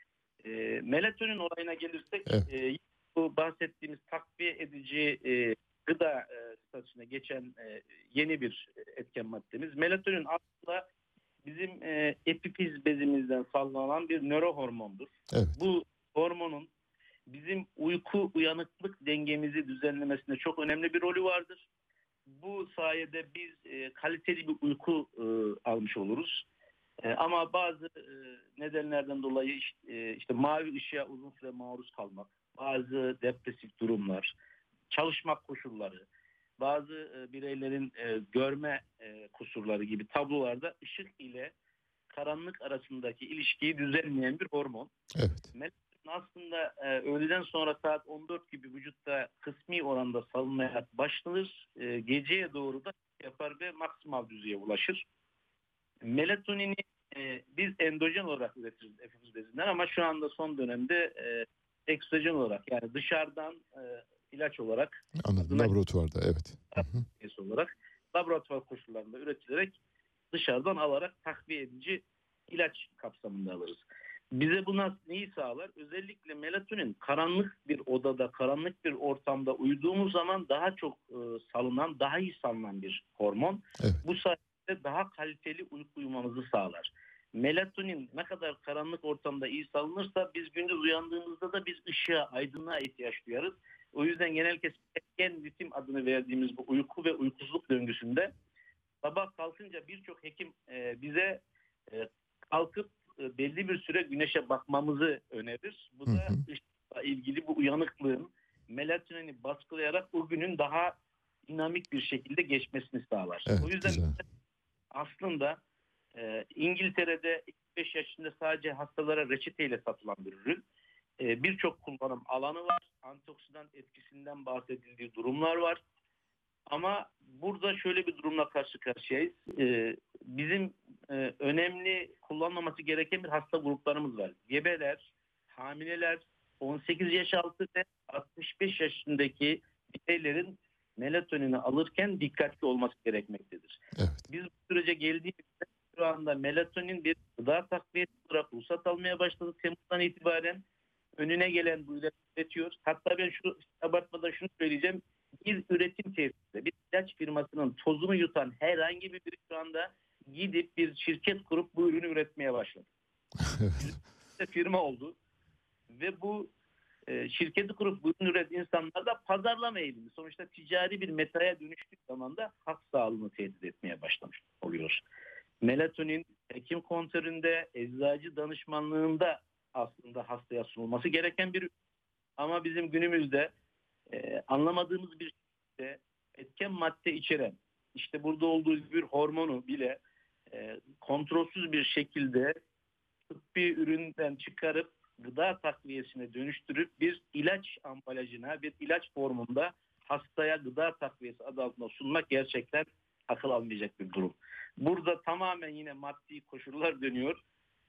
Melatonin olayına gelirsek Evet. bu bahsettiğimiz takviye edici gıda statüsüne geçen yeni bir etken maddemiz. Melatonin aslında bizim epifiz bezimizden salgılanan bir nörohormondur. Evet. Bu hormonun bizim uyku uyanıklık dengemizi düzenlemesinde çok önemli bir rolü vardır. Bu sayede biz kaliteli bir uyku almış oluruz. Ama bazı nedenlerden dolayı işte mavi ışığa uzun süre maruz kalmak, bazı depresif durumlar, çalışma koşulları, bazı bireylerin görme kusurları gibi tablolarda ışık ile karanlık arasındaki ilişkiyi düzenleyen bir hormon. Evet. Melatonin aslında öğleden sonra saat 14 gibi vücutta kısmi oranda salınmaya başlanır. Geceye doğru da yapar ve maksimal düzeye ulaşır. Melatonini biz endojen olarak üretiriz epifiz bezinden ama şu anda son dönemde eksojen olarak yani dışarıdan ilaç olarak Anladım. Laboratuvarda, evet. olarak laboratuvar koşullarında üretilerek dışarıdan alarak takviye edici ilaç kapsamında alırız. Bize bu neyi sağlar? Özellikle melatonin karanlık bir odada, karanlık bir ortamda uyuduğumuz zaman daha çok salınan, daha iyi salınan bir hormon. Evet. Bu sayede daha kaliteli uyku uyumamızı sağlar. Melatonin ne kadar karanlık ortamda iyi salınırsa biz gündüz uyandığımızda da biz ışığa, aydınlığa ihtiyaç duyarız. O yüzden genellikle etken ritim adını verdiğimiz bu uyku ve uykusuzluk döngüsünde sabah kalkınca birçok hekim bize kalkıp belli bir süre güneşe bakmamızı önerir. Bu da ışıkla ilgili bu uyanıklığın melatonini baskılayarak o günün daha dinamik bir şekilde geçmesini sağlar. Evet, o yüzden güzel. aslında İngiltere'de 5 yaşında sadece hastalara reçeteyle satılan bir ürün. Birçok kullanım alanı var. Antioksidan etkisinden bahsedildiği durumlar var. Ama burada şöyle bir durumla karşı karşıyayız. Bizim önemli kullanmaması gereken bir hasta gruplarımız var. Gebeler, hamileler, 18 yaş altı ve 65 yaşındaki bireylerin melatonini alırken dikkatli olması gerekmektedir. Evet. Biz bu sürece geldiğimizde şu anda melatonin bir gıda takviyesi olarak ruhsat almaya başladı. Temmuz'dan itibaren önüne gelen bu ilaç üretiyor. Hatta ben şu abartmadan şunu söyleyeceğim. Bir üretim tesisinde bir ilaç firmasının tozunu yutan herhangi bir biri şu anda gidip bir şirket kurup bu ürünü üretmeye başladı. Evet. Firma oldu ve bu şirketi kurup bu ürünü üreten insanlar da pazarlama eğilimi. Sonuçta ticari bir metaya dönüştüğü zaman da halk sağlığını tehdit etmeye başlamış oluyor. Melatonin hekim kontrolünde, eczacı danışmanlığında aslında hastaya sunulması gereken bir ürün. Ama bizim günümüzde anlamadığımız bir şekilde etken madde içeren, işte burada olduğu bir hormonu bile kontrolsüz bir şekilde tıbbi üründen çıkarıp gıda takviyesine dönüştürüp bir ilaç ambalajına, bir ilaç formunda hastaya gıda takviyesi adı altında sunmak gerçekten akıl almayacak bir durum. Burada tamamen yine maddi koşullar dönüyor.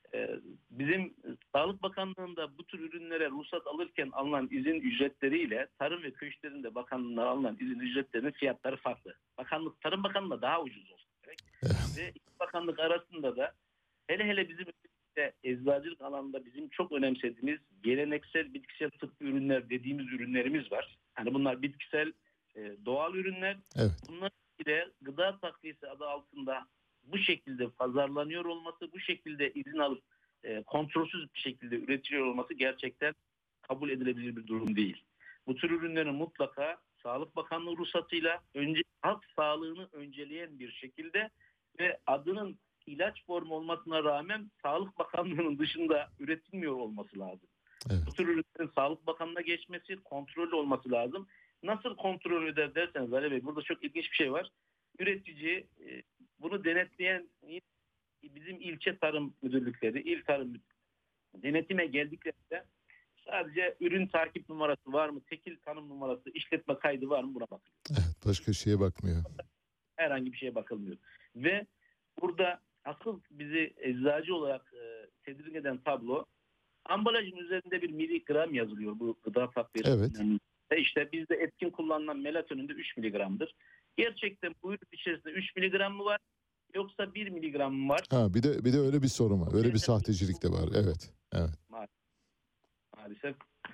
Bizim Sağlık Bakanlığı'nda bu tür ürünlere ruhsat alırken alınan izin ücretleriyle Tarım ve Köy İşleri Bakanlığı'nda alınan izin ücretlerinin fiyatları farklı. Tarım Bakanlığı'nda daha ucuz olsun gerek. Ve iki bakanlık arasında da hele bizim eczacılık alanında bizim çok önemsediğimiz geleneksel bitkisel tıbbi ürünler dediğimiz ürünlerimiz var. Yani bunlar bitkisel doğal ürünler. Evet. Bunlar ile gıda takviyesi adı altında bu şekilde pazarlanıyor olması, bu şekilde izin alıp kontrolsüz bir şekilde üretiliyor olması gerçekten kabul edilebilir bir durum değil. Bu tür ürünlerin mutlaka Sağlık Bakanlığı ruhsatıyla halk sağlığını önceleyen bir şekilde ve adının ilaç formu olmasına rağmen Sağlık Bakanlığı'nın dışında üretilmiyor olması lazım. Evet. Bu tür ürünlerin Sağlık Bakanlığı'na geçmesi, kontrollü olması lazım. Nasıl kontrol eder derseniz Ali Bey, burada çok ilginç bir şey var. Üretici bunu denetleyen bizim ilçe tarım müdürlükleri, il tarım denetime geldiklerinde sadece ürün takip numarası var mı, tekil tanım numarası, işletme kaydı var mı buna bakılıyor. Evet. başka şeye bakmıyor. Herhangi bir şeye bakılmıyor. Ve burada asıl bizi eczacı olarak tedirgin eden tablo, ambalajın üzerinde bir miligram yazılıyor bu gıda takviye. Evet. İşte bizde etkin kullanılan melatonin de 3 miligramdır. Gerçekten bu ürün içerisinde 3 miligram mı var yoksa 1 miligram mı var? Ha, bir de öyle bir sorun var. Öyle bir sahtecilik de var. Evet. Evet. Maalesef.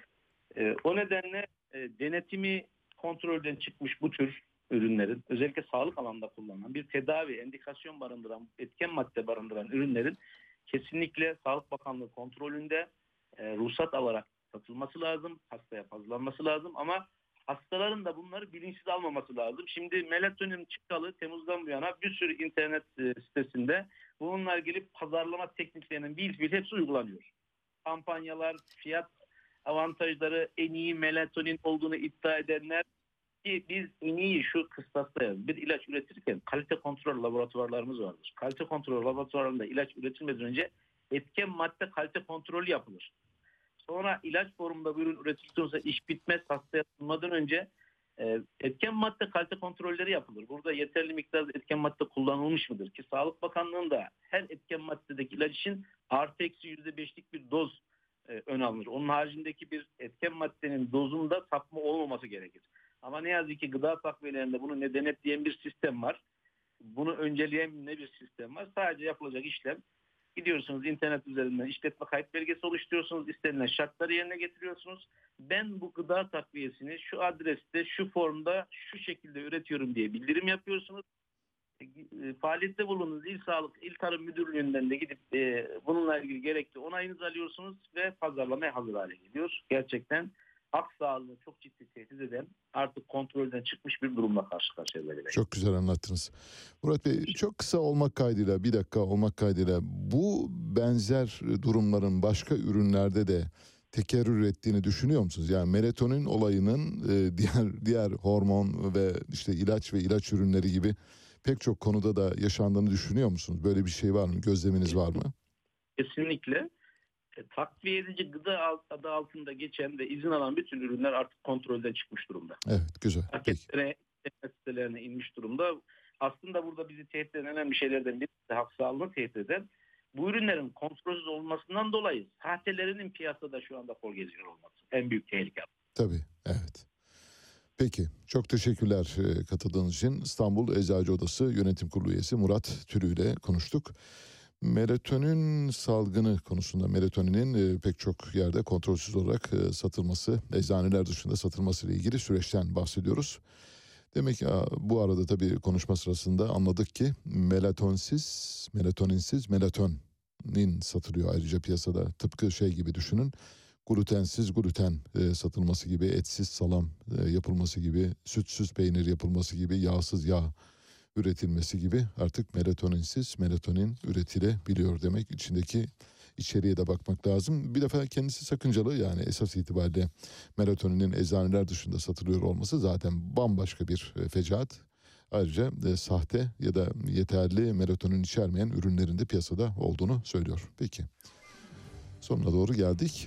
O nedenle denetimi kontrolden çıkmış bu tür ürünlerin, özellikle sağlık alanında kullanılan bir tedavi, endikasyon barındıran, etken madde barındıran ürünlerin kesinlikle Sağlık Bakanlığı kontrolünde ruhsat alarak satılması lazım, hastaya pazarlanması lazım ama hastaların da bunları bilinçsiz almaması lazım. Şimdi melatonin çıkalı Temmuz'dan bu yana bir sürü internet sitesinde bununla ilgili pazarlama tekniklerinin bir hepsi uygulanıyor. Kampanyalar, fiyat avantajları, en iyi melatonin olduğunu iddia edenler, ki biz en iyi şu kıstastayız. Bir ilaç üretirken kalite kontrol laboratuvarlarımız vardır. Kalite kontrol laboratuvarlarında ilaç üretilmeden önce etken madde kalite kontrolü yapılır. Sonra ilaç formunda bu ürün üretildikten sonra iş bitmez, hastaya sunmadan önce etken madde kalite kontrolleri yapılır. Burada yeterli miktarda etken madde kullanılmış mıdır? Ki Sağlık Bakanlığı'nda her etken maddedeki ilaç için artı eksi %5'lik bir doz ön alınır. Onun haricindeki bir etken maddenin dozunda sapma olmaması gerekir. Ama ne yazık ki gıda takviyelerinde bunu ne denetleyen bir sistem var. Bunu önceleyen ne bir sistem var. Sadece yapılacak işlem, gidiyorsunuz internet üzerinden işletme kayıt belgesi oluşturuyorsunuz. İstenilen şartları yerine getiriyorsunuz. Ben bu gıda takviyesini şu adreste, şu formda, şu şekilde üretiyorum diye bildirim yapıyorsunuz. Faaliyette bulunduğunuz İl Sağlık, İl Tarım Müdürlüğü'nden de gidip bununla ilgili gerekli onayınızı alıyorsunuz ve pazarlamaya hazır hale geliyor. Gerçekten halk sağlığını çok ciddi tehdit eden, artık kontrolden çıkmış bir durumla karşı karşıyayız. Çok güzel anlattınız. Murat Bey, çok kısa olmak kaydıyla, bir dakika olmak kaydıyla, bu benzer durumların başka ürünlerde de tekerrür ettiğini düşünüyor musunuz? Yani melatonin olayının diğer hormon ve işte ilaç ve ilaç ürünleri gibi pek çok konuda da yaşandığını düşünüyor musunuz? Böyle bir şey var mı? Gözleminiz var mı? Kesinlikle. Takviye edici gıda adı altında geçen ve izin alan bütün ürünler artık kontrolden çıkmış durumda. Evet, güzel. Marketlere, internet sitelerine inmiş durumda. Aslında burada bizi tehdit eden önemli şeylerden birisi de halk sağlığını tehdit eden bu ürünlerin kontrolsüz olmasından dolayı sahtelerinin piyasada şu anda kol geziyor olması. En büyük tehlike. Tabii, evet. Peki, çok teşekkürler katıldığınız için. İstanbul Eczacı Odası Yönetim Kurulu üyesi Murat Türü ile konuştuk. Melatonin salgını konusunda, melatoninin pek çok yerde kontrolsüz olarak satılması, eczaneler dışında satılması ile ilgili süreçten bahsediyoruz. Demek ki bu arada tabii konuşma sırasında anladık ki melatoninsiz melatonin satılıyor ayrıca piyasada. Tıpkı şey gibi düşünün, glutensiz gluten satılması gibi, etsiz salam yapılması gibi, sütsüz peynir yapılması gibi, yağsız yağ üretilmesi gibi artık melatonin üretilebiliyor demek. İçindeki içeriğe de bakmak lazım. Bir defa kendisi sakıncalı, yani esas itibariyle melatoninin eczaneler dışında satılıyor olması zaten bambaşka bir fecaat. Ayrıca sahte ya da yeterli melatonin içermeyen ürünlerin de piyasada olduğunu söylüyor. Peki. Sonuna doğru geldik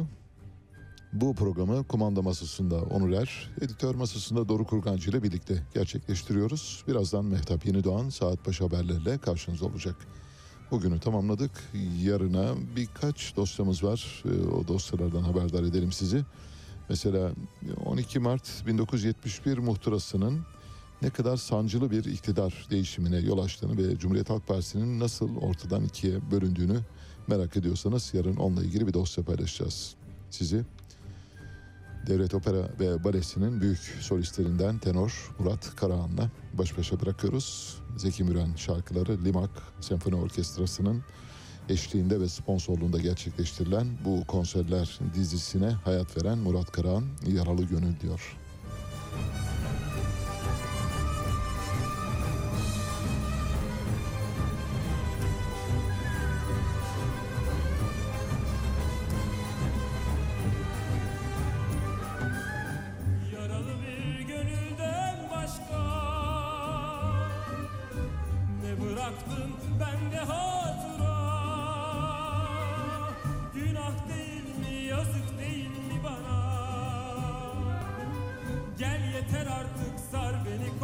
Bu programı kumanda masasında Onur Er, editör masasında Doruk Kurgancı ile birlikte gerçekleştiriyoruz. Birazdan Mehtap Yenidoğan saat başı haberlerle karşınızda olacak. Bugünü tamamladık. Yarına birkaç dosyamız var. O dosyalardan haberdar edelim sizi. Mesela 12 Mart 1971 muhtırasının ne kadar sancılı bir iktidar değişimine yol açtığını ve Cumhuriyet Halk Partisi'nin nasıl ortadan ikiye bölündüğünü merak ediyorsanız yarın onunla ilgili bir dosya paylaşacağız. Sizi Devlet Opera ve Balesi'nin büyük solistlerinden tenor Murat Karahan'la baş başa bırakıyoruz. Zeki Müren şarkıları Limak Senfoni Orkestrası'nın eşliğinde ve sponsorluğunda gerçekleştirilen bu konserler dizisine hayat veren Murat Karahan Yaralı Gönül diyor. Gel yeter artık sar beni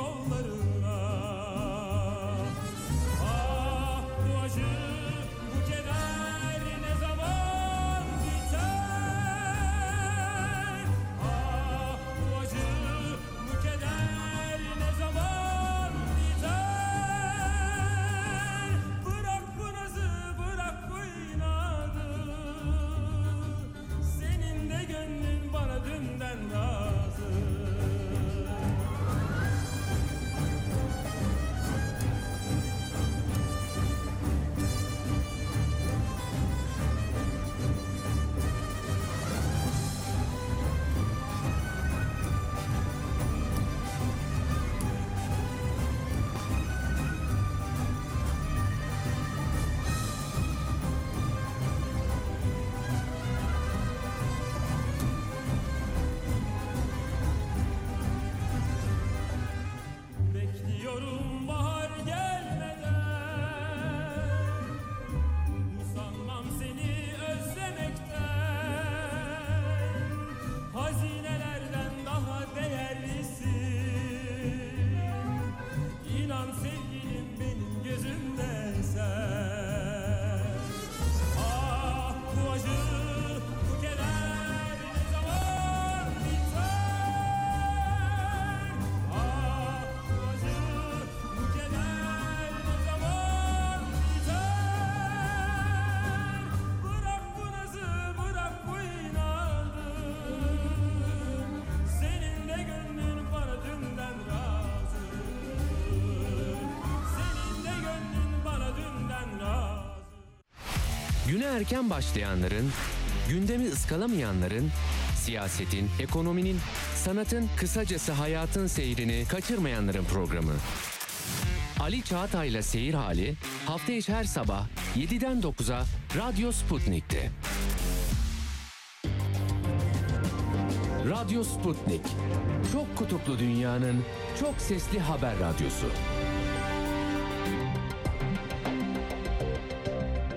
Güne erken başlayanların, gündemi ıskalamayanların, siyasetin, ekonominin, sanatın, kısacası hayatın seyrini kaçırmayanların programı. Ali Çağatay'la Seyir Hali hafta içi her sabah 7'den 9'a Radyo Sputnik'te. Radyo Sputnik. Çok kutuplu dünyanın çok sesli haber radyosu.